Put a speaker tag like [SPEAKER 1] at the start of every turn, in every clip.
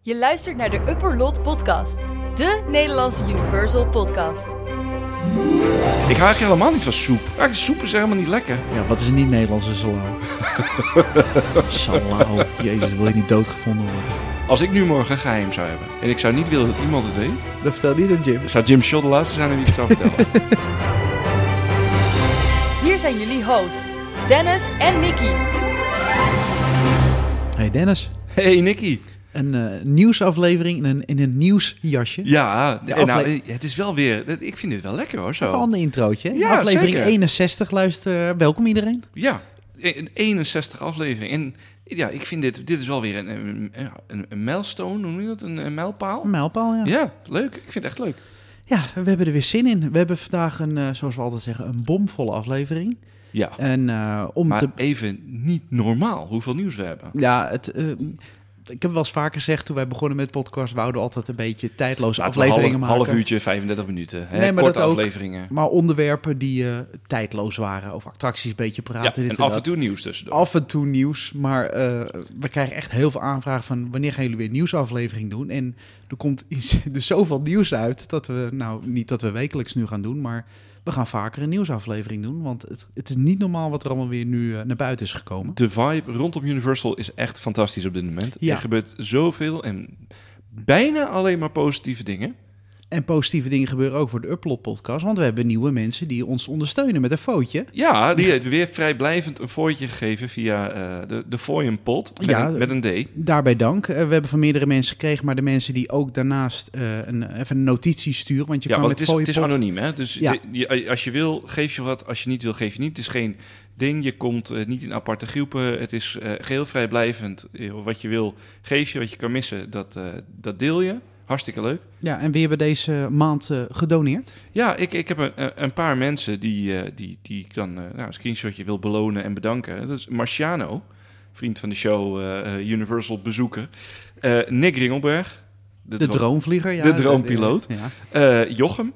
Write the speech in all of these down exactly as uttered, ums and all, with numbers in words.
[SPEAKER 1] Je luistert naar de Upper Lot podcast, de Nederlandse Universal podcast.
[SPEAKER 2] Ik hou eigenlijk helemaal niet van soep. Eigenlijk soep is helemaal niet lekker.
[SPEAKER 3] Ja, wat is een niet-Nederlandse salau? Salau. Jezus, wil je niet doodgevonden worden?
[SPEAKER 2] Als ik nu morgen een geheim zou hebben en ik zou niet willen dat iemand het weet,
[SPEAKER 3] Dat vertel niet aan Jim.
[SPEAKER 2] zou Jim Shot de laatste zijn aan wie ik het zou vertellen.
[SPEAKER 1] Hier zijn jullie hosts, Dennis en Nicky.
[SPEAKER 3] Hey Dennis,
[SPEAKER 2] Hey Nicky.
[SPEAKER 3] een uh, nieuwsaflevering in een, in een nieuwsjasje.
[SPEAKER 2] Ja,
[SPEAKER 3] De
[SPEAKER 2] en nou,
[SPEAKER 3] afle-
[SPEAKER 2] het is wel weer... Ik vind dit wel lekker hoor, zo.
[SPEAKER 3] Even een ander introotje. hè?
[SPEAKER 2] Ja,
[SPEAKER 3] Aflevering
[SPEAKER 2] zeker.
[SPEAKER 3] eenenzestig, luister. Welkom iedereen.
[SPEAKER 2] Ja, een eenenzestig aflevering. En ja, ik vind dit... Dit is wel weer een, een, een, een milestone, hoe noem je dat? Een, een mijlpaal?
[SPEAKER 3] Een mijlpaal, ja.
[SPEAKER 2] Ja, leuk. Ik vind het echt leuk.
[SPEAKER 3] Ja, we hebben er weer zin in. We hebben vandaag een, uh, zoals we altijd zeggen, een bomvolle aflevering.
[SPEAKER 2] Ja,
[SPEAKER 3] En uh, om
[SPEAKER 2] maar
[SPEAKER 3] te...
[SPEAKER 2] even niet normaal hoeveel nieuws we hebben.
[SPEAKER 3] Ja, het... Uh, ik heb wel eens vaker gezegd, toen wij begonnen met podcast, wouden we altijd een beetje tijdloze
[SPEAKER 2] Laten we
[SPEAKER 3] afleveringen
[SPEAKER 2] half,
[SPEAKER 3] maken.
[SPEAKER 2] half uurtje, vijfendertig minuten. Hè?
[SPEAKER 3] Nee, maar
[SPEAKER 2] Korte
[SPEAKER 3] dat ook.
[SPEAKER 2] afleveringen.
[SPEAKER 3] Maar onderwerpen die uh, tijdloos waren. Over attracties een beetje praten.
[SPEAKER 2] Ja,
[SPEAKER 3] dit
[SPEAKER 2] en
[SPEAKER 3] en
[SPEAKER 2] af
[SPEAKER 3] dat.
[SPEAKER 2] en toe nieuws tussendoor.
[SPEAKER 3] Af en toe nieuws. Maar uh, we krijgen echt heel veel aanvragen van wanneer gaan jullie weer een nieuwsaflevering doen? En er komt er zoveel nieuws uit dat we, nou niet dat we wekelijks nu gaan doen, maar we gaan vaker een nieuwsaflevering doen. Want het, het is niet normaal wat er allemaal weer nu uh, naar buiten is gekomen.
[SPEAKER 2] De vibe rondom Universal is echt fantastisch op dit moment.
[SPEAKER 3] Ja.
[SPEAKER 2] Er gebeurt zoveel en bijna alleen maar positieve dingen.
[SPEAKER 3] En positieve dingen gebeuren ook voor de Upload podcast. Want we hebben nieuwe mensen die ons ondersteunen met een footje.
[SPEAKER 2] Ja, die heeft weer vrijblijvend een fooitje gegeven via uh, de, de Fooienpot met,
[SPEAKER 3] Ja,
[SPEAKER 2] een, met een D.
[SPEAKER 3] Daarbij dank. Uh, we hebben van meerdere mensen gekregen, maar de mensen die ook daarnaast uh, een, even een notitie sturen. Want je
[SPEAKER 2] Ja,
[SPEAKER 3] kan
[SPEAKER 2] want
[SPEAKER 3] met
[SPEAKER 2] het is, het is
[SPEAKER 3] Fooienpot-
[SPEAKER 2] anoniem, hè? Dus
[SPEAKER 3] Ja.
[SPEAKER 2] de- je- als je wil, geef je wat. Als je niet wil, geef je niet. Het is geen ding. Je komt uh, niet in aparte groepen. Het is uh, geheel vrijblijvend. Uh, wat je wil, geef je. Wat je kan missen, dat, uh, dat deel je. Hartstikke leuk.
[SPEAKER 3] Ja, en wie hebben deze maand uh, gedoneerd?
[SPEAKER 2] Ja, ik, ik heb een, een paar mensen die, uh, die, die ik dan uh, nou, een screenshotje wil belonen en bedanken. Dat is Marciano, vriend van de show, uh, Universal bezoeker. Uh, Nick Ringelberg.
[SPEAKER 3] De,
[SPEAKER 2] dro-
[SPEAKER 3] droomvlieger, ja.
[SPEAKER 2] de droompiloot.
[SPEAKER 3] De- ja.
[SPEAKER 2] Uh, Jochem.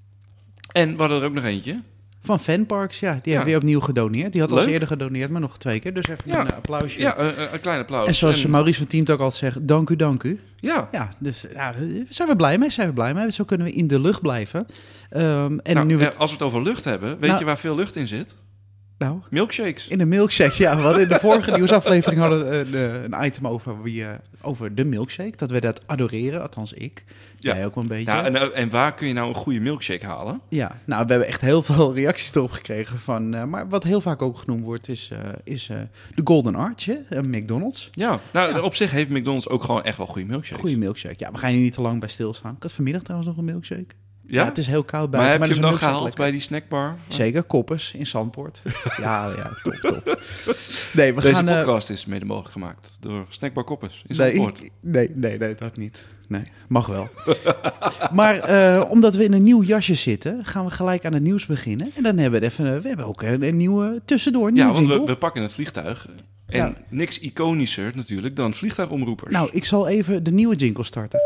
[SPEAKER 2] En we hadden er ook nog eentje.
[SPEAKER 3] Van Fanparks, ja. Die
[SPEAKER 2] Ja.
[SPEAKER 3] heeft weer opnieuw gedoneerd. Die had al eens
[SPEAKER 2] Leuk.
[SPEAKER 3] eerder gedoneerd, maar nog twee keer. Dus even
[SPEAKER 2] Ja.
[SPEAKER 3] een uh, applausje.
[SPEAKER 2] Ja, uh, een klein applaus.
[SPEAKER 3] En zoals
[SPEAKER 2] En-
[SPEAKER 3] Maurice van Team ook altijd zegt, dank u, dank u.
[SPEAKER 2] Ja,
[SPEAKER 3] Ja, dus ja, zijn we blij mee, zijn we blij mee. Zo kunnen we in de lucht blijven. Um, en
[SPEAKER 2] nou,
[SPEAKER 3] nu we
[SPEAKER 2] uh, als we het over lucht hebben, weet
[SPEAKER 3] Nou-
[SPEAKER 2] je waar veel lucht in zit?
[SPEAKER 3] nou,
[SPEAKER 2] Milkshakes.
[SPEAKER 3] in de milkshake, ja. We hadden in de vorige nieuwsaflevering hadden we een, uh, een item over, wie, uh, over de milkshake. Dat we dat adoreren, althans ik.
[SPEAKER 2] Ja.
[SPEAKER 3] Jij ook wel een beetje.
[SPEAKER 2] Ja, en, uh, en waar kun je nou een goede milkshake halen?
[SPEAKER 3] Ja, nou, we hebben echt heel veel reacties erop gekregen van... Uh, maar wat heel vaak ook genoemd wordt, is, uh, is uh, de Golden Arch, hè? Uh, McDonald's.
[SPEAKER 2] Ja, nou
[SPEAKER 3] Ja.
[SPEAKER 2] op zich heeft McDonald's ook gewoon echt wel goede milkshakes.
[SPEAKER 3] Goede milkshake. Ja, we gaan hier niet te lang bij stilstaan. Ik had vanmiddag trouwens nog een milkshake.
[SPEAKER 2] Ja?
[SPEAKER 3] Ja, het is heel koud
[SPEAKER 2] maar
[SPEAKER 3] buiten.
[SPEAKER 2] heb je hem
[SPEAKER 3] er
[SPEAKER 2] nog
[SPEAKER 3] is een
[SPEAKER 2] gehaald
[SPEAKER 3] milkshake
[SPEAKER 2] bij die snackbar?
[SPEAKER 3] lekker. Zeker, Koppers in Zandpoort. ja, ja, top, top. Nee, we
[SPEAKER 2] Deze
[SPEAKER 3] gaan... uh,
[SPEAKER 2] podcast is mede mogelijk gemaakt door Snackbar Koppers in
[SPEAKER 3] nee,
[SPEAKER 2] Zandvoort.
[SPEAKER 3] ik- nee, nee, nee, dat niet. Nee, mag wel. maar uh, omdat we in een nieuw jasje zitten, gaan we gelijk aan het nieuws beginnen. En dan hebben we het even... uh, we hebben ook een, een nieuwe tussendoor, een
[SPEAKER 2] Ja,
[SPEAKER 3] nieuwe
[SPEAKER 2] want we,
[SPEAKER 3] jingle.
[SPEAKER 2] we pakken het vliegtuig. En
[SPEAKER 3] Ja.
[SPEAKER 2] niks iconischer natuurlijk dan vliegtuigomroepers.
[SPEAKER 3] Nou, ik zal even de nieuwe jingle starten.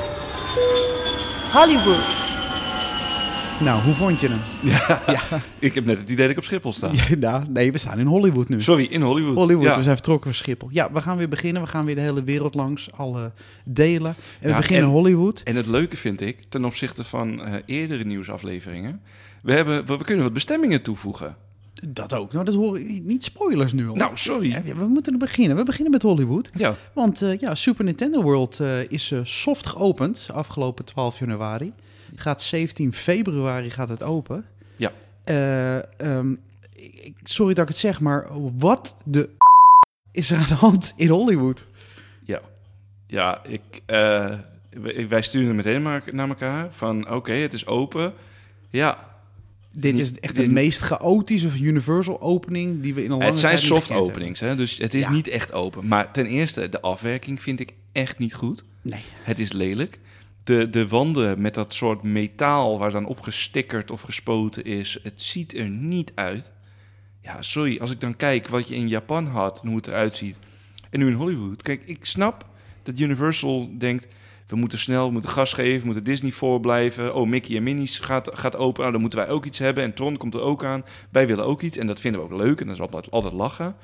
[SPEAKER 1] Hollywood.
[SPEAKER 3] Nou, hoe vond je hem?
[SPEAKER 2] ja,
[SPEAKER 3] Ja,
[SPEAKER 2] ik heb net het idee dat ik op Schiphol sta.
[SPEAKER 3] ja nou, nee, we staan in Hollywood nu.
[SPEAKER 2] Sorry, in Hollywood.
[SPEAKER 3] Hollywood,
[SPEAKER 2] Ja.
[SPEAKER 3] we zijn vertrokken van Schiphol. Ja, we gaan weer beginnen. We gaan weer de hele wereld langs, alle delen. En we
[SPEAKER 2] Ja,
[SPEAKER 3] beginnen
[SPEAKER 2] en-
[SPEAKER 3] in Hollywood.
[SPEAKER 2] En het leuke vind ik, ten opzichte van uh, eerdere nieuwsafleveringen... We, hebben, we, we kunnen wat bestemmingen toevoegen.
[SPEAKER 3] Dat ook. Nou, dat horen niet spoilers nu al.
[SPEAKER 2] Nou, sorry.
[SPEAKER 3] Ja, we moeten beginnen. We beginnen met Hollywood.
[SPEAKER 2] Ja,
[SPEAKER 3] Want uh, ja, Super Nintendo World uh, is uh, soft geopend afgelopen twaalf januari. Gaat zeventien februari gaat het open.
[SPEAKER 2] Ja.
[SPEAKER 3] Uh, um, ik, sorry dat ik het zeg, maar wat de is er aan de hand in Hollywood?
[SPEAKER 2] ja. Ja, ik, uh, wij wij sturen het meteen maar naar elkaar. Van, oké, okay, het is open. Ja,
[SPEAKER 3] Dit
[SPEAKER 2] niet-
[SPEAKER 3] is echt
[SPEAKER 2] dit-
[SPEAKER 3] de meest chaotische Universal opening die we in een lange
[SPEAKER 2] het zijn
[SPEAKER 3] tijd niet
[SPEAKER 2] soft
[SPEAKER 3] gekend
[SPEAKER 2] openings, hè? Dus het is
[SPEAKER 3] Ja.
[SPEAKER 2] niet echt open. Maar ten eerste, de afwerking vind ik echt niet goed.
[SPEAKER 3] hebben. Nee.
[SPEAKER 2] Het is lelijk. De, de wanden met dat soort metaal waar dan op gestickerd of gespoten is, het ziet er niet uit. Ja, sorry, als ik dan kijk wat je in Japan had en hoe het eruit ziet. En nu in Hollywood. Kijk, ik snap dat Universal denkt, we moeten snel, we moeten gas geven, we moeten Disney voorblijven. Oh, Mickey en Minnie's gaat, gaat open, nou, dan moeten wij ook iets hebben. En Tron komt er ook aan. Wij willen ook iets en dat vinden we ook leuk en dat is altijd, altijd lachen.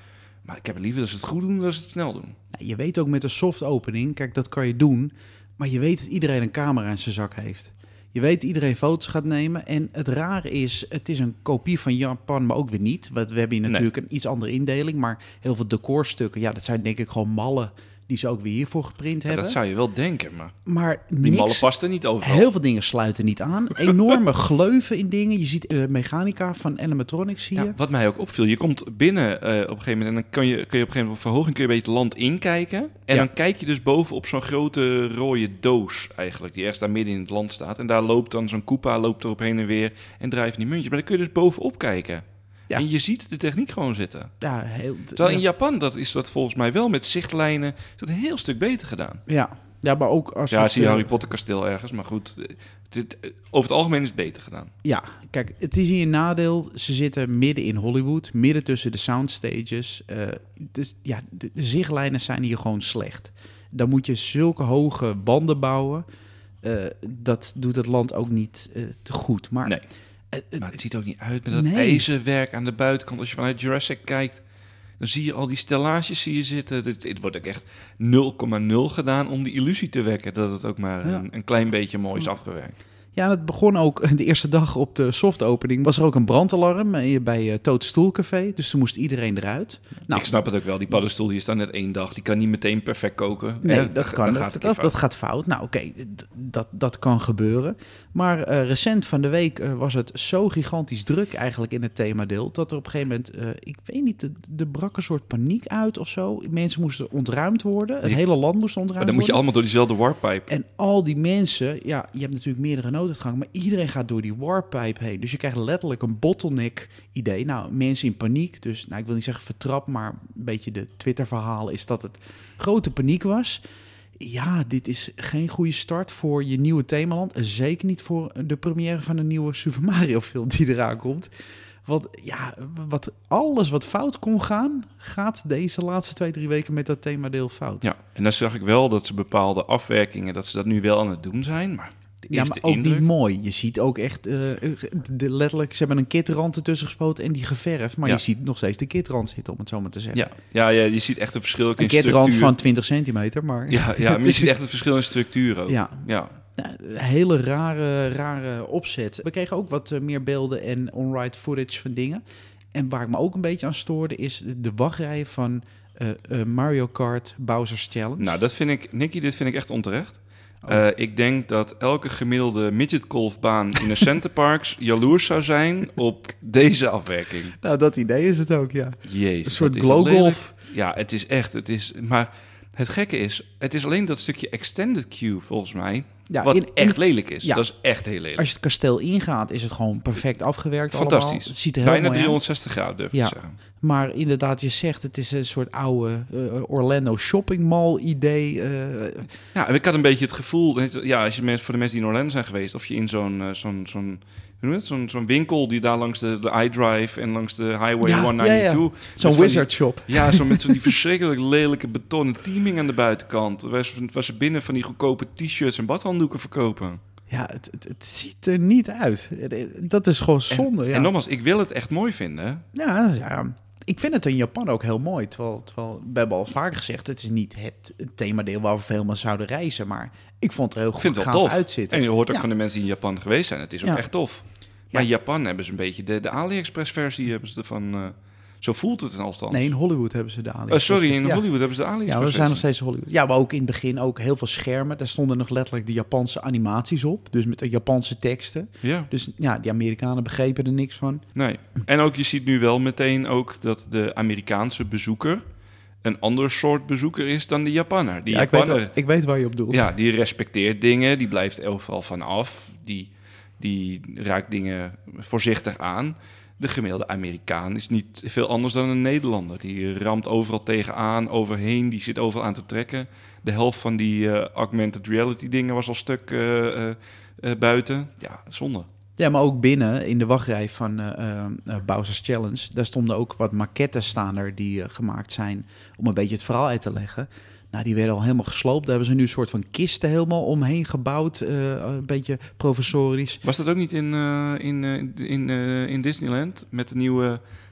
[SPEAKER 2] Maar ik heb het liever dat ze het goed doen dan dat ze het snel doen.
[SPEAKER 3] Nou, je weet ook met een soft opening, kijk, dat kan je doen. Maar je weet dat iedereen een camera in zijn zak heeft. Je weet dat iedereen foto's gaat nemen. En het rare is, het is een kopie van Japan, maar ook weer niet. Want we hebben hier natuurlijk nee. een iets andere indeling. Maar heel veel decorstukken, ja, dat zijn denk ik gewoon mallen die ze ook weer hiervoor geprint
[SPEAKER 2] ja,
[SPEAKER 3] hebben.
[SPEAKER 2] Dat zou je wel denken, maar,
[SPEAKER 3] maar
[SPEAKER 2] die
[SPEAKER 3] niks,
[SPEAKER 2] mallen past er niet overal.
[SPEAKER 3] Heel veel dingen sluiten niet aan. Enorme gleuven in dingen. Je ziet uh, mechanica van animatronics hier.
[SPEAKER 2] Ja, wat mij ook opviel, je komt binnen uh, op een gegeven moment... en dan kan je, kun je op een gegeven moment op verhoging kun je een beetje het land inkijken. En ja. dan kijk je dus boven op zo'n grote rode doos eigenlijk... die ergens daar midden in het land staat. En daar loopt dan zo'n Koopa, loopt erop heen en weer... en drijft die muntjes. Maar dan kun je dus bovenop kijken... Ja. En je ziet de techniek gewoon zitten.
[SPEAKER 3] Ja, heel,
[SPEAKER 2] Terwijl
[SPEAKER 3] ja.
[SPEAKER 2] in Japan, dat is dat volgens mij wel met zichtlijnen... is dat een heel stuk beter gedaan.
[SPEAKER 3] Ja, ja maar ook als
[SPEAKER 2] Ja,
[SPEAKER 3] het,
[SPEAKER 2] zie je
[SPEAKER 3] uh,
[SPEAKER 2] Harry Potter kasteel ergens. Maar goed, dit, over het algemeen is het beter gedaan.
[SPEAKER 3] Ja, kijk, het is hier een nadeel. Ze zitten midden in Hollywood. Midden tussen de soundstages. Uh, dus, ja, de, de zichtlijnen zijn hier gewoon slecht. Dan moet je zulke hoge banden bouwen. Uh, dat doet het land ook niet uh, te goed. Maar...
[SPEAKER 2] Nee.
[SPEAKER 3] Uh,
[SPEAKER 2] Maar het ziet ook niet uit met dat
[SPEAKER 3] nee.
[SPEAKER 2] ijzerwerk aan de buitenkant. Als je vanuit Jurassic kijkt, dan zie je al die stellages zie je zitten. Het, het wordt ook echt nul komma nul gedaan om die illusie te wekken... dat het ook maar ja. een, een klein beetje mooi is afgewerkt.
[SPEAKER 3] Ja, het begon ook de eerste dag op de soft opening. Was er ook een brandalarm bij uh, Toad Stoelcafé. Dus toen moest iedereen eruit. Nou,
[SPEAKER 2] ik snap het ook wel. Die paddenstoel die is dan net één dag. Die kan niet meteen perfect koken.
[SPEAKER 3] Nee,
[SPEAKER 2] eh,
[SPEAKER 3] dat kan. Dat, dat, dat gaat fout. Nou, oké, okay, d- dat, dat kan gebeuren. Maar uh, recent van de week uh, was het zo gigantisch druk eigenlijk in het themadeel... dat er op een gegeven moment, uh, ik weet niet, er brak een soort paniek uit of zo. Mensen moesten ontruimd worden. Het
[SPEAKER 2] nee.
[SPEAKER 3] hele land moest ontruimd
[SPEAKER 2] maar dan
[SPEAKER 3] worden.
[SPEAKER 2] moet je allemaal door diezelfde warpipe.
[SPEAKER 3] En al die mensen, ja, je hebt natuurlijk meerdere nooduitgangen... maar iedereen gaat door die warpipe heen. Dus je krijgt letterlijk een bottleneck-idee. Nou, mensen in paniek. Dus, nou, ik wil niet zeggen vertrap, maar een beetje de Twitter-verhaal is dat het grote paniek was. Ja, dit is geen goede start voor je nieuwe themaland. Zeker niet voor de première van een nieuwe Super Mario-film die eraan komt. Want ja, wat, alles wat fout kon gaan, gaat deze laatste twee, drie weken met dat themadeel fout.
[SPEAKER 2] Ja, en dan zag ik wel dat ze bepaalde afwerkingen, dat ze dat nu wel aan het doen zijn, maar...
[SPEAKER 3] Ja, maar ook indruk. Niet mooi. Je ziet ook echt, uh, de, letterlijk, ze hebben een kitrand ertussen gespoten en die geverfd. Maar ja. je ziet nog steeds de kitrand zitten, om het zo maar te zeggen.
[SPEAKER 2] Ja, ja, ja je ziet echt een verschil ook
[SPEAKER 3] een
[SPEAKER 2] in structuur.
[SPEAKER 3] Een kitrand van twintig centimeter, maar...
[SPEAKER 2] Ja, ja maar je ziet echt het verschil in structuur ook.
[SPEAKER 3] Ja.
[SPEAKER 2] ja.
[SPEAKER 3] Nou, hele rare, rare opzet. We kregen ook wat uh, meer beelden en on-ride footage van dingen. En waar ik me ook een beetje aan stoorde, is de wachtrij van uh, uh, Mario Kart Bowser's Challenge.
[SPEAKER 2] Nou, dat vind ik, Nicky, dit vind ik echt onterecht. Oh. Uh, ik denk dat elke gemiddelde midgetgolfbaan in de Centerparks jaloers zou zijn op deze afwerking.
[SPEAKER 3] Nou, dat idee is het ook, ja.
[SPEAKER 2] Jezus,
[SPEAKER 3] een soort glow-golf.
[SPEAKER 2] Ja, het is echt, het is... Maar het gekke is, het is alleen dat stukje extended queue volgens mij... Ja, wat in, in, echt lelijk is. Ja, dat is echt heel lelijk.
[SPEAKER 3] Als je het kasteel ingaat, is het gewoon perfect afgewerkt.
[SPEAKER 2] Fantastisch.
[SPEAKER 3] Allemaal. Het ziet er heel
[SPEAKER 2] bijna
[SPEAKER 3] mooi
[SPEAKER 2] driehonderdzestig graden, durf ik
[SPEAKER 3] ja.
[SPEAKER 2] te zeggen.
[SPEAKER 3] Maar inderdaad, je zegt, het is een soort oude uh, Orlando shopping mall idee. Uh.
[SPEAKER 2] Ja, ik had een beetje het gevoel... Ja, als je mensen, voor de mensen die in Orlando zijn geweest... of je in zo'n... Uh, zo'n, zo'n hoe noem je het? Zo'n, zo'n winkel die daar langs de, de iDrive... en langs de Highway
[SPEAKER 3] ja,
[SPEAKER 2] honderdnegenentwintig...
[SPEAKER 3] Ja, ja. Zo'n wizard
[SPEAKER 2] die,
[SPEAKER 3] shop.
[SPEAKER 2] Ja, zo met zo'n die verschrikkelijk lelijke betonnen teaming aan de buitenkant. Waar ze, waar ze binnen van die goedkope t-shirts en badhanddoeken verkopen.
[SPEAKER 3] Ja, het, het, het ziet er niet uit. Dat is gewoon zonde.
[SPEAKER 2] En,
[SPEAKER 3] ja.
[SPEAKER 2] en nogmaals, ik wil het echt mooi vinden.
[SPEAKER 3] Ja, ja, ik vind het in Japan ook heel mooi. Terwijl, terwijl we hebben al vaak gezegd, het is niet het themadeel waar we veel meer zouden reizen. Maar ik vond het er heel goed gaaf uitzitten.
[SPEAKER 2] En je hoort ook
[SPEAKER 3] ja.
[SPEAKER 2] van de mensen die in Japan geweest zijn. Het is ook ja. echt tof. Maar in ja. Japan hebben ze een beetje de, de AliExpress-versie hebben ze ervan... Uh, Zo voelt het in althans.
[SPEAKER 3] Nee, in Hollywood hebben ze de AliExpress.
[SPEAKER 2] Uh, sorry, in
[SPEAKER 3] ja.
[SPEAKER 2] Hollywood hebben ze de AliExpress.
[SPEAKER 3] Ja, we zijn nog steeds in Hollywood. Ja, maar ook in het begin ook heel veel schermen. Daar stonden nog letterlijk de Japanse animaties op. Dus met de Japanse teksten.
[SPEAKER 2] Ja.
[SPEAKER 3] Dus ja, die Amerikanen begrepen er niks van.
[SPEAKER 2] Nee. En ook, je ziet nu wel meteen ook dat de Amerikaanse bezoeker... een ander soort bezoeker is dan de Japanner. Die
[SPEAKER 3] ja,
[SPEAKER 2] Japanner,
[SPEAKER 3] ik, weet wel, ik weet waar je op doelt.
[SPEAKER 2] Ja, die respecteert dingen. Die blijft overal van af. Die, die raakt dingen voorzichtig aan... De gemiddelde Amerikaan is niet veel anders dan een Nederlander. Die ramt overal tegenaan, overheen, die zit overal aan te trekken. De helft van die uh, augmented reality dingen was al stuk uh, uh, uh, buiten. Ja, zonde.
[SPEAKER 3] Ja, maar ook binnen, in de wachtrij van uh, uh, Bowser's Challenge... daar stonden ook wat maquettes staan er die uh, gemaakt zijn... om een beetje het verhaal uit te leggen... Nou, die werden al helemaal gesloopt. Daar hebben ze nu een soort van kisten helemaal omheen gebouwd. Uh, een beetje professorisch.
[SPEAKER 2] Was dat ook niet in, uh, in, uh, in, uh, in Disneyland? Met de nieuwe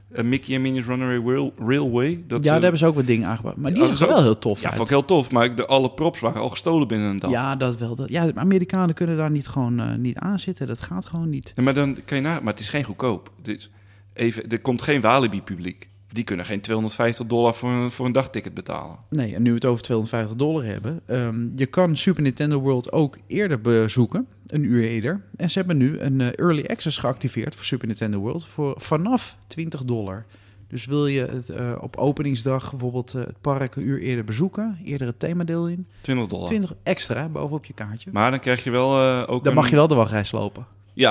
[SPEAKER 2] Uh, Mickey en Minnie's Runaway Rail- Railway. Dat
[SPEAKER 3] ja,
[SPEAKER 2] ze,
[SPEAKER 3] daar hebben ze ook wat dingen aangebracht. Maar die
[SPEAKER 2] Ja,
[SPEAKER 3] is
[SPEAKER 2] dat is
[SPEAKER 3] wel heel tof
[SPEAKER 2] Ja,
[SPEAKER 3] uit.
[SPEAKER 2] vond ik heel tof. Maar de, alle props waren al gestolen binnen een dag.
[SPEAKER 3] Ja, dat wel. Dat, ja, de Amerikanen kunnen daar niet gewoon uh, niet aan zitten. Dat gaat gewoon niet.
[SPEAKER 2] Ja, maar dan kan je na... Maar het is geen goedkoop. Het is even, er komt geen Walibi-publiek. Die kunnen geen tweehonderdvijftig dollar voor een, voor een dagticket betalen.
[SPEAKER 3] Nee, en nu we het over tweehonderdvijftig dollar hebben. Um, je kan Super Nintendo World ook eerder bezoeken. Een uur eerder. En ze hebben nu een uh, Early Access geactiveerd voor Super Nintendo World. Voor vanaf twintig dollar. Dus wil je het uh, op openingsdag bijvoorbeeld uh, het park een uur eerder bezoeken. Eerder het themadeel in.
[SPEAKER 2] twintig dollar.
[SPEAKER 3] twintig extra bovenop je kaartje.
[SPEAKER 2] Maar dan krijg je wel uh, ook
[SPEAKER 3] Dan
[SPEAKER 2] een...
[SPEAKER 3] mag je wel de wachtreis lopen.
[SPEAKER 2] Ja.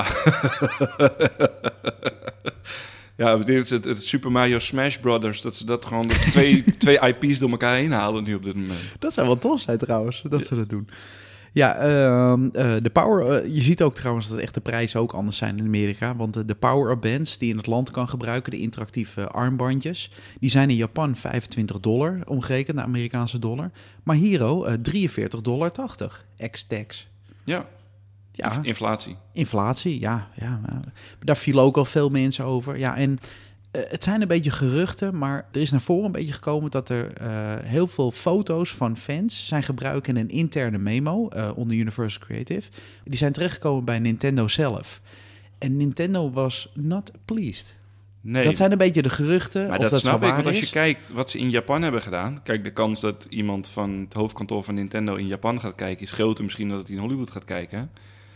[SPEAKER 2] Ja, dit is het, het Super Mario Smash Brothers. Dat ze dat gewoon... Dat ze twee, twee I P's door elkaar heen halen nu op dit moment.
[SPEAKER 3] Dat zou wel tof zijn trouwens, dat ze dat doen. Ja, uh, uh, de power... Uh, je ziet ook trouwens dat echt de prijzen ook anders zijn in Amerika. Want uh, de power-up bands die je in het land kan gebruiken, de interactieve armbandjes, die zijn in Japan vijfentwintig dollar, omgerekend naar Amerikaanse dollar. Maar hier uh, drieënveertig dollar tachtig, ex-tax.
[SPEAKER 2] Ja.
[SPEAKER 3] Ja,
[SPEAKER 2] Inf- inflatie.
[SPEAKER 3] inflatie, ja. ja uh, daar vielen ook al veel mensen over. Ja, en uh, het zijn een beetje geruchten, maar er is naar voren een beetje gekomen dat er uh, heel veel foto's van fans zijn gebruikt in een interne memo uh, onder Universal Creative. Die zijn terechtgekomen bij Nintendo zelf. En Nintendo was not pleased.
[SPEAKER 2] Nee.
[SPEAKER 3] Dat zijn een beetje de geruchten.
[SPEAKER 2] Maar
[SPEAKER 3] of
[SPEAKER 2] dat,
[SPEAKER 3] dat
[SPEAKER 2] snap
[SPEAKER 3] zo
[SPEAKER 2] ik,
[SPEAKER 3] waar
[SPEAKER 2] want als je
[SPEAKER 3] is.
[SPEAKER 2] kijkt wat ze in Japan hebben gedaan... Kijk, de kans dat iemand van het hoofdkantoor van Nintendo in Japan gaat kijken... is groter misschien dan dat hij in Hollywood gaat kijken.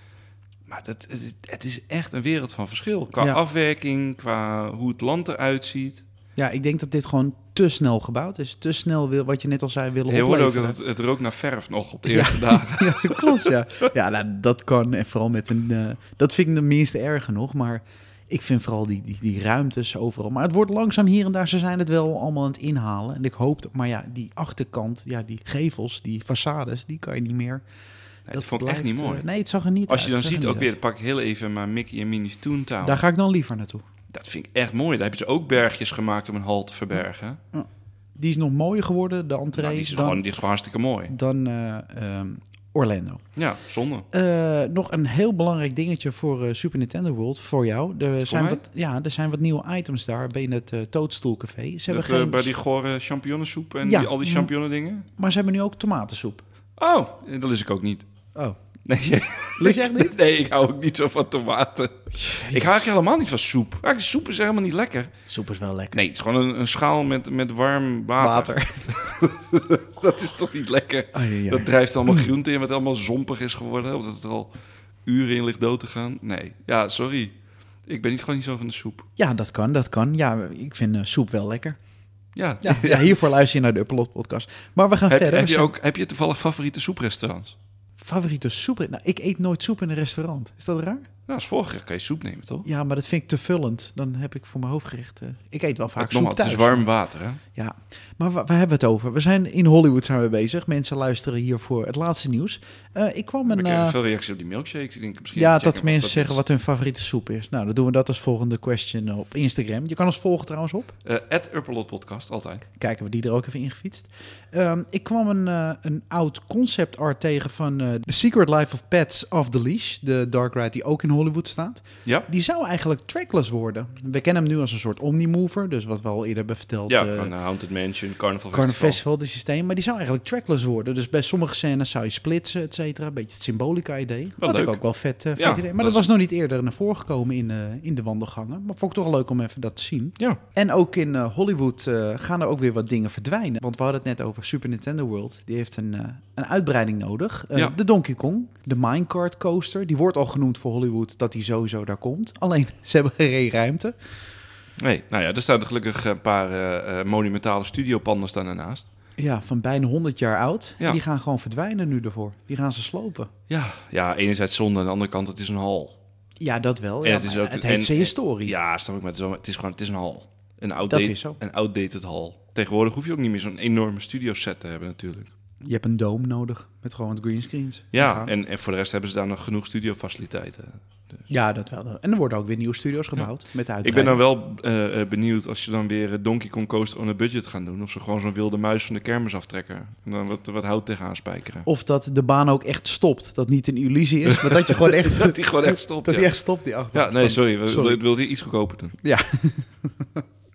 [SPEAKER 2] Maar dat, het, het is echt een wereld van verschil. Qua
[SPEAKER 3] Ja.
[SPEAKER 2] afwerking, qua hoe het land eruit ziet.
[SPEAKER 3] Ja, ik denk dat dit gewoon te snel gebouwd is. Te snel, wil, wat je net al zei, willen
[SPEAKER 2] Je hoorde ook
[SPEAKER 3] opleveren.
[SPEAKER 2] dat het, het rookt naar verf nog op de
[SPEAKER 3] Ja.
[SPEAKER 2] eerste dagen.
[SPEAKER 3] Ja, klopt, ja. Ja, nou, dat kan. En vooral met een... Uh, dat vind ik de minste erge nog. Maar ik vind vooral die, die, die ruimtes overal. Maar het wordt langzaam hier en daar. Ze zijn het wel allemaal aan het inhalen. En ik hoop... Maar ja, die achterkant, ja, die gevels, die façades, die kan je niet meer...
[SPEAKER 2] Nee, dat vond ik echt niet mooi.
[SPEAKER 3] Uh, nee, het zag er niet
[SPEAKER 2] Als
[SPEAKER 3] uit.
[SPEAKER 2] je dan
[SPEAKER 3] Het zag
[SPEAKER 2] ziet,
[SPEAKER 3] er
[SPEAKER 2] ook
[SPEAKER 3] niet
[SPEAKER 2] weer, pak ik heel even maar Mickey en Minnie's Toontown.
[SPEAKER 3] Daar ga ik dan liever naartoe.
[SPEAKER 2] Dat vind ik echt mooi. Daar hebben ze ook bergjes gemaakt om een hal te verbergen.
[SPEAKER 3] Die is nog mooier geworden, de entree,
[SPEAKER 2] Nou, die is
[SPEAKER 3] dan,
[SPEAKER 2] gewoon, die is gewoon hartstikke mooi.
[SPEAKER 3] dan uh, um, Orlando.
[SPEAKER 2] Ja, zonde.
[SPEAKER 3] Uh, nog een heel belangrijk dingetje voor uh, Super Nintendo World, voor jou. Er zijn,
[SPEAKER 2] mij?
[SPEAKER 3] wat, ja, er zijn wat nieuwe items daar bij het uh, Toadstool-café. Ze hebben
[SPEAKER 2] Dat, uh,
[SPEAKER 3] geen,
[SPEAKER 2] bij die gore champignonsoep en
[SPEAKER 3] Ja.
[SPEAKER 2] die, al die champignon dingen.
[SPEAKER 3] Maar ze hebben nu ook tomatensoep.
[SPEAKER 2] Oh, dat lust ik ook niet.
[SPEAKER 3] Oh,
[SPEAKER 2] Nee,
[SPEAKER 3] lust je echt niet?
[SPEAKER 2] nee, ik hou ook niet zo van tomaten. Ik hou eigenlijk helemaal niet van soep. Eigenlijk, soep is helemaal niet lekker.
[SPEAKER 3] Soep is wel lekker.
[SPEAKER 2] Nee, het is gewoon een, een schaal met, met warm water.
[SPEAKER 3] Water.
[SPEAKER 2] Dat is toch niet lekker?
[SPEAKER 3] Oh, ja, ja.
[SPEAKER 2] Dat drijft allemaal groente in, wat allemaal zompig is geworden. Omdat het er al uren in ligt dood te gaan. Nee, ja, sorry. Ik ben niet gewoon niet zo van de soep.
[SPEAKER 3] Ja, dat kan, dat kan. Ja, ik vind uh, soep wel lekker.
[SPEAKER 2] Ja.
[SPEAKER 3] Ja, ja, hiervoor luister je naar de Upload podcast. Maar we gaan
[SPEAKER 2] Heb,
[SPEAKER 3] verder.
[SPEAKER 2] heb,
[SPEAKER 3] We
[SPEAKER 2] je
[SPEAKER 3] zijn-
[SPEAKER 2] ook, heb je toevallig favoriete soeprestaurants?
[SPEAKER 3] Favoriete soep? Nou, ik eet nooit soep in een restaurant. Is dat raar?
[SPEAKER 2] Nou, als voorgerecht kan je soep nemen, toch?
[SPEAKER 3] Ja, maar dat vind ik te vullend. Dan heb ik voor mijn hoofdgerecht... Uh, ik eet wel vaak
[SPEAKER 2] Het,
[SPEAKER 3] soep
[SPEAKER 2] nogmaals,
[SPEAKER 3] thuis.
[SPEAKER 2] het is warm water, hè?
[SPEAKER 3] Ja, maar waar, waar hebben we het over? We zijn in Hollywood zijn we bezig. Mensen luisteren hier voor het laatste nieuws. Uh, ik kwam
[SPEAKER 2] Ik
[SPEAKER 3] een...
[SPEAKER 2] heb
[SPEAKER 3] uh,
[SPEAKER 2] veel reacties op die milkshakes. Ik denk misschien
[SPEAKER 3] ja,
[SPEAKER 2] checken
[SPEAKER 3] dat
[SPEAKER 2] of
[SPEAKER 3] mensen zeggen
[SPEAKER 2] is.
[SPEAKER 3] wat hun favoriete soep is. Nou, dan doen we dat als volgende question op Instagram. Je kan ons volgen trouwens op.
[SPEAKER 2] Uh, at Upperlot Podcast, altijd.
[SPEAKER 3] Kijken we die er ook even ingefietst. Um, ik kwam een, uh, een oud concept art tegen van uh, The Secret Life of Pets Off the Leash. De dark ride die ook in Hollywood staat.
[SPEAKER 2] Ja,
[SPEAKER 3] Die zou eigenlijk trackless worden. We kennen hem nu als een soort omnimover. Dus wat we al eerder hebben verteld.
[SPEAKER 2] ja
[SPEAKER 3] uh,
[SPEAKER 2] van uh, Haunted Mansion, Carnival
[SPEAKER 3] Carnival
[SPEAKER 2] Festival.
[SPEAKER 3] Festival, dit systeem. Maar die zou eigenlijk trackless worden. Dus bij sommige scènes zou je splitsen, et cetera. Een beetje het symbolica idee. Wat
[SPEAKER 2] leuk.
[SPEAKER 3] ik ook wel vet, uh, vet
[SPEAKER 2] Ja,
[SPEAKER 3] idee. Maar
[SPEAKER 2] dat
[SPEAKER 3] dat
[SPEAKER 2] is-
[SPEAKER 3] was nog niet eerder naar voren gekomen in, uh, in de wandelgangen. Maar vond ik toch leuk om even dat te zien.
[SPEAKER 2] Ja,
[SPEAKER 3] En ook in uh, Hollywood uh, gaan er ook weer wat dingen verdwijnen. Want we hadden het net over Super Nintendo World. Die heeft een, uh, een uitbreiding nodig. Uh,
[SPEAKER 2] Ja.
[SPEAKER 3] De Donkey Kong, de Minecart Coaster. Die wordt al genoemd voor Hollywood dat die sowieso daar komt. Alleen, ze hebben geen ruimte.
[SPEAKER 2] nee, nou ja, er staan er gelukkig een paar uh, uh, monumentale studiopanden staan ernaast.
[SPEAKER 3] Ja, van bijna honderd jaar oud.
[SPEAKER 2] Ja.
[SPEAKER 3] En die gaan gewoon verdwijnen nu ervoor. Die gaan ze slopen.
[SPEAKER 2] Ja, ja, enerzijds zonde, aan de andere kant, het is een hal.
[SPEAKER 3] Ja, dat wel.
[SPEAKER 2] En
[SPEAKER 3] Ja,
[SPEAKER 2] het is
[SPEAKER 3] maar
[SPEAKER 2] ook-
[SPEAKER 3] het
[SPEAKER 2] en-
[SPEAKER 3] heeft zijn
[SPEAKER 2] en-
[SPEAKER 3] historie.
[SPEAKER 2] Ja, snap ik, maar het is, wel- het is gewoon, het is een hal. Een
[SPEAKER 3] Dat
[SPEAKER 2] outdated,
[SPEAKER 3] is zo.
[SPEAKER 2] een outdated hal. Tegenwoordig hoef je ook niet meer zo'n enorme studio set te hebben natuurlijk.
[SPEAKER 3] Je hebt een dome nodig met gewoon wat greenscreens.
[SPEAKER 2] Ja,
[SPEAKER 3] Gaan.
[SPEAKER 2] en, en voor de rest hebben ze daar nog genoeg studiofaciliteiten.
[SPEAKER 3] Ja, dat wel. En er worden ook weer nieuwe studio's gebouwd met de
[SPEAKER 2] Ik ben
[SPEAKER 3] uitbreiding.
[SPEAKER 2] dan wel uh, uh, benieuwd als je dan weer uh, Donkey Kong Coaster on a budget gaan doen. Of ze gewoon zo'n wilde muis van de kermis aftrekken. En dan wat, wat hout tegenaan spijkeren.
[SPEAKER 3] Of dat de baan ook echt stopt. Dat niet een illusie is, maar dat je gewoon echt...
[SPEAKER 2] Dat die gewoon echt stopt,
[SPEAKER 3] Dat
[SPEAKER 2] ja.
[SPEAKER 3] die echt stopt, die achtbaan.
[SPEAKER 2] Ja, nee,
[SPEAKER 3] Van-
[SPEAKER 2] sorry. We
[SPEAKER 3] sorry.
[SPEAKER 2] wilden die iets goedkoper doen.
[SPEAKER 3] Ja.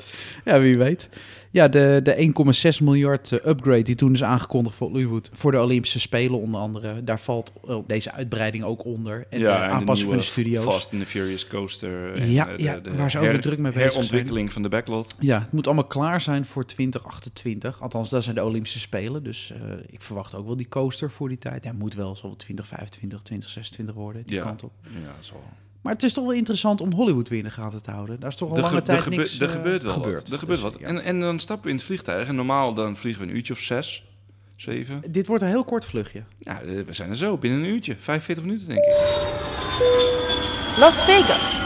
[SPEAKER 3] Ja, wie weet. Ja, de, de één komma zes miljard upgrade die toen is aangekondigd voor Hollywood. Voor de Olympische Spelen onder andere. Daar valt deze uitbreiding ook onder. En
[SPEAKER 2] ja,
[SPEAKER 3] de
[SPEAKER 2] en
[SPEAKER 3] aanpassing
[SPEAKER 2] de
[SPEAKER 3] van de studio's.
[SPEAKER 2] Fast and the Furious coaster. En
[SPEAKER 3] ja,
[SPEAKER 2] de,
[SPEAKER 3] ja
[SPEAKER 2] de
[SPEAKER 3] waar ze ook weer druk mee bezig zijn.
[SPEAKER 2] herontwikkeling van de backlot.
[SPEAKER 3] Ja, het moet allemaal klaar zijn voor twintig achtentwintig. Althans, dat zijn de Olympische Spelen. Dus uh, ik verwacht ook wel die coaster voor die tijd. Ja, moet wel zo twintig vijfentwintig, twintig zesentwintig worden. Die
[SPEAKER 2] ja.
[SPEAKER 3] kant op.
[SPEAKER 2] Ja, dat is wel...
[SPEAKER 3] Maar het is toch wel interessant om Hollywood weer in de gaten te houden. Daar is toch al
[SPEAKER 2] de
[SPEAKER 3] lange
[SPEAKER 2] ge-
[SPEAKER 3] tijd
[SPEAKER 2] gebe-
[SPEAKER 3] niks
[SPEAKER 2] Er gebeurt
[SPEAKER 3] uh,
[SPEAKER 2] wel
[SPEAKER 3] gebeurd.
[SPEAKER 2] wat. Er gebeurt
[SPEAKER 3] dus,
[SPEAKER 2] wat.
[SPEAKER 3] Ja.
[SPEAKER 2] En, en dan stappen we in het vliegtuig. En normaal dan vliegen we een uurtje of zes, zeven.
[SPEAKER 3] Dit wordt een heel kort vluchtje.
[SPEAKER 2] Ja, we zijn er zo. Binnen een uurtje. vijfenveertig minuten, denk ik.
[SPEAKER 1] Las Vegas.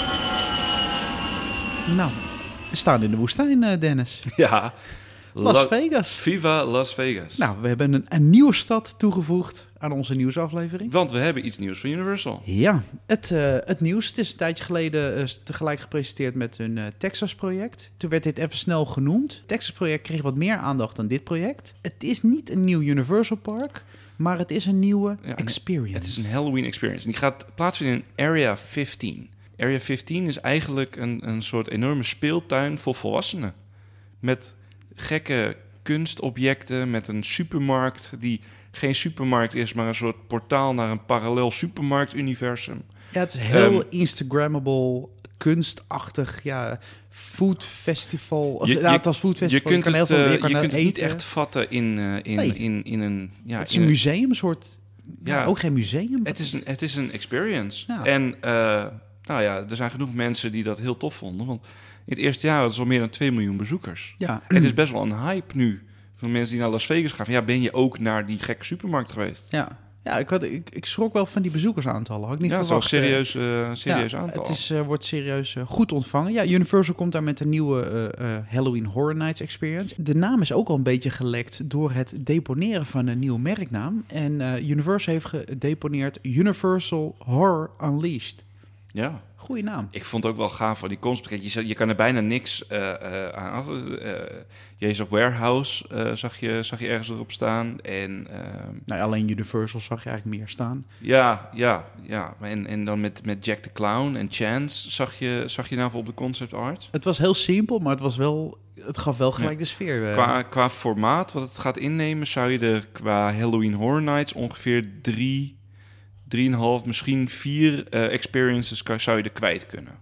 [SPEAKER 3] Nou, we staan in de woestijn, uh, Dennis.
[SPEAKER 2] Ja.
[SPEAKER 3] Las
[SPEAKER 2] La-
[SPEAKER 3] Vegas.
[SPEAKER 2] Viva Las Vegas.
[SPEAKER 3] Nou, we hebben een, een nieuwe stad toegevoegd aan onze nieuwsaflevering.
[SPEAKER 2] Want we hebben iets nieuws van Universal.
[SPEAKER 3] Ja, het, uh, het nieuws. Het is een tijdje geleden uh, tegelijk gepresenteerd met hun uh, Texas-project. Toen werd dit even snel genoemd. Het Texas-project kreeg wat meer aandacht dan dit project. Het is niet een nieuw Universal Park, maar het is een nieuwe
[SPEAKER 2] Ja,
[SPEAKER 3] experience.
[SPEAKER 2] Het is een Halloween experience. En die gaat plaatsvinden in Area vijftien. Area vijftien is eigenlijk een, een soort enorme speeltuin voor volwassenen. Met gekke kunstobjecten, met een supermarkt die geen supermarkt is, maar een soort portaal naar een parallel supermarkt-universum.
[SPEAKER 3] Ja, het is heel
[SPEAKER 2] Um,
[SPEAKER 3] Instagrammable, kunstachtig, ja, food festival. Of,
[SPEAKER 2] Je-
[SPEAKER 3] nou,
[SPEAKER 2] je-
[SPEAKER 3] het was food
[SPEAKER 2] Je
[SPEAKER 3] festival.
[SPEAKER 2] kunt
[SPEAKER 3] kan heel
[SPEAKER 2] het,
[SPEAKER 3] veel
[SPEAKER 2] eh,
[SPEAKER 3] je kan
[SPEAKER 2] je
[SPEAKER 3] er
[SPEAKER 2] kunt het niet
[SPEAKER 3] eten.
[SPEAKER 2] echt vatten in, uh, in,
[SPEAKER 3] Nee.
[SPEAKER 2] in, in een... Ja,
[SPEAKER 3] Het is
[SPEAKER 2] in
[SPEAKER 3] een
[SPEAKER 2] een-
[SPEAKER 3] museum, een soort... Ja,
[SPEAKER 2] Ja.
[SPEAKER 3] ook geen museum.
[SPEAKER 2] Het is een, het is een experience.
[SPEAKER 3] Ja.
[SPEAKER 2] En uh, nou ja, er zijn genoeg mensen die dat heel tof vonden. Want in het eerste jaar hadden ze al meer dan twee miljoen bezoekers.
[SPEAKER 3] Ja,
[SPEAKER 2] Het is best wel een hype nu. Van mensen die naar Las Vegas gaan. Van, ja, ben je ook naar die gekke supermarkt geweest?
[SPEAKER 3] ja. Ja, ik, had, ik, ik schrok wel van die bezoekersaantallen. Had ik niet
[SPEAKER 2] Ja, het is
[SPEAKER 3] verwacht.
[SPEAKER 2] wel een
[SPEAKER 3] eh.
[SPEAKER 2] serieus, uh, serieus
[SPEAKER 3] Ja,
[SPEAKER 2] aantal.
[SPEAKER 3] Het is, uh, wordt serieus uh, goed ontvangen. Ja, Universal komt daar met een nieuwe uh, uh, Halloween Horror Nights Experience. De naam is ook al een beetje gelekt door het deponeren van een nieuwe merknaam. En uh, Universal heeft gedeponeerd Universal Horror Unleashed.
[SPEAKER 2] Ja.
[SPEAKER 3] Goeie naam.
[SPEAKER 2] Ik vond het ook wel gaaf van die concept. Je, zag- je kan er bijna niks uh, uh, aan af. Uh, Jezus Warehouse uh, zag, je, zag je ergens erop staan. En uh,
[SPEAKER 3] Nou, alleen Universal zag je eigenlijk meer staan.
[SPEAKER 2] ja, ja, ja. En, en dan met, met Jack the Clown en Chance zag je, zag je nou op de concept art.
[SPEAKER 3] Het was heel simpel, maar het was wel, het gaf wel gelijk de sfeer. Uh.
[SPEAKER 2] Qua, qua formaat wat het gaat innemen, zou je er qua Halloween Horror Nights ongeveer drie, drieënhalf, misschien vier uh, experiences kan, zou je er kwijt kunnen.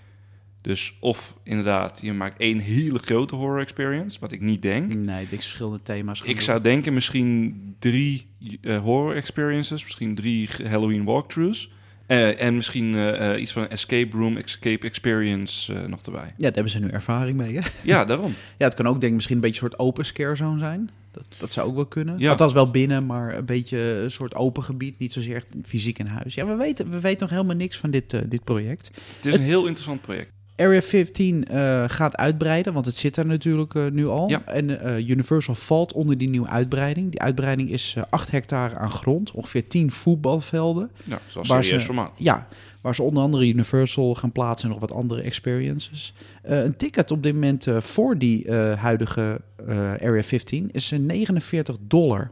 [SPEAKER 2] Dus of inderdaad, je maakt één hele grote horror experience, wat ik niet denk.
[SPEAKER 3] Nee, ik denk verschillende thema's. gaan
[SPEAKER 2] Ik
[SPEAKER 3] doen.
[SPEAKER 2] zou denken misschien drie uh, horror experiences, misschien drie Halloween walkthroughs. Uh, en misschien uh, uh, iets van een escape room, escape experience uh, nog erbij.
[SPEAKER 3] Ja, daar hebben ze nu ervaring mee, hè?
[SPEAKER 2] Ja, daarom.
[SPEAKER 3] Ja, het kan ook denk ik misschien een beetje een soort open scare zone zijn. Dat, dat zou ook wel kunnen.
[SPEAKER 2] Ja.
[SPEAKER 3] Althans wel binnen, maar een beetje een soort open gebied. Niet zozeer echt fysiek in huis. Ja, we weten, we weten nog helemaal niks van dit, uh, dit project.
[SPEAKER 2] Het is een heel interessant project.
[SPEAKER 3] Area vijftien uh, gaat uitbreiden, want het zit er natuurlijk uh, nu al.
[SPEAKER 2] Ja.
[SPEAKER 3] En uh, Universal valt onder die nieuwe uitbreiding. Die uitbreiding is uh, acht hectare aan grond, ongeveer tien voetbalvelden.
[SPEAKER 2] Ja, zoals
[SPEAKER 3] Waar
[SPEAKER 2] serieus
[SPEAKER 3] ze-
[SPEAKER 2] formaat.
[SPEAKER 3] Ja, waar ze onder andere Universal gaan plaatsen en nog wat andere experiences. Uh, een ticket op dit moment uh, voor die uh, huidige uh, Area vijftien is uh, negenenveertig dollar.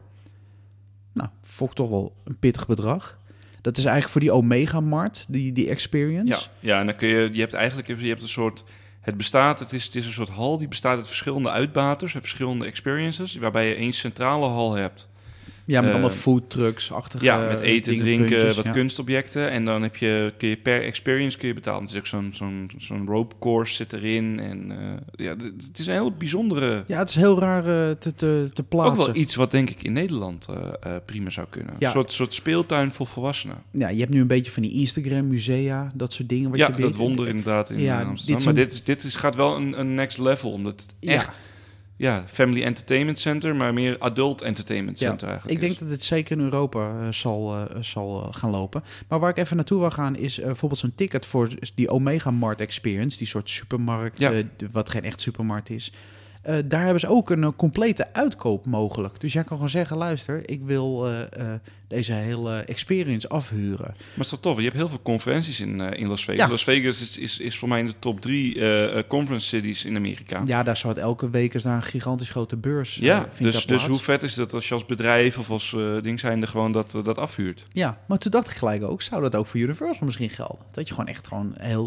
[SPEAKER 3] Nou, vond ik toch wel een pittig bedrag. Dat is eigenlijk voor die Omega-mart, die, die experience.
[SPEAKER 2] Ja, ja, en dan kun je, je hebt eigenlijk je hebt een soort, het bestaat, het is, het is een soort hal die bestaat uit verschillende uitbaters en verschillende experiences, waarbij je één centrale hal hebt.
[SPEAKER 3] Ja, met
[SPEAKER 2] Uh,
[SPEAKER 3] allemaal food trucks-achtige
[SPEAKER 2] Ja, met eten,
[SPEAKER 3] dingen,
[SPEAKER 2] drinken,
[SPEAKER 3] puntjes,
[SPEAKER 2] wat
[SPEAKER 3] ja.
[SPEAKER 2] kunstobjecten. En dan heb je, kun je per experience kun je betalen. Er is ook zo'n zo'n zo'n rope course zit erin. En uh, ja, d- het is een heel bijzondere...
[SPEAKER 3] Ja, het is heel raar uh, te, te, te plaatsen.
[SPEAKER 2] Ook wel iets wat denk ik in Nederland uh, uh, prima zou kunnen.
[SPEAKER 3] Ja.
[SPEAKER 2] Een soort, soort speeltuin voor volwassenen.
[SPEAKER 3] Ja, je hebt nu een beetje van die Instagram-musea, dat soort dingen. Wat
[SPEAKER 2] Ja,
[SPEAKER 3] je
[SPEAKER 2] dat
[SPEAKER 3] weet.
[SPEAKER 2] wonder inderdaad in
[SPEAKER 3] Ja,
[SPEAKER 2] uh, Amsterdam.
[SPEAKER 3] dit
[SPEAKER 2] Maar
[SPEAKER 3] zijn-
[SPEAKER 2] dit, is, dit is, gaat wel een, een next level. Omdat het
[SPEAKER 3] Ja.
[SPEAKER 2] echt... Ja, family entertainment center, maar meer adult entertainment
[SPEAKER 3] Ja,
[SPEAKER 2] center eigenlijk
[SPEAKER 3] ik denk
[SPEAKER 2] is.
[SPEAKER 3] dat dit zeker in Europa uh, zal, uh, zal uh, gaan lopen. Maar waar ik even naartoe wil gaan is uh, bijvoorbeeld zo'n ticket voor die Omega Mart Experience. Die soort supermarkt,
[SPEAKER 2] Ja.
[SPEAKER 3] uh, de- wat geen echt supermarkt is. Uh, daar hebben ze ook een uh, complete uitkoop mogelijk. Dus jij kan gewoon zeggen, luister, ik wil uh, uh, deze hele experience afhuren.
[SPEAKER 2] Maar het is toch tof? Je hebt heel veel conferenties in, uh, in Las Vegas.
[SPEAKER 3] Ja.
[SPEAKER 2] Las Vegas is, is, is voor mij in de top drie uh, conference cities in Amerika.
[SPEAKER 3] Ja, daar soort elke week is daar een gigantisch grote beurs. uh,
[SPEAKER 2] Ja,
[SPEAKER 3] vindt
[SPEAKER 2] dus,
[SPEAKER 3] daar
[SPEAKER 2] dus
[SPEAKER 3] plaats.
[SPEAKER 2] hoe vet is dat als je als bedrijf of als uh, ding zijnde gewoon dat, uh, dat afhuurt?
[SPEAKER 3] Ja, maar toen dacht ik gelijk ook, zou dat ook voor Universal misschien gelden? Dat je gewoon echt gewoon heel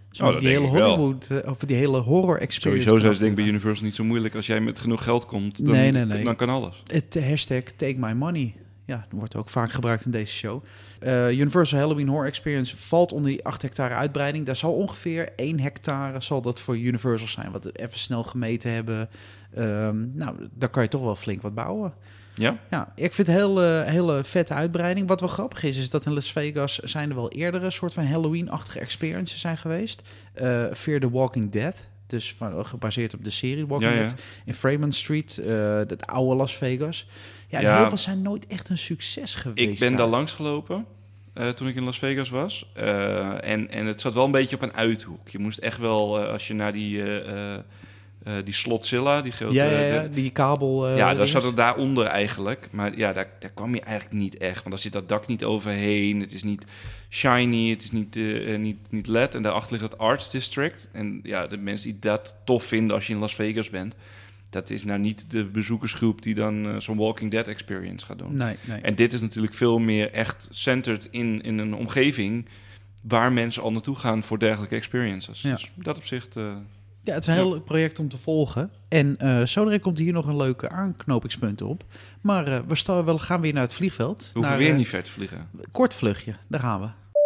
[SPEAKER 3] Zo,
[SPEAKER 2] Oh, dat
[SPEAKER 3] die hele
[SPEAKER 2] denk ik wel.
[SPEAKER 3] Hollywood, uh, of die hele horror experience.
[SPEAKER 2] Sowieso zijn
[SPEAKER 3] kan
[SPEAKER 2] ze denk ik bij
[SPEAKER 3] afdoen.
[SPEAKER 2] Universal niet zo moeilijk. Als jij met genoeg geld komt, dan,
[SPEAKER 3] Nee, nee, nee.
[SPEAKER 2] dan kan alles.
[SPEAKER 3] Het hashtag Take My Money. Ja, dat wordt ook vaak gebruikt in deze show. Uh, Universal Halloween Horror Experience valt onder die acht hectare uitbreiding. Daar zal ongeveer één hectare zal dat voor Universal zijn. Wat we even snel gemeten hebben. Um, nou, daar kan je toch wel flink wat bouwen.
[SPEAKER 2] Ja?
[SPEAKER 3] Ja, ik vind het een hele, hele vette uitbreiding. Wat wel grappig is, is dat in Las Vegas zijn er wel eerdere soort van Halloween-achtige experiences zijn geweest. Uh, Fear the Walking Dead. Dus van, gebaseerd op de serie Walking
[SPEAKER 2] Ja, ja.
[SPEAKER 3] Dead. In Fremont Street, uh, het oude Las Vegas. Ja,
[SPEAKER 2] Ja.
[SPEAKER 3] heel veel zijn nooit echt een succes geweest.
[SPEAKER 2] Ik ben daar
[SPEAKER 3] daar.
[SPEAKER 2] langs gelopen uh, toen ik in Las Vegas was. Uh, en, en het zat wel een beetje op een uithoek. Je moest echt wel, uh, als je naar die, uh, uh, uh, die Slotzilla, die grote...
[SPEAKER 3] Ja, ja, ja,
[SPEAKER 2] de-
[SPEAKER 3] die kabel. Uh,
[SPEAKER 2] ja, daar
[SPEAKER 3] dinges.
[SPEAKER 2] zat het daaronder eigenlijk. Maar ja, daar, daar kwam je eigenlijk niet echt. Want daar zit dat dak niet overheen. Het is niet shiny, het is niet, uh, niet, niet L E D. En daarachter ligt het Arts District. En ja, de mensen die dat tof vinden als je in Las Vegas bent... dat is nou niet de bezoekersgroep die dan uh, zo'n Walking Dead experience gaat doen.
[SPEAKER 3] Nee, nee.
[SPEAKER 2] En dit is natuurlijk veel meer echt centered in, in een omgeving... waar mensen al naartoe gaan voor dergelijke experiences.
[SPEAKER 3] Ja.
[SPEAKER 2] Dus dat op zich... Uh,
[SPEAKER 3] Ja, het is een heel leuk project om te volgen. En uh, zo direct komt hier nog een leuke aanknopingspunt op. Maar uh, we staan wel, gaan weer naar het vliegveld.
[SPEAKER 2] we hoeven
[SPEAKER 3] naar,
[SPEAKER 2] weer
[SPEAKER 3] uh,
[SPEAKER 2] niet ver te vliegen.
[SPEAKER 3] Kort vluchtje, daar gaan we.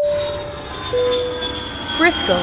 [SPEAKER 1] Frisco.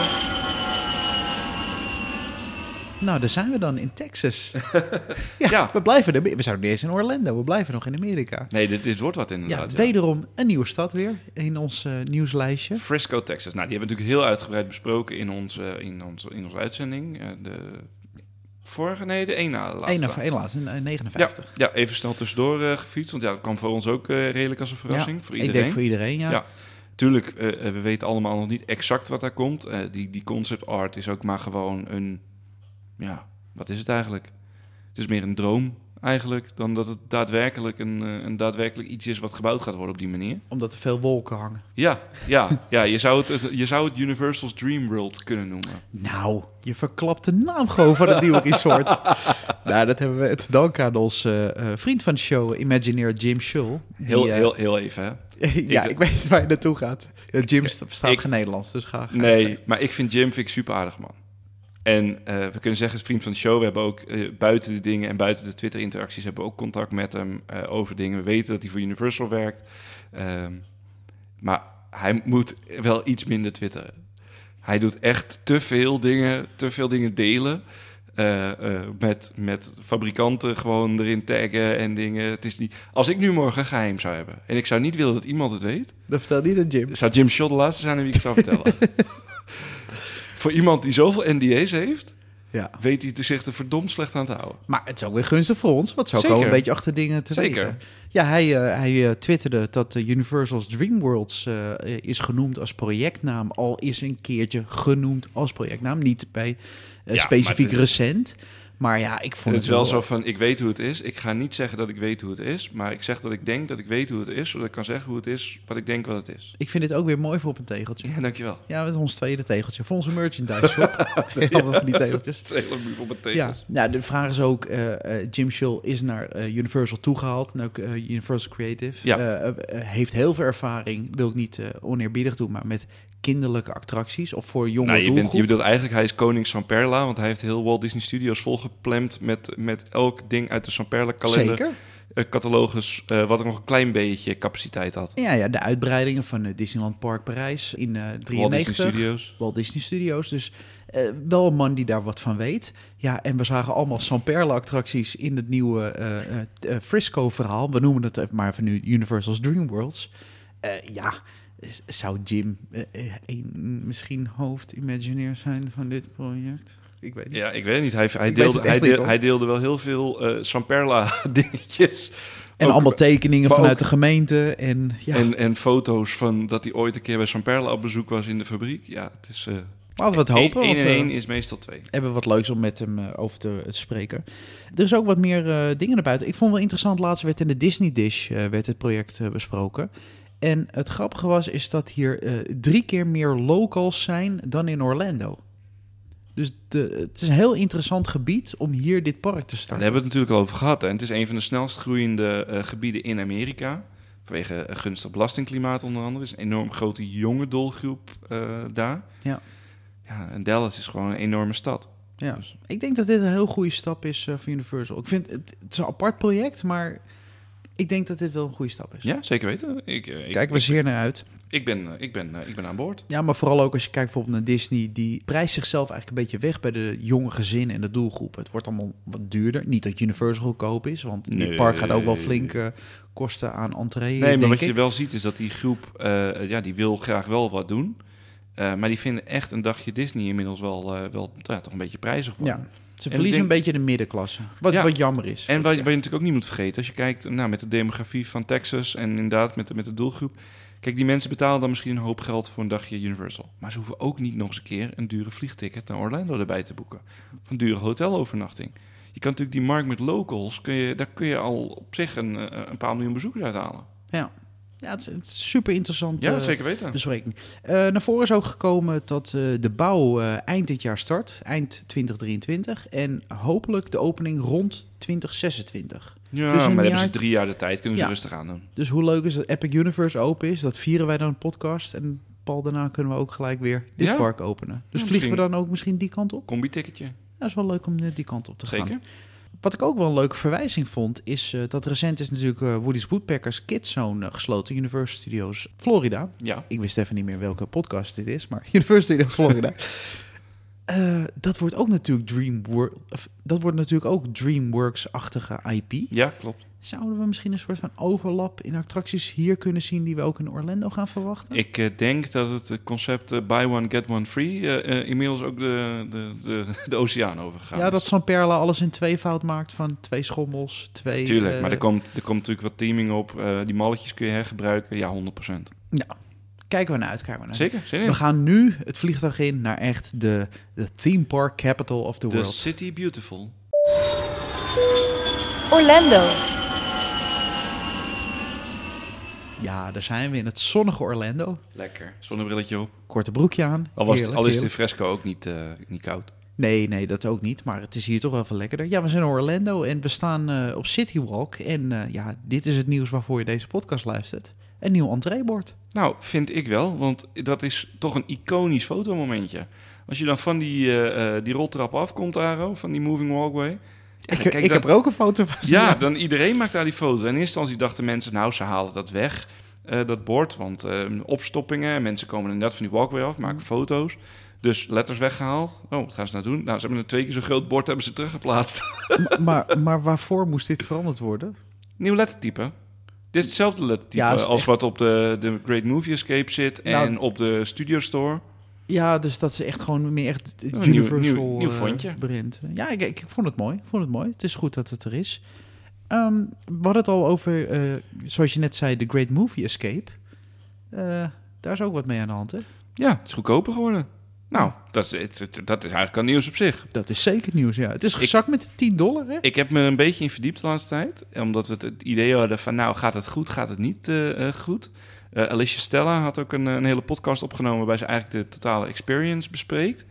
[SPEAKER 3] Nou, daar zijn we dan in Texas. ja,
[SPEAKER 2] Ja.
[SPEAKER 3] we blijven er. We zijn nog niet eens in Orlando, we blijven nog in Amerika.
[SPEAKER 2] Nee, dit, dit wordt wat
[SPEAKER 3] Ja,
[SPEAKER 2] inderdaad. Ja,
[SPEAKER 3] wederom een nieuwe stad weer in ons uh, nieuwslijstje.
[SPEAKER 2] Frisco, Texas. Nou, die hebben we natuurlijk heel uitgebreid besproken in onze, in onze, in onze uitzending. Uh, de vorige, nee, de ene na laatste.
[SPEAKER 3] Eén of één laatste, uh, negenenvijftig.
[SPEAKER 2] Ja, ja, even snel tussendoor uh, gefietst. Want ja, dat kwam voor ons ook uh, redelijk als een verrassing.
[SPEAKER 3] Ja,
[SPEAKER 2] voor
[SPEAKER 3] ik
[SPEAKER 2] iedereen.
[SPEAKER 3] denk voor iedereen, ja.
[SPEAKER 2] Ja. Tuurlijk, uh, we weten allemaal nog niet exact wat daar komt. Uh, die, die concept art is ook maar gewoon een... Ja, wat is het eigenlijk? Het is meer een droom eigenlijk... dan dat het daadwerkelijk een, uh, een daadwerkelijk iets is... wat gebouwd gaat worden op die manier.
[SPEAKER 3] Omdat er veel wolken hangen.
[SPEAKER 2] Ja, ja, ja je, zou het, je zou het Universal's Dream World kunnen noemen.
[SPEAKER 3] Nou, je verklapt de naam gewoon van het nieuwe resort. Nou, dat hebben we te danken aan onze uh, vriend van de show, Imagineer Jim Schull. Die,
[SPEAKER 2] Heel,
[SPEAKER 3] uh,
[SPEAKER 2] heel, heel even, hè?
[SPEAKER 3] ja,
[SPEAKER 2] ik-
[SPEAKER 3] ik weet niet waar je naartoe gaat. Ja, Jim verstaat
[SPEAKER 2] ik-
[SPEAKER 3] geen Nederlands, dus ga. ga-
[SPEAKER 2] Nee, maar ik vind Jim vind ik super aardig, man. En uh, we kunnen zeggen, is vriend van de show. We hebben ook uh, buiten de dingen en buiten de Twitter-interacties... hebben we ook contact met hem uh, over dingen. We weten dat hij voor Universal werkt. Um, maar hij moet wel iets minder twitteren. Hij doet echt te veel dingen, te veel dingen delen... Uh, uh, met, met fabrikanten gewoon erin taggen en dingen. Het is niet... Als ik nu morgen een geheim zou hebben... en ik zou niet willen dat iemand het weet...
[SPEAKER 3] Dat vertel niet aan Jim.
[SPEAKER 2] zou Jim Shaw de laatste zijn aan wie ik het zou vertellen. Voor iemand die zoveel N D A's heeft...
[SPEAKER 3] Ja.
[SPEAKER 2] weet hij zich er verdomd slecht aan te houden.
[SPEAKER 3] Maar het is ook weer gunstig voor ons, want zo
[SPEAKER 2] Zeker.
[SPEAKER 3] komen we een beetje achter dingen te
[SPEAKER 2] Zeker.
[SPEAKER 3] wegen. Ja, hij, uh, hij uh, twitterde dat uh, Universal's Dream Worlds uh, is genoemd als projectnaam. Al is een keertje genoemd als projectnaam. Niet bij uh,
[SPEAKER 2] Ja,
[SPEAKER 3] specifiek
[SPEAKER 2] maar het
[SPEAKER 3] recent. Maar ja, ik vond
[SPEAKER 2] Het
[SPEAKER 3] het,
[SPEAKER 2] is wel zo van, ik weet hoe het is. Ik ga niet zeggen dat ik weet hoe het is. Maar ik zeg dat ik denk dat ik weet hoe het is. Zodat ik kan zeggen hoe het is, wat ik denk wat het is.
[SPEAKER 3] Ik vind dit ook weer mooi voor op een tegeltje.
[SPEAKER 2] Ja, dankjewel.
[SPEAKER 3] Ja, met ons tweede tegeltje. Voor onze merchandise shop. Heel van die tegeltjes.
[SPEAKER 2] Het is heel lief op mijn
[SPEAKER 3] Ja,
[SPEAKER 2] tekens.
[SPEAKER 3] nou, de vraag is ook, uh, uh, Jim Schull is naar uh, Universal toegehaald, en ook uh, Universal Creative.
[SPEAKER 2] Ja.
[SPEAKER 3] Uh, uh, heeft heel veel ervaring, wil ik niet uh, oneerbiedig doen, maar met kinderlijke attracties of voor jonge
[SPEAKER 2] Nou, je,
[SPEAKER 3] doelgroep.
[SPEAKER 2] bent, je bedoelt eigenlijk, hij is koning Samperla. Want hij heeft heel Walt Disney Studios volgeplemd met, met elk ding uit de Samperla kalender.
[SPEAKER 3] Zeker.
[SPEAKER 2] Uh, catalogus, uh, wat er nog een klein beetje capaciteit had.
[SPEAKER 3] Ja, ja, de uitbreidingen van uh, Disneyland Park Parijs in uh,
[SPEAKER 2] Walt
[SPEAKER 3] drieënnegentig.
[SPEAKER 2] Disney Studios.
[SPEAKER 3] Walt Disney Studios. Dus uh, wel een man die daar wat van weet. Ja, en we zagen allemaal Samperla-attracties in het nieuwe uh, uh, Frisco-verhaal. We noemen het even maar van nu Universal's Dream Worlds. Uh, ja, zou Jim uh, uh, een, misschien hoofd-imagineer zijn van dit project? Ik weet niet.
[SPEAKER 2] Ja, ik weet het niet. Hij, hij,
[SPEAKER 3] Ik weet
[SPEAKER 2] deelde,
[SPEAKER 3] het
[SPEAKER 2] hij,
[SPEAKER 3] echt niet,
[SPEAKER 2] deel-
[SPEAKER 3] hoor.
[SPEAKER 2] hij deelde wel heel veel uh, Samperla-dingetjes.
[SPEAKER 3] En
[SPEAKER 2] Ook-
[SPEAKER 3] allemaal tekeningen
[SPEAKER 2] maar
[SPEAKER 3] vanuit
[SPEAKER 2] ook-
[SPEAKER 3] de gemeente. En ja,
[SPEAKER 2] En, en foto's van dat hij ooit een keer bij Samperla op bezoek was in de fabriek. Ja, het is... Uh,
[SPEAKER 3] laten we het hopen.
[SPEAKER 2] één
[SPEAKER 3] want,
[SPEAKER 2] en
[SPEAKER 3] uh,
[SPEAKER 2] één is meestal twee.
[SPEAKER 3] hebben we wat leuks om met hem uh, over te, te spreken. Er is ook wat meer uh, dingen naar buiten. Ik vond wel interessant, laatst werd in de Disney Dish uh, werd het project uh, besproken. En het grappige was, is dat hier uh, drie keer meer locals zijn dan in Orlando. Dus de, het is een heel interessant gebied om hier dit park te
[SPEAKER 2] Daar
[SPEAKER 3] starten.
[SPEAKER 2] hebben we het natuurlijk al over gehad. Hè. Het is een van de snelst groeiende uh, gebieden in Amerika. Vanwege een gunstig belastingklimaat onder andere. Het is een enorm grote jonge doelgroep uh, daar.
[SPEAKER 3] Ja.
[SPEAKER 2] Ja, en Dallas is gewoon een enorme stad.
[SPEAKER 3] Ja.
[SPEAKER 2] Dus.
[SPEAKER 3] Ik denk dat dit een heel goede stap is uh, voor Universal. Ik vind het, het is een apart project, maar ik denk dat dit wel een goede stap is.
[SPEAKER 2] Ja, zeker weten. Ik, uh, ik,
[SPEAKER 3] Kijk we
[SPEAKER 2] ik,
[SPEAKER 3] zeer naar uit.
[SPEAKER 2] Ik ben, uh, ik, ben, uh, ik ben aan boord.
[SPEAKER 3] Ja, maar vooral ook als je kijkt bijvoorbeeld naar Disney. Die prijst zichzelf eigenlijk een beetje weg bij de jonge gezinnen en de doelgroep. Het wordt allemaal wat duurder. Niet dat Universal goedkoop is, want nee. die park gaat ook wel flink uh, kosten aan entree.
[SPEAKER 2] Nee, maar wat
[SPEAKER 3] ik.
[SPEAKER 2] je wel ziet is dat die groep, uh, ja, die wil graag wel wat doen. Uh, maar die vinden echt een dagje Disney inmiddels wel, uh, wel ja, toch een beetje prijzig worden.
[SPEAKER 3] Ja. Ze verliezen denk, een beetje de middenklasse, wat, wat jammer is.
[SPEAKER 2] En wat, wat je natuurlijk ook niet moet vergeten, als je kijkt nou, met de demografie van Texas en inderdaad met de, met de doelgroep. Kijk, die mensen betalen dan misschien een hoop geld voor een dagje Universal. Maar ze hoeven ook niet nog eens een keer een dure vliegticket naar Orlando erbij te boeken. Of een dure hotelovernachting. Je kan natuurlijk die markt met locals, kun je, daar kun je al op zich een, een paar miljoen bezoekers uithalen.
[SPEAKER 3] Ja. Ja, het is, het is super interessant.
[SPEAKER 2] Ja, zeker weten.
[SPEAKER 3] Bespreking. Uh, naar voren is ook gekomen dat uh, de bouw uh, eind dit jaar start, eind twintig drieëntwintig. En hopelijk de opening rond twintig zesentwintig.
[SPEAKER 2] Ja, dus maar dan hebben ze drie jaar de tijd, kunnen ze ja. rustig aan doen.
[SPEAKER 3] Dus hoe leuk is dat Epic Universe open is, dat vieren wij dan een podcast. En Paul, daarna kunnen we ook gelijk weer dit ja? park openen. Dus ja, vliegen we dan ook misschien die kant op?
[SPEAKER 2] Combi-ticketje.
[SPEAKER 3] Ja, dat is wel leuk om die kant op te
[SPEAKER 2] zeker.
[SPEAKER 3] gaan. Wat ik ook wel een leuke verwijzing vond, is uh, dat recent is natuurlijk uh, Woody's Woodpeckers Kids Zone uh, gesloten, Universal Studios Florida.
[SPEAKER 2] Ja.
[SPEAKER 3] Ik wist even niet meer welke podcast dit is, maar Universal Studios Florida. uh, dat wordt ook natuurlijk Dreamworks, dat wordt natuurlijk ook DreamWorks-achtige I P.
[SPEAKER 2] Ja, klopt.
[SPEAKER 3] Zouden we misschien een soort van overlap in attracties hier kunnen zien die we ook in Orlando gaan verwachten?
[SPEAKER 2] Ik uh, denk dat het concept uh, buy one, get one free uh, uh, inmiddels ook de, de, de, de oceaan overgegaan
[SPEAKER 3] Ja, dat San Perla alles in tweevoud maakt van twee schommels, twee...
[SPEAKER 2] Tuurlijk,
[SPEAKER 3] uh,
[SPEAKER 2] maar er komt, er komt natuurlijk wat teaming op. Uh, die malletjes kun je hergebruiken. Ja, honderd procent.
[SPEAKER 3] Ja, kijken we naar uit. Kijken we naar
[SPEAKER 2] Zeker, zeker.
[SPEAKER 3] We gaan nu het vliegtuig in naar echt de, de theme park capital of the,
[SPEAKER 2] the
[SPEAKER 3] world.
[SPEAKER 2] The city beautiful.
[SPEAKER 1] Orlando.
[SPEAKER 3] Ja, daar zijn we in het zonnige Orlando.
[SPEAKER 2] Lekker. Zonnebrilletje op.
[SPEAKER 3] Korte broekje aan.
[SPEAKER 2] Al, was het, al is het in Fresco ook niet, uh, niet koud.
[SPEAKER 3] Nee, nee, dat ook niet. Maar het is hier toch wel veel lekkerder. Ja, we zijn in Orlando en we staan uh, op City Walk. En uh, ja, dit is het nieuws waarvoor je deze podcast luistert. Een nieuw entreebord.
[SPEAKER 2] Nou, vind ik wel. Want dat is toch een iconisch fotomomentje. Als je dan van die, uh, uh, die roltrap afkomt, Aro, van die moving walkway...
[SPEAKER 3] Ja, ik kijk, ik dan, heb er ook een foto van.
[SPEAKER 2] Ja, ja, dan iedereen maakt daar die foto. En in eerste instantie dachten mensen, nou, ze halen dat weg, uh, dat bord. Want uh, opstoppingen, mensen komen inderdaad van die walkway af, maken foto's. Dus letters weggehaald. Oh, wat gaan ze nou doen? Nou, ze hebben een twee keer zo'n groot bord, hebben ze teruggeplaatst.
[SPEAKER 3] maar, maar, maar waarvoor moest dit veranderd worden?
[SPEAKER 2] Nieuw lettertype. Dit is hetzelfde lettertype ja, als echt... wat op de, de Great Movie Escape zit en nou, op de Studio Store.
[SPEAKER 3] Ja, dus dat is echt gewoon meer echt het
[SPEAKER 2] oh,
[SPEAKER 3] Universal
[SPEAKER 2] nieuw, nieuw, nieuw vondje.
[SPEAKER 3] Uh, brand. Ja, ik, ik, ik vond het mooi. Ik vond het mooi. Het is goed dat het er is. Um, we hadden het al over, uh, zoals je net zei, de Great Movie Escape. Uh, daar is ook wat mee aan de hand, hè?
[SPEAKER 2] Ja, het is goedkoper geworden. Nou, dat is, het, het, dat is eigenlijk al nieuws op zich.
[SPEAKER 3] Dat is zeker nieuws, ja. Het is gezakt ik, met tien dollar, hè?
[SPEAKER 2] Ik heb me een beetje in verdiept de laatste tijd. Omdat we het, het idee hadden van, nou, gaat het goed, gaat het niet uh, uh, goed? Uh, Alicia Stella had ook een, een hele podcast opgenomen... waarbij ze eigenlijk de totale experience bespreekt.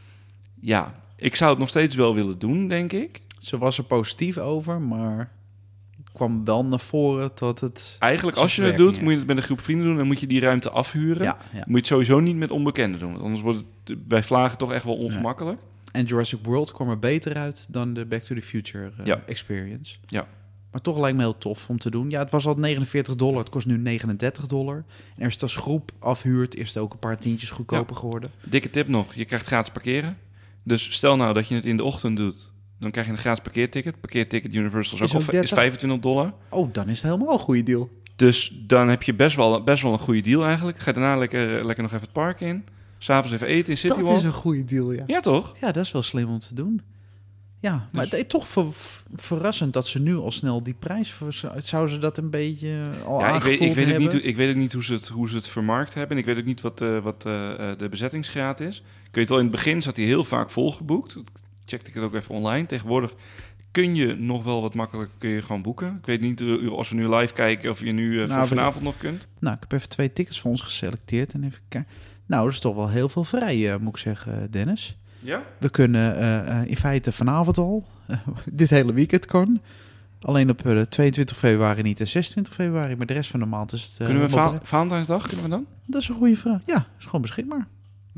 [SPEAKER 2] Ja, ik zou het nog steeds wel willen doen, denk ik.
[SPEAKER 3] Ze was er positief over, maar... kwam wel naar voren dat het...
[SPEAKER 2] Eigenlijk, als je het doet, moet je het met een groep vrienden doen... en moet je die ruimte afhuren. Ja, ja. Moet je het sowieso niet met onbekenden doen. Want anders wordt het bij vlagen toch echt wel ongemakkelijk.
[SPEAKER 3] Ja. En Jurassic World kwam er beter uit dan de Back to the Future uh,
[SPEAKER 2] ja.
[SPEAKER 3] experience.
[SPEAKER 2] Ja.
[SPEAKER 3] Maar toch lijkt me heel tof om te doen. Ja, het was al negenenveertig dollar, het kost nu negenendertig dollar. En als je het als groep afhuurt, is het ook een paar tientjes goedkoper ja. geworden.
[SPEAKER 2] Dikke tip nog, je krijgt gratis parkeren. Dus stel nou dat je het in de ochtend doet... dan krijg je een gratis parkeerticket. Parkeerticket Universal is, ook al, is vijfentwintig dollar.
[SPEAKER 3] Oh, dan is het helemaal een goede deal.
[SPEAKER 2] Dus dan heb je best wel, best wel een goede deal eigenlijk. Ga daarna lekker, lekker nog even het park in. S'avonds even eten in City Walk.
[SPEAKER 3] Dat is een goede deal, ja.
[SPEAKER 2] Ja, toch?
[SPEAKER 3] Ja, dat is wel slim om te doen. Ja, maar dus... het is toch ver, verrassend dat ze nu al snel die prijs... Zouden ze dat een beetje al
[SPEAKER 2] ja, ik weet, ik weet
[SPEAKER 3] hebben?
[SPEAKER 2] Niet, ik weet ook niet hoe ze het, hoe ze het vermarkt hebben. Ik weet ook niet wat, uh, wat uh, de bezettingsgraad is. Ik weet wel, in het begin zat hij heel vaak volgeboekt. Checkte ik het ook even online. Tegenwoordig kun je nog wel wat makkelijker kun je gewoon boeken. Ik weet niet uh, als we nu live kijken of je nu uh, nou, vanavond nog kunt.
[SPEAKER 3] Nou, ik heb even twee tickets voor ons geselecteerd. En even kijken. Nou, er is toch wel heel veel vrij, uh, moet ik zeggen, Dennis.
[SPEAKER 2] Ja?
[SPEAKER 3] We kunnen uh, uh, in feite vanavond al, uh, dit hele weekend kan. Alleen op uh, tweeëntwintig februari niet en zesentwintig februari, maar de rest van de maand is het... Uh,
[SPEAKER 2] kunnen we va- Valentijnsdag, kunnen we dan?
[SPEAKER 3] Dat is een goede vraag. Ja, is gewoon beschikbaar.
[SPEAKER 2] Doen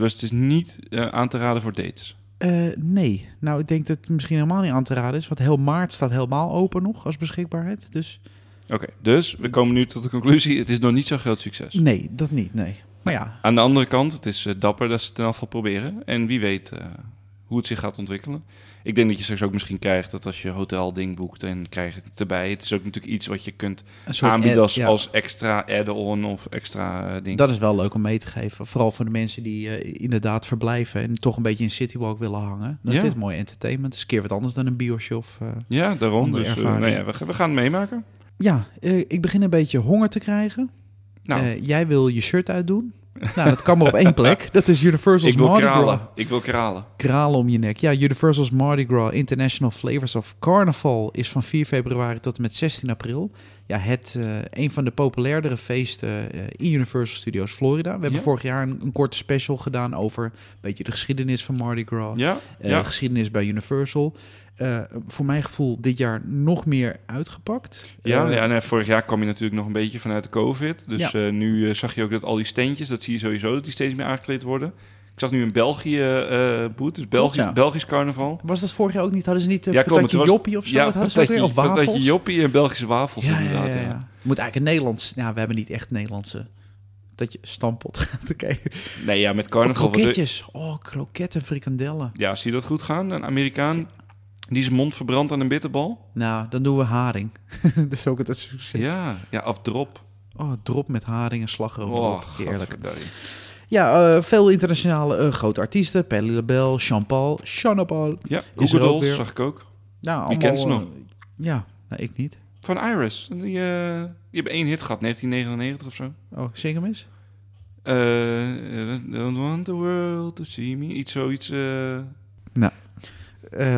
[SPEAKER 2] Dus het is niet uh, aan te raden voor dates.
[SPEAKER 3] Uh, nee, nou ik denk dat het misschien helemaal niet aan te raden is. Want heel maart staat helemaal open nog als beschikbaarheid. Dus...
[SPEAKER 2] Oké, okay, dus we komen nu tot de conclusie. Het is nog niet zo'n groot succes.
[SPEAKER 3] Nee, dat niet, nee. Maar ja.
[SPEAKER 2] Aan de andere kant, het is uh, dapper dat ze het in ieder geval proberen. En wie weet uh, hoe het zich gaat ontwikkelen. Ik denk dat je straks ook misschien krijgt dat als je hotelding boekt en krijg je het erbij. Het is ook natuurlijk iets wat je kunt aanbieden ad, als, ja. als extra add-on of extra uh, ding.
[SPEAKER 3] Dat is wel leuk om mee te geven. Vooral voor de mensen die uh, inderdaad verblijven en toch een beetje in Citywalk willen hangen. Dan ja. is dit mooi entertainment. Het is een keer wat anders dan een biosje of uh,
[SPEAKER 2] ja, daarom. Dus, uh, nou ja, we, we gaan het meemaken.
[SPEAKER 3] Ja, uh, ik begin een beetje honger te krijgen. Nou. Uh, jij wil je shirt uitdoen. Nou, dat kan maar op één plek. Dat is Universal's
[SPEAKER 2] ik wil
[SPEAKER 3] Mardi
[SPEAKER 2] kralen.
[SPEAKER 3] Gras.
[SPEAKER 2] Ik wil kralen.
[SPEAKER 3] Kralen om je nek. Ja, Universal's Mardi Gras International Flavors of Carnival is van vier februari tot en met zestien april. Ja, het uh, een van de populairdere feesten uh, in Universal Studios Florida. We hebben ja. vorig jaar een, een korte special gedaan over een beetje de geschiedenis van Mardi Gras.
[SPEAKER 2] Ja.
[SPEAKER 3] Uh,
[SPEAKER 2] ja.
[SPEAKER 3] De geschiedenis bij Universal. Uh, voor mijn gevoel dit jaar nog meer uitgepakt.
[SPEAKER 2] Ja,
[SPEAKER 3] uh,
[SPEAKER 2] ja nee, vorig jaar kwam je natuurlijk nog een beetje vanuit de COVID. Dus ja. uh, nu uh, zag je ook dat al die steentjes, dat zie je sowieso, dat die steeds meer aangekleed worden. Ik zag nu een België uh, boot, dus België, ja. Belgisch carnaval.
[SPEAKER 3] Was dat vorig jaar ook niet? Hadden ze niet uh,
[SPEAKER 2] ja,
[SPEAKER 3] patatje was, joppie of zo?
[SPEAKER 2] Ja,
[SPEAKER 3] Wat
[SPEAKER 2] patatje, of wafels? Patatje joppie en Belgische wafels
[SPEAKER 3] ja,
[SPEAKER 2] inderdaad.
[SPEAKER 3] Ja, ja, ja.
[SPEAKER 2] Ja.
[SPEAKER 3] Moet eigenlijk een Nederlands... Ja, we hebben niet echt Nederlandse... Dat je stampot gaat te kijken.
[SPEAKER 2] Nee, ja, met carnaval...
[SPEAKER 3] Oh, kroketjes. Oh, kroketten, frikandellen.
[SPEAKER 2] Ja, zie je dat goed gaan? Een Amerikaan... Ja. Die zijn mond verbrandt aan een bitterbal?
[SPEAKER 3] Nou, dan doen we haring. Dat is ook het succes.
[SPEAKER 2] Ja, ja, of drop.
[SPEAKER 3] Oh, drop met haring en slagroom.
[SPEAKER 2] Oh,
[SPEAKER 3] heerlijk. Ja, uh, veel internationale uh, grote artiesten. Patti LaBelle, Jean-Paul, Jean-Paul.
[SPEAKER 2] Ja, Google Dolls zag ik ook.
[SPEAKER 3] Nou,
[SPEAKER 2] Wie kent ze nog? Uh,
[SPEAKER 3] ja, nou, ik niet.
[SPEAKER 2] Van Iris. Die, uh, die hebben één hit gehad, negentien negenennegentig of zo.
[SPEAKER 3] Oh, zing hem eens.
[SPEAKER 2] Uh, don't want the world to see me. Iets zoiets. Uh...
[SPEAKER 3] Nou, uh,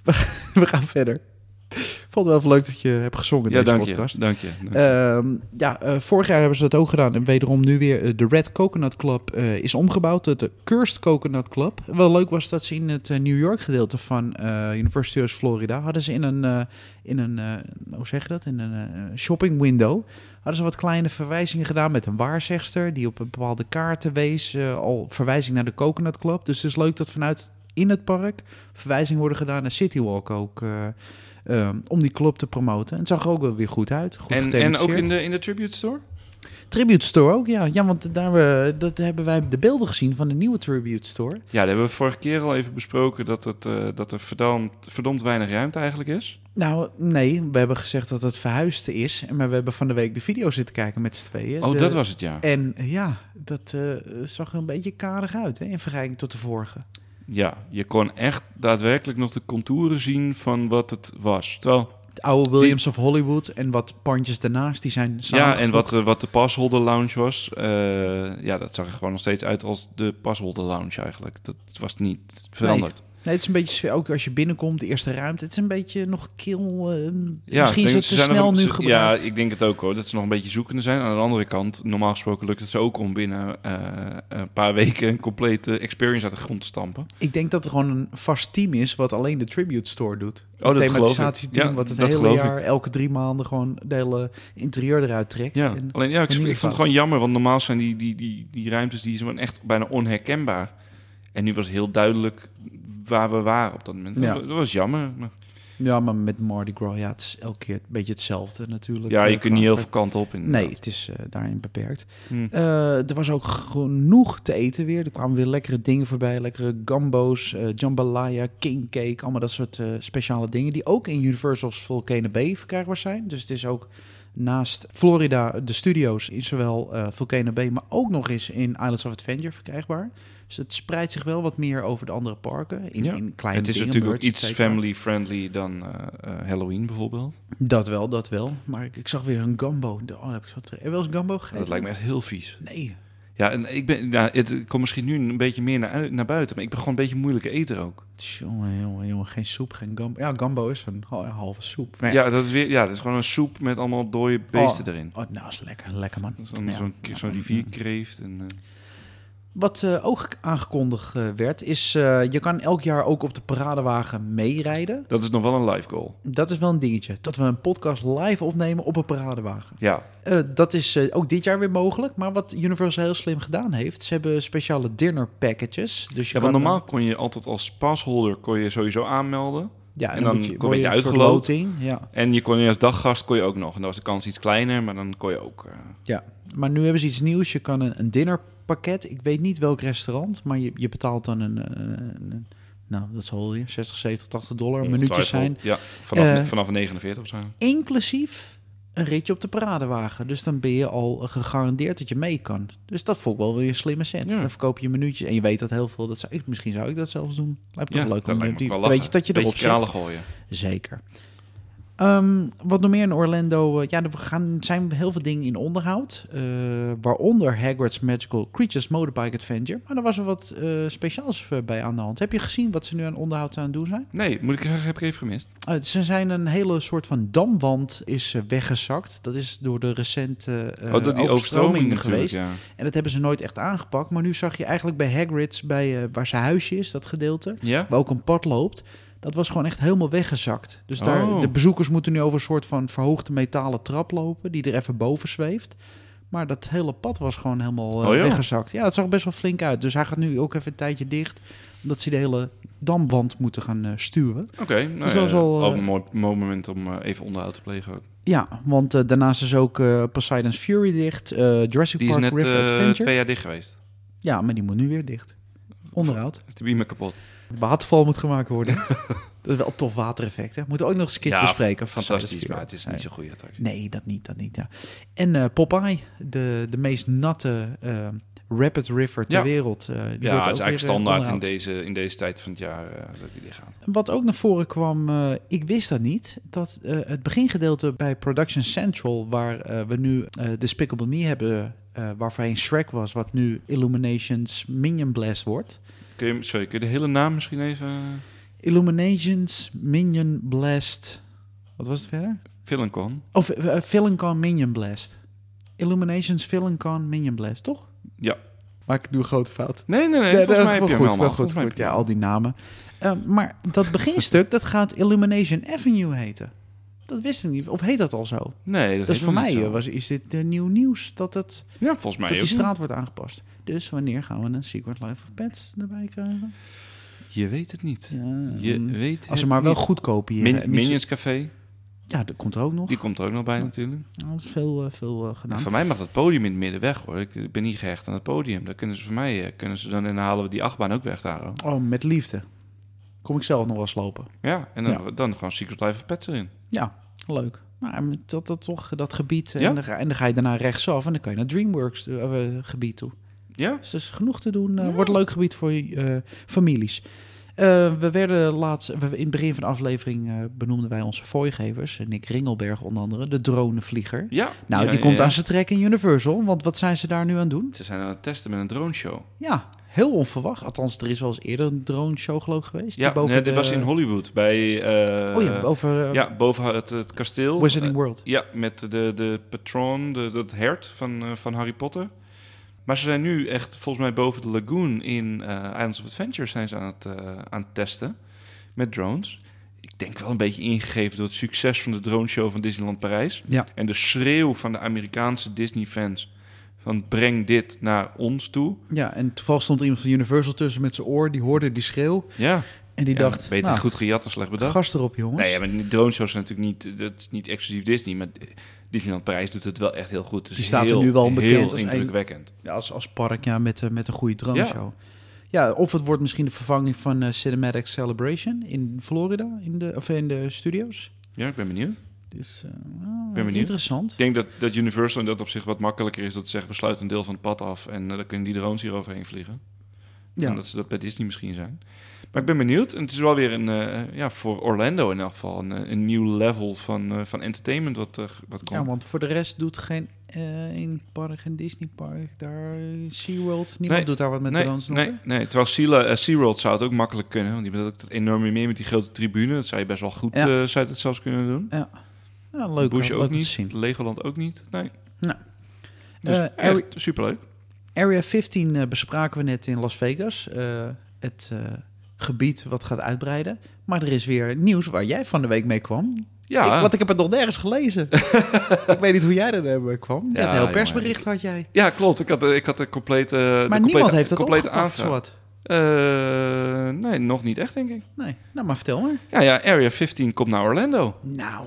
[SPEAKER 3] we gaan verder. Vond wel even leuk dat je hebt gezongen in
[SPEAKER 2] ja,
[SPEAKER 3] deze
[SPEAKER 2] dank
[SPEAKER 3] podcast.
[SPEAKER 2] Je, dank je. Dank je.
[SPEAKER 3] Uh, ja, uh, vorig jaar hebben ze dat ook gedaan. En wederom nu weer uh, de Red Coconut Club uh, is omgebouwd tot de Cursed Coconut Club. Wel leuk was dat ze in het uh, New York gedeelte van uh, Universal Studios Florida... hadden ze in een, uh, in een uh, hoe zeg je dat, in een uh, shopping window... hadden ze wat kleine verwijzingen gedaan met een waarzegster... die op een bepaalde kaarten wees, uh, al verwijzing naar de Coconut Club. Dus het is leuk dat vanuit in het park verwijzingen worden gedaan naar Citywalk ook... Uh, Uh, om die club te promoten. En het zag er ook wel weer goed uit. Goed
[SPEAKER 2] en, en ook in de, in de Tribute Store?
[SPEAKER 3] Tribute Store ook, ja. Ja, want daar we, dat hebben wij de beelden gezien van de nieuwe Tribute Store.
[SPEAKER 2] Ja, daar hebben we vorige keer al even besproken... dat, het, uh, dat er verdomd, verdomd weinig ruimte eigenlijk is.
[SPEAKER 3] Nou, nee. We hebben gezegd dat het verhuisd is. Maar we hebben van de week de video zitten kijken met z'n tweeën.
[SPEAKER 2] Oh,
[SPEAKER 3] de,
[SPEAKER 2] dat was het, ja.
[SPEAKER 3] En ja, dat uh, zag er een beetje karig uit, hè, in vergelijking tot de vorige.
[SPEAKER 2] Ja, je kon echt daadwerkelijk nog de contouren zien van wat het was. Terwijl
[SPEAKER 3] de oude Williams die... of Hollywood en wat pandjes daarnaast, die zijn samengevoegd.
[SPEAKER 2] Ja, en wat, wat de Pasholder Lounge was, uh, ja, dat zag er gewoon nog steeds uit als de Pasholder Lounge eigenlijk. Dat was niet veranderd.
[SPEAKER 3] Nee. Nee, het is een beetje, ook als je binnenkomt, de eerste ruimte, het is een beetje nog kil. Uh,
[SPEAKER 2] ja,
[SPEAKER 3] misschien is het te snel
[SPEAKER 2] nog,
[SPEAKER 3] nu
[SPEAKER 2] ze,
[SPEAKER 3] gebruikt.
[SPEAKER 2] Ja, ik denk het ook hoor, dat ze nog een beetje zoekende zijn. Aan de andere kant, normaal gesproken lukt het ze ook om binnen uh, een paar weken een complete experience uit de grond te stampen.
[SPEAKER 3] Ik denk dat er gewoon een vast team is wat alleen de Tribute Store doet.
[SPEAKER 2] Oh, dat
[SPEAKER 3] thematisatieteam
[SPEAKER 2] ja,
[SPEAKER 3] wat het
[SPEAKER 2] dat
[SPEAKER 3] hele jaar, elke drie maanden gewoon de hele interieur eruit trekt.
[SPEAKER 2] Ja,
[SPEAKER 3] en,
[SPEAKER 2] alleen ja, ik, ik vond het gewoon jammer, want normaal zijn die, die, die, die ruimtes die zijn echt bijna onherkenbaar. En nu was het heel duidelijk waar we waren op dat moment. Ja. Dat, dat was jammer. Maar...
[SPEAKER 3] Ja, maar met Mardi Gras, ja, het is elke keer een beetje hetzelfde natuurlijk.
[SPEAKER 2] Ja, je kunt niet heel veel kanten op. Inderdaad.
[SPEAKER 3] Nee, het is uh, daarin beperkt.
[SPEAKER 2] Hmm.
[SPEAKER 3] Uh, er was ook genoeg te eten weer. Er kwamen weer lekkere dingen voorbij. Lekkere gambo's, uh, jambalaya, king cake. Allemaal dat soort uh, speciale dingen. Die ook in Universal's Volcano Bay verkrijgbaar zijn. Dus het is ook naast Florida de studio's in zowel uh, Volcano Bay... maar ook nog eens in Islands of Adventure verkrijgbaar. Dus het spreidt zich wel wat meer over de andere parken. In,
[SPEAKER 2] ja.
[SPEAKER 3] in kleine
[SPEAKER 2] het is
[SPEAKER 3] dingen,
[SPEAKER 2] natuurlijk ook
[SPEAKER 3] merch,
[SPEAKER 2] iets family-friendly dan uh, uh, Halloween bijvoorbeeld.
[SPEAKER 3] Dat wel, dat wel. Maar ik, ik zag weer een gumbo. Oh, heb ik zo ter... Heb je wel eens gumbo gegeten?
[SPEAKER 2] Dat lijkt me echt heel vies.
[SPEAKER 3] Nee.
[SPEAKER 2] Ja, en ik ben, nou, het komt misschien nu een beetje meer naar, naar buiten, maar ik ben gewoon een beetje een moeilijke eter ook.
[SPEAKER 3] Jongen, jongen, jongen, geen soep, geen gumbo. Ja, gumbo is een halve soep.
[SPEAKER 2] Ja, ja, dat is weer, ja, dat is gewoon een soep met allemaal dode beesten
[SPEAKER 3] oh,
[SPEAKER 2] erin.
[SPEAKER 3] Oh, nou, is lekker, lekker man.
[SPEAKER 2] Zo'n
[SPEAKER 3] ja.
[SPEAKER 2] zo'n, zo'n rivierkreeft en... Uh...
[SPEAKER 3] Wat uh, ook aangekondigd uh, werd, is uh, je kan elk jaar ook op de paradewagen meerijden.
[SPEAKER 2] Dat is nog wel een live goal.
[SPEAKER 3] Dat is wel een dingetje. Dat we een podcast live opnemen op een paradewagen.
[SPEAKER 2] Ja.
[SPEAKER 3] Uh, dat is uh, ook dit jaar weer mogelijk. Maar wat Universal heel slim gedaan heeft, ze hebben speciale dinner packages. Dus je
[SPEAKER 2] ja,
[SPEAKER 3] kan,
[SPEAKER 2] want normaal kon je altijd als pasholder kon je sowieso aanmelden.
[SPEAKER 3] Ja, en,
[SPEAKER 2] en
[SPEAKER 3] dan,
[SPEAKER 2] dan,
[SPEAKER 3] dan je,
[SPEAKER 2] kon je, je
[SPEAKER 3] uitgeloot.
[SPEAKER 2] uitgeloot.
[SPEAKER 3] Ja.
[SPEAKER 2] En je kon je als daggast kon je ook nog. En dan was de kans iets kleiner, maar dan kon je ook... Uh...
[SPEAKER 3] Ja, maar nu hebben ze iets nieuws. Je kan een, een dinnerpakket. Ik weet niet welk restaurant, maar je, je betaalt dan een... een, een nou, dat zal je zestig, zeventig, tachtig dollar minuutjes zijn.
[SPEAKER 2] Ja, vanaf,
[SPEAKER 3] uh,
[SPEAKER 2] vanaf negenenveertig of zo.
[SPEAKER 3] Inclusief een ritje op de paradewagen. Dus dan ben je al gegarandeerd dat je mee kan. Dus dat vond ik wel weer een slimme set. Ja. Dan verkoop je minuutjes. En je weet dat heel veel... Dat zou, ik, misschien zou ik dat zelfs doen. Lijkt me
[SPEAKER 2] ja,
[SPEAKER 3] toch leuk om die,
[SPEAKER 2] wel
[SPEAKER 3] weet je dat je erop zet.
[SPEAKER 2] Gooien.
[SPEAKER 3] Zeker. Um, wat nog meer in Orlando? Uh, ja, er gaan, zijn heel veel dingen in onderhoud. Uh, waaronder Hagrid's Magical Creatures Motorbike Adventure. Maar er was er wat uh, speciaals bij aan de hand. Heb je gezien wat ze nu aan onderhoud aan het doen zijn?
[SPEAKER 2] Nee, moet ik zeggen, heb ik even gemist.
[SPEAKER 3] Uh, ze zijn een hele soort van damwand is uh, weggezakt. Dat is door de recente uh,
[SPEAKER 2] oh, door die
[SPEAKER 3] overstromingen geweest.
[SPEAKER 2] Ja.
[SPEAKER 3] En dat hebben ze nooit echt aangepakt. Maar nu zag je eigenlijk bij Hagrid's, bij, uh, waar zijn huisje is, dat gedeelte,
[SPEAKER 2] ja?
[SPEAKER 3] waar ook een pad loopt. Dat was gewoon echt helemaal weggezakt. Dus daar,
[SPEAKER 2] oh.
[SPEAKER 3] de bezoekers moeten nu over een soort van verhoogde metalen trap lopen, die er even boven zweeft. Maar dat hele pad was gewoon helemaal uh,
[SPEAKER 2] oh, ja.
[SPEAKER 3] weggezakt. Ja, het zag best wel flink uit. Dus hij gaat nu ook even een tijdje dicht, omdat ze de hele damwand moeten gaan uh, sturen.
[SPEAKER 2] Oké, okay, nou
[SPEAKER 3] dus
[SPEAKER 2] ja,
[SPEAKER 3] dat is al, uh,
[SPEAKER 2] een mooi moment om uh, even onderhoud te plegen ook.
[SPEAKER 3] Ja, want uh, daarnaast is ook uh, Poseidon's Fury dicht, uh, Jurassic
[SPEAKER 2] die
[SPEAKER 3] Park
[SPEAKER 2] is net
[SPEAKER 3] River
[SPEAKER 2] uh,
[SPEAKER 3] Adventure.
[SPEAKER 2] twee jaar dicht geweest.
[SPEAKER 3] Ja, maar die moet nu weer dicht. Onderhoud.
[SPEAKER 2] Is de beamer kapot.
[SPEAKER 3] De waterval moet gemaakt worden. Dat is wel een tof watereffect, hè? Moeten we ook nog eens een keer
[SPEAKER 2] ja,
[SPEAKER 3] bespreken.
[SPEAKER 2] Fantastisch, maar het is niet zo'n goede attractie.
[SPEAKER 3] Nee, dat niet, dat niet, ja. En uh, Popeye, de, de meest natte uh, rapid river ter
[SPEAKER 2] ja.
[SPEAKER 3] wereld. Uh, die
[SPEAKER 2] ja,
[SPEAKER 3] wordt
[SPEAKER 2] het is
[SPEAKER 3] ook
[SPEAKER 2] eigenlijk
[SPEAKER 3] weer,
[SPEAKER 2] standaard
[SPEAKER 3] uh,
[SPEAKER 2] in deze, in deze tijd van het jaar uh, dat die gaat.
[SPEAKER 3] Wat ook naar voren kwam, uh, ik wist dat niet, dat uh, het begingedeelte bij Production Central, waar uh, we nu uh, Despicable Me hebben, uh, waar voorheen Shrek was, wat nu Illuminations Minion Blast wordt.
[SPEAKER 2] Kun je, sorry, kun je de hele naam misschien even...
[SPEAKER 3] Illuminations Minion Blast. Wat was het verder?
[SPEAKER 2] Villain-Con.
[SPEAKER 3] Of uh, Villain-Con Minion Blast. Illuminations Villain-Con Minion Blast, toch?
[SPEAKER 2] Ja.
[SPEAKER 3] Maar ik doe een grote fout.
[SPEAKER 2] Nee, nee, nee.
[SPEAKER 3] nee
[SPEAKER 2] volgens
[SPEAKER 3] nee,
[SPEAKER 2] mij heb je
[SPEAKER 3] goed,
[SPEAKER 2] hem
[SPEAKER 3] wel goed, goed. Ja, al die namen. Uh, maar dat beginstuk, dat gaat Illumination Avenue heten. Dat wist ik niet. Of heet dat al zo?
[SPEAKER 2] Nee, dat
[SPEAKER 3] dus
[SPEAKER 2] heet
[SPEAKER 3] voor mij
[SPEAKER 2] zo.
[SPEAKER 3] was, is dit uh, nieuw nieuws dat, het,
[SPEAKER 2] ja, volgens mij
[SPEAKER 3] dat die
[SPEAKER 2] ook
[SPEAKER 3] straat
[SPEAKER 2] niet.
[SPEAKER 3] wordt aangepast. Dus wanneer gaan we een Secret Life of Pets erbij krijgen?
[SPEAKER 2] Je weet het niet.
[SPEAKER 3] Ja,
[SPEAKER 2] je weet
[SPEAKER 3] als ze
[SPEAKER 2] het
[SPEAKER 3] maar wel
[SPEAKER 2] niet.
[SPEAKER 3] goed kopiëren.
[SPEAKER 2] Min- Minions Café.
[SPEAKER 3] Ja, dat komt er ook nog.
[SPEAKER 2] Die komt er ook nog bij
[SPEAKER 3] ja.
[SPEAKER 2] natuurlijk.
[SPEAKER 3] Nou, dat is veel, uh, veel uh, gedaan.
[SPEAKER 2] Nou, voor mij mag het podium in het midden weg, hoor. Ik ben niet gehecht aan het podium. Daar kunnen ze voor mij, uh, kunnen ze dan in halen we die achtbaan ook weg daar. Hoor.
[SPEAKER 3] Oh, met liefde. Kom ik zelf nog wel eens lopen.
[SPEAKER 2] Ja, en dan,
[SPEAKER 3] ja.
[SPEAKER 2] dan gewoon Secret Life of Pets erin.
[SPEAKER 3] Ja, leuk. Maar dat, dat toch, dat gebied.
[SPEAKER 2] Ja?
[SPEAKER 3] En, dan ga, en dan ga je daarna rechtsaf en dan kan je naar DreamWorks uh, gebied toe.
[SPEAKER 2] Ja?
[SPEAKER 3] Dus er is genoeg te doen. Uh,
[SPEAKER 2] ja.
[SPEAKER 3] Wordt een leuk gebied voor uh, families. Uh, we werden laatst, we, in het begin van de aflevering uh, benoemden wij onze fooigevers, Nick Ringelberg onder andere, de dronevlieger.
[SPEAKER 2] Ja.
[SPEAKER 3] Nou,
[SPEAKER 2] ja,
[SPEAKER 3] die
[SPEAKER 2] ja,
[SPEAKER 3] komt
[SPEAKER 2] ja.
[SPEAKER 3] aan zijn trek in Universal, want wat zijn ze daar nu aan het doen?
[SPEAKER 2] Ze zijn aan het testen met een droneshow.
[SPEAKER 3] Ja, heel onverwacht. Althans, er is wel eens eerder een droneshow geloof ik geweest.
[SPEAKER 2] Ja,
[SPEAKER 3] boven
[SPEAKER 2] nee, dit
[SPEAKER 3] de...
[SPEAKER 2] was in Hollywood, bij... Uh,
[SPEAKER 3] oh ja, boven... Uh,
[SPEAKER 2] ja, boven het, het kasteel.
[SPEAKER 3] Wizarding
[SPEAKER 2] uh,
[SPEAKER 3] World.
[SPEAKER 2] Ja, met de, de patroon, de, het hert van, uh, van Harry Potter. Maar ze zijn nu echt, volgens mij boven de lagoon in uh, Islands of Adventure zijn ze aan het, uh, aan het testen met drones. Ik denk wel een beetje ingegeven door het succes van de droneshow van Disneyland Parijs.
[SPEAKER 3] Ja.
[SPEAKER 2] En de schreeuw van de Amerikaanse Disney-fans van breng dit naar ons toe.
[SPEAKER 3] Ja, en toevallig stond er iemand van Universal tussen met zijn oor, die hoorde die schreeuw.
[SPEAKER 2] Ja.
[SPEAKER 3] En die
[SPEAKER 2] ja,
[SPEAKER 3] dacht,
[SPEAKER 2] beter
[SPEAKER 3] nou,
[SPEAKER 2] goed gejat dan slecht bedacht.
[SPEAKER 3] Gas erop, jongens.
[SPEAKER 2] Nee, ja, maar die droneshows zijn natuurlijk niet, dat is niet exclusief Disney, maar Disneyland Parijs doet het wel echt heel goed. Dus
[SPEAKER 3] die staat
[SPEAKER 2] heel,
[SPEAKER 3] er nu wel bekend.
[SPEAKER 2] Heel
[SPEAKER 3] als
[SPEAKER 2] indrukwekkend.
[SPEAKER 3] Een, ja, als, als park, ja, met, uh, met een goede droneshow. Ja. ja, of het wordt misschien de vervanging van uh, Cinematic Celebration in Florida, in de, of in de studios.
[SPEAKER 2] Ja, ik ben benieuwd.
[SPEAKER 3] Dus, uh,
[SPEAKER 2] ben benieuwd.
[SPEAKER 3] Interessant.
[SPEAKER 2] Ik denk dat, dat Universal in dat opzicht wat makkelijker is. Dat ze zeggen, we sluiten een deel van het pad af en uh, dan kunnen die drones hier overheen vliegen. Ja. En dat ze dat bij Disney misschien zijn. Maar ik ben benieuwd. En het is wel weer een, uh, ja, voor Orlando in elk geval, een, een nieuw level van, uh, van entertainment wat, uh, wat komt.
[SPEAKER 3] Ja, want voor de rest doet geen uh, in park, geen Disney park, daar SeaWorld, niemand
[SPEAKER 2] nee,
[SPEAKER 3] doet daar wat met
[SPEAKER 2] nee,
[SPEAKER 3] drones nog.
[SPEAKER 2] Nee, nee, terwijl Sea, uh, SeaWorld zou het ook makkelijk kunnen. Want die hebben ook dat enorme meer met die grote tribune. Dat zou je best wel goed, ja. uh, zou je het zelfs kunnen doen.
[SPEAKER 3] Ja, ja leuk.
[SPEAKER 2] Bush ook
[SPEAKER 3] leuk
[SPEAKER 2] niet, Legoland ook niet. Nee.
[SPEAKER 3] Nou.
[SPEAKER 2] Dus
[SPEAKER 3] uh,
[SPEAKER 2] echt superleuk.
[SPEAKER 3] Area vijftien uh, bespraken we net in Las Vegas. Uh, het uh, gebied wat gaat uitbreiden. Maar er is weer nieuws waar jij van de week mee kwam.
[SPEAKER 2] Ja.
[SPEAKER 3] Ik, want ik heb het nog nergens gelezen. Ik weet niet hoe jij er kwam. Ja, het heel persbericht had jij.
[SPEAKER 2] Ja, klopt. Ik had, ik had de complete
[SPEAKER 3] Maar
[SPEAKER 2] de
[SPEAKER 3] niemand
[SPEAKER 2] complete,
[SPEAKER 3] heeft het
[SPEAKER 2] complete
[SPEAKER 3] opgepakt,
[SPEAKER 2] aanvraag.
[SPEAKER 3] zowat.
[SPEAKER 2] Uh, nee, nog niet echt, denk ik.
[SPEAKER 3] Nee, nou maar vertel maar.
[SPEAKER 2] Ja, ja, Area vijftien komt naar Orlando.
[SPEAKER 3] Nou.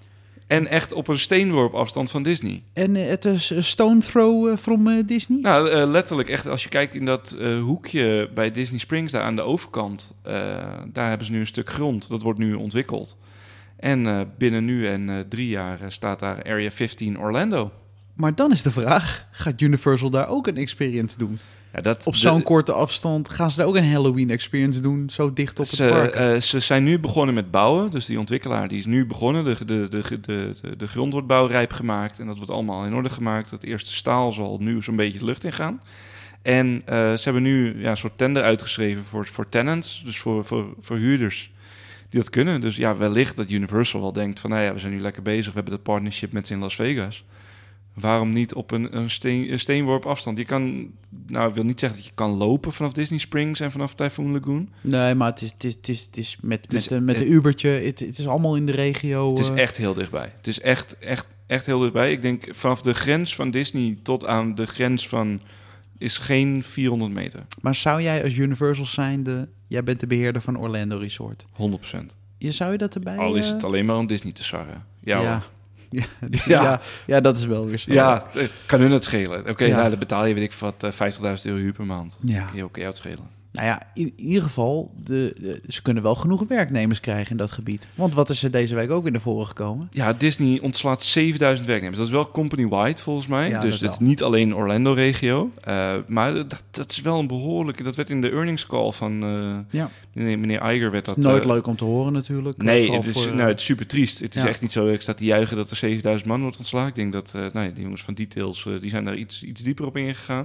[SPEAKER 2] En echt op een steenworp afstand van Disney.
[SPEAKER 3] En uh, het is een stone throw uh, from uh, Disney?
[SPEAKER 2] Nou, uh, letterlijk echt. Als je kijkt in dat uh, hoekje bij Disney Springs, daar aan de overkant. Uh, daar hebben ze nu een stuk grond. Dat wordt nu ontwikkeld. En uh, binnen nu en uh, drie jaar uh, staat daar Area vijftien Orlando.
[SPEAKER 3] Maar dan is de vraag, gaat Universal daar ook een experience doen?
[SPEAKER 2] Ja, dat,
[SPEAKER 3] op zo'n
[SPEAKER 2] de,
[SPEAKER 3] korte afstand gaan ze daar ook een Halloween experience doen, zo dicht op
[SPEAKER 2] ze,
[SPEAKER 3] het park?
[SPEAKER 2] Uh, ze zijn nu begonnen met bouwen. Dus die ontwikkelaar die is nu begonnen. De, de, de, de, de, de grond wordt bouwrijp gemaakt. En dat wordt allemaal in orde gemaakt. Het eerste staal zal nu zo'n beetje de lucht in gaan. En uh, ze hebben nu ja, een soort tender uitgeschreven voor, voor tenants. Dus voor, voor, voor huurders die dat kunnen. Dus ja, wellicht dat Universal wel denkt van... nou ja, we zijn nu lekker bezig. We hebben dat partnership met ze in Las Vegas. Waarom niet op een, een, steen, een steenworp afstand? Je kan, nou, ik wil niet zeggen dat je kan lopen vanaf Disney Springs en vanaf Typhoon Lagoon.
[SPEAKER 3] Nee, maar het is, het is, het is, het is met,
[SPEAKER 2] het is,
[SPEAKER 3] met, met
[SPEAKER 2] het,
[SPEAKER 3] een Ubertje. Het, het is allemaal in de regio.
[SPEAKER 2] Het is
[SPEAKER 3] uh...
[SPEAKER 2] echt heel dichtbij. Het is echt, echt, echt heel dichtbij. Ik denk vanaf de grens van Disney tot aan de grens van... is geen vierhonderd meter.
[SPEAKER 3] Maar zou jij als Universal zijnde... Jij bent de beheerder van Orlando Resort.
[SPEAKER 2] honderd procent.
[SPEAKER 3] Je, zou je dat erbij...
[SPEAKER 2] Al is
[SPEAKER 3] uh...
[SPEAKER 2] het alleen maar om Disney te sarren. Ja,
[SPEAKER 3] ja. Ja, ja.
[SPEAKER 2] Ja.
[SPEAKER 3] Ja, ja, dat is wel weer zo.
[SPEAKER 2] Ja, kan hun het schelen. Oké, okay,
[SPEAKER 3] ja.
[SPEAKER 2] nou, dan betaal je, weet ik wat, vijftigduizend euro huur per maand.
[SPEAKER 3] Ja.
[SPEAKER 2] Kun je ook uitschelen.
[SPEAKER 3] Nou ja, in, in ieder geval, de, de, ze kunnen wel genoeg werknemers krijgen in dat gebied. Want wat is er deze week ook in de voren gekomen?
[SPEAKER 2] Ja, Disney ontslaat zevenduizend werknemers. Dat is wel company-wide volgens mij.
[SPEAKER 3] Ja,
[SPEAKER 2] dus het is niet alleen Orlando-regio. Uh, maar dat, dat is wel een behoorlijke... Dat werd in de earnings call van uh,
[SPEAKER 3] ja.
[SPEAKER 2] meneer, meneer Iger werd dat...
[SPEAKER 3] Nooit
[SPEAKER 2] uh,
[SPEAKER 3] leuk om te horen natuurlijk.
[SPEAKER 2] Nee, het is,
[SPEAKER 3] voor, uh,
[SPEAKER 2] nou, het is super triest. Het is
[SPEAKER 3] ja.
[SPEAKER 2] echt niet zo dat ik sta te juichen dat er zevenduizend man wordt ontslagen. Ik denk dat uh, nou ja, die jongens van Details, uh, die zijn daar iets, iets dieper op ingegaan.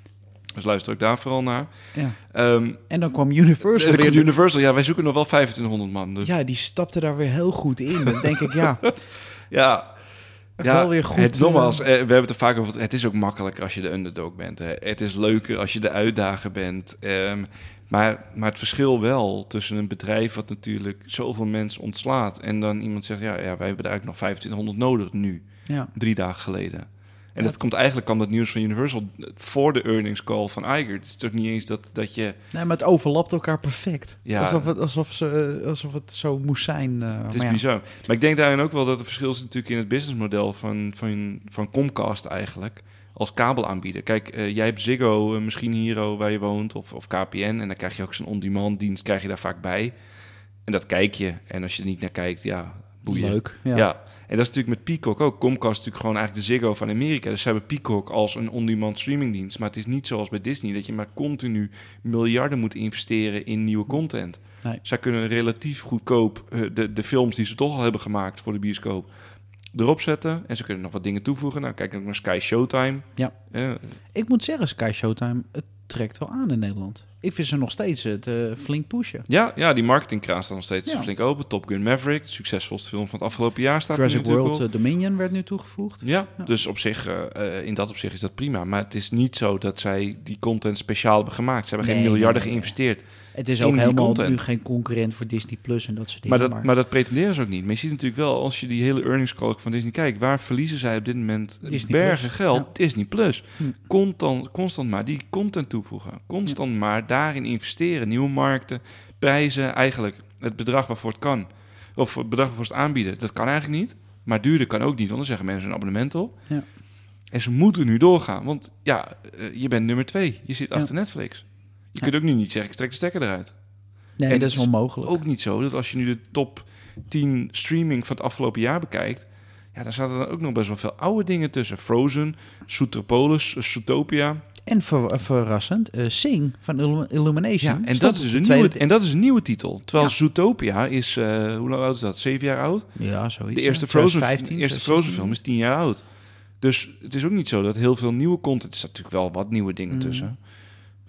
[SPEAKER 2] Dus luister ook daar vooral naar.
[SPEAKER 3] Ja.
[SPEAKER 2] Um,
[SPEAKER 3] en dan kwam Universal
[SPEAKER 2] dan
[SPEAKER 3] weer...
[SPEAKER 2] Komt Universal, ja, wij zoeken nog wel vijfentwintighonderd man. Dus.
[SPEAKER 3] Ja, die stapte daar weer heel goed in. Dan denk ik, ja...
[SPEAKER 2] ja, ja,
[SPEAKER 3] wel weer goed.
[SPEAKER 2] Het, nogmaals, uh, we hebben het er vaak over. Het is ook makkelijker als je de underdog bent. Hè. Het is leuker als je de uitdager bent. Um, maar, maar het verschil wel tussen een bedrijf wat natuurlijk zoveel mensen ontslaat... en dan iemand zegt, ja, ja wij hebben er eigenlijk nog vijfentwintighonderd nodig nu.
[SPEAKER 3] Ja.
[SPEAKER 2] Drie dagen geleden. En
[SPEAKER 3] dat,
[SPEAKER 2] dat komt eigenlijk kwam dat nieuws van Universal voor de earnings call van Iger. Het is toch niet eens dat, dat je...
[SPEAKER 3] Nee, maar het overlapt elkaar perfect.
[SPEAKER 2] Ja.
[SPEAKER 3] Alsof, het, alsof, ze, alsof het zo moest zijn. Uh,
[SPEAKER 2] het is
[SPEAKER 3] maar
[SPEAKER 2] bizar.
[SPEAKER 3] Ja.
[SPEAKER 2] Maar ik denk daarin ook wel dat het verschil is natuurlijk in het businessmodel van, van, van Comcast eigenlijk. Als kabelaanbieder. Kijk, uh, jij hebt Ziggo, uh, misschien hier waar je woont, of, of K P N. En dan krijg je ook zo'n on-demand dienst, krijg je daar vaak bij. En dat kijk je. En als je er niet naar kijkt, ja, boeien.
[SPEAKER 3] Leuk, ja.
[SPEAKER 2] ja. En dat is natuurlijk met Peacock ook. Comcast is natuurlijk gewoon eigenlijk de Ziggo van Amerika. Dus ze hebben Peacock als een on-demand streamingdienst. Maar het is niet zoals bij Disney, dat je maar continu miljarden moet investeren in nieuwe content.
[SPEAKER 3] Nee.
[SPEAKER 2] Zij kunnen relatief goedkoop uh, de, de films die ze toch al hebben gemaakt voor de bioscoop erop zetten. En ze kunnen nog wat dingen toevoegen. Nou, kijk ook naar Sky Showtime.
[SPEAKER 3] Ja.
[SPEAKER 2] Uh,
[SPEAKER 3] Ik moet zeggen, Sky Showtime, het trekt wel aan in Nederland. Ik vind ze nog steeds het uh, flink pushen.
[SPEAKER 2] Ja, ja, die marketingkraan staat nog steeds
[SPEAKER 3] ja.
[SPEAKER 2] flink open. Top Gun Maverick, de succesvolste film van het afgelopen jaar, staat
[SPEAKER 3] Jurassic
[SPEAKER 2] nu
[SPEAKER 3] World uh, Dominion werd nu toegevoegd.
[SPEAKER 2] Ja, ja. Dus op zich, uh, in dat opzicht is dat prima. Maar het is niet zo dat zij die content speciaal hebben gemaakt. Ze hebben nee, geen miljarden nee, nee, geïnvesteerd.
[SPEAKER 3] Het is ook helemaal nu geen concurrent voor Disney Plus en dat soort dingen.
[SPEAKER 2] Maar dat, maar... maar dat pretenderen ze ook niet. Maar je ziet natuurlijk wel, als je die hele earnings call van Disney kijkt, waar verliezen zij op dit moment Disney bergen Plus. geld? Ja. Disney Plus. Hm. Constant, constant maar die content toevoegen. Constant ja. maar daarin investeren. Nieuwe markten, prijzen, eigenlijk het bedrag waarvoor het kan. Of het bedrag waarvoor het aanbieden. Dat kan eigenlijk niet. Maar duurder kan ook niet, want dan zeggen mensen een abonnement op.
[SPEAKER 3] Ja.
[SPEAKER 2] En ze moeten nu doorgaan. Want ja, je bent nummer twee. Je zit achter ja. Netflix. Je ja. kunt ook nu niet zeggen, ik trek de stekker eruit.
[SPEAKER 3] Nee, en dat is onmogelijk.
[SPEAKER 2] Ook niet zo dat als je nu de top tien streaming van het afgelopen jaar bekijkt, ja, daar zaten dan ook nog best wel veel oude dingen tussen. Frozen, Zootropolis, Zootopia.
[SPEAKER 3] En ver, verrassend, uh, Sing van Illum- Illumination.
[SPEAKER 2] Ja, en dat, is een tweede... nieuwe, en dat is een nieuwe titel. Terwijl ja. Zootopia is, uh, hoe lang oud is dat? Zeven jaar oud?
[SPEAKER 3] Ja, zoiets.
[SPEAKER 2] De eerste
[SPEAKER 3] ja.
[SPEAKER 2] Frozen,
[SPEAKER 3] vijftien,
[SPEAKER 2] eerste Frozen film is tien jaar oud. Dus het is ook niet zo dat heel veel nieuwe content... Er staat natuurlijk wel wat nieuwe dingen mm. tussen.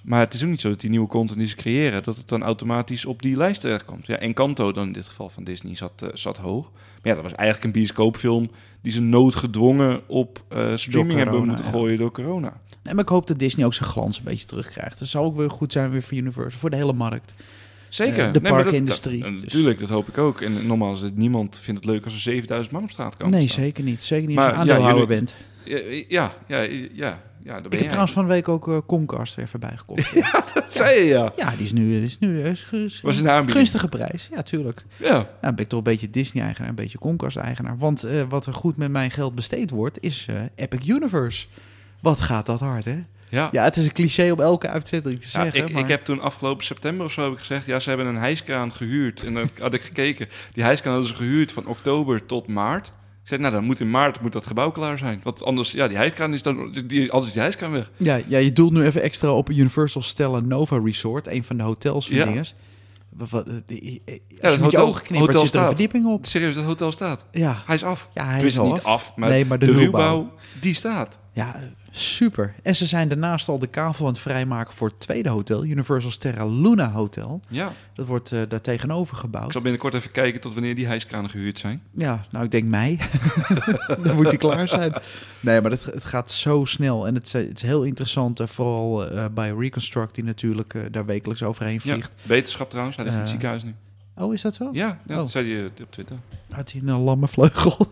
[SPEAKER 2] Maar het is ook niet zo dat die nieuwe content die ze creëren, dat het dan automatisch op die lijst terechtkomt. Ja, Encanto dan in dit geval van Disney zat, uh, zat hoog. Maar ja, dat was eigenlijk een bioscoopfilm die ze noodgedwongen op uh, streaming
[SPEAKER 3] corona,
[SPEAKER 2] hebben moeten
[SPEAKER 3] ja.
[SPEAKER 2] gooien door corona.
[SPEAKER 3] Nee, maar ik hoop dat Disney ook zijn glans een beetje terugkrijgt. Dat zou ook weer goed zijn weer voor Universal, voor de hele markt.
[SPEAKER 2] Zeker.
[SPEAKER 3] Uh, de
[SPEAKER 2] nee, maar
[SPEAKER 3] parkindustrie.
[SPEAKER 2] Dat, dat,
[SPEAKER 3] dus.
[SPEAKER 2] Natuurlijk, dat hoop ik ook. En nogmaals, het, niemand vindt het leuk als er zevenduizend man op straat komen.
[SPEAKER 3] Nee,
[SPEAKER 2] staan.
[SPEAKER 3] zeker niet. Zeker niet
[SPEAKER 2] Maar,
[SPEAKER 3] als je aandeelhouder
[SPEAKER 2] ja, jullie-
[SPEAKER 3] bent.
[SPEAKER 2] Ja, ja, ja, ja, ja daar ben
[SPEAKER 3] Ik heb
[SPEAKER 2] jij.
[SPEAKER 3] trouwens van de week ook uh, Comcast weer voorbij gekocht. ja.
[SPEAKER 2] Dat zei je, ja.
[SPEAKER 3] ja, die is nu, die is nu uh, is- is-
[SPEAKER 2] Was een aanbieding.
[SPEAKER 3] gunstige prijs. Ja, tuurlijk.
[SPEAKER 2] Ja,
[SPEAKER 3] Ja, dan ben ik toch een beetje Disney-eigenaar, een beetje Comcast-eigenaar. Want uh, wat er goed met mijn geld besteed wordt, is uh, Epic Universe. Wat gaat dat hard, hè?
[SPEAKER 2] ja.
[SPEAKER 3] Ja, het is een cliché op elke uitzending te
[SPEAKER 2] Ja,
[SPEAKER 3] zeggen.
[SPEAKER 2] ik,
[SPEAKER 3] maar...
[SPEAKER 2] ik heb toen afgelopen september of zo heb ik gezegd, ja, ze hebben een hijskraan gehuurd. En dan had ik gekeken, die hijskraan hadden ze gehuurd van oktober tot maart. Ik zei, nou, dan moet in maart moet dat gebouw klaar zijn. Want anders, ja, die hijskraan is dan, die, anders is die hijskraan weg.
[SPEAKER 3] Ja, ja, je doelt nu even extra op Universal Stella Nova Resort, een van de hotels van
[SPEAKER 2] Ja.
[SPEAKER 3] dinges. Wat, wat, die- als je
[SPEAKER 2] dat
[SPEAKER 3] met je
[SPEAKER 2] hotel-
[SPEAKER 3] ogen knippert,
[SPEAKER 2] hotel
[SPEAKER 3] zit er een
[SPEAKER 2] staat.
[SPEAKER 3] verdieping op.
[SPEAKER 2] Serieus, dat hotel staat.
[SPEAKER 3] Ja,
[SPEAKER 2] Hij is af.
[SPEAKER 3] ja hij
[SPEAKER 2] Tenminste,
[SPEAKER 3] is al
[SPEAKER 2] niet af, maar,
[SPEAKER 3] Nee, maar de
[SPEAKER 2] de,
[SPEAKER 3] ruwbouw.
[SPEAKER 2] ruwbouw, die staat.
[SPEAKER 3] Ja, super. En ze zijn daarnaast al de kavel aan het vrijmaken voor het tweede hotel, Universal Terra Luna Hotel.
[SPEAKER 2] Ja.
[SPEAKER 3] Dat wordt uh, daar tegenover gebouwd.
[SPEAKER 2] Ik zal binnenkort even kijken tot wanneer die hijskranen gehuurd zijn.
[SPEAKER 3] Ja, nou ik denk mei. Dan moet hij klaar zijn. Nee, maar het, het gaat zo snel. En het, is- het is heel interessant, uh, vooral uh, bij Reconstruct, die natuurlijk uh, daar wekelijks overheen
[SPEAKER 2] Ja,
[SPEAKER 3] vliegt.
[SPEAKER 2] wetenschap trouwens, hij ligt in het
[SPEAKER 3] Eh,
[SPEAKER 2] ziekenhuis nu.
[SPEAKER 3] Oh, is dat zo?
[SPEAKER 2] Ja, ja dat
[SPEAKER 3] Oh.
[SPEAKER 2] zei je op Twitter.
[SPEAKER 3] Had hij een lamme vleugel?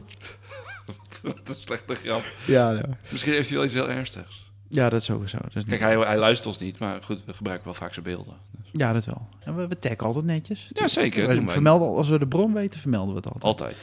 [SPEAKER 2] Wat een slechte grap.
[SPEAKER 3] ja, ja.
[SPEAKER 2] Misschien heeft hij wel iets heel ernstigs.
[SPEAKER 3] ja, dat sowieso. Dat is
[SPEAKER 2] Kijk,
[SPEAKER 3] niet-
[SPEAKER 2] hij, hij luistert ons niet, maar goed, we gebruiken wel vaak zijn beelden. Dus.
[SPEAKER 3] Ja, dat wel. En we, we taggen altijd netjes.
[SPEAKER 2] Ja, zeker.
[SPEAKER 3] We
[SPEAKER 2] doen wij.
[SPEAKER 3] vermelden, als we de bron weten, vermelden we het altijd.
[SPEAKER 2] Altijd.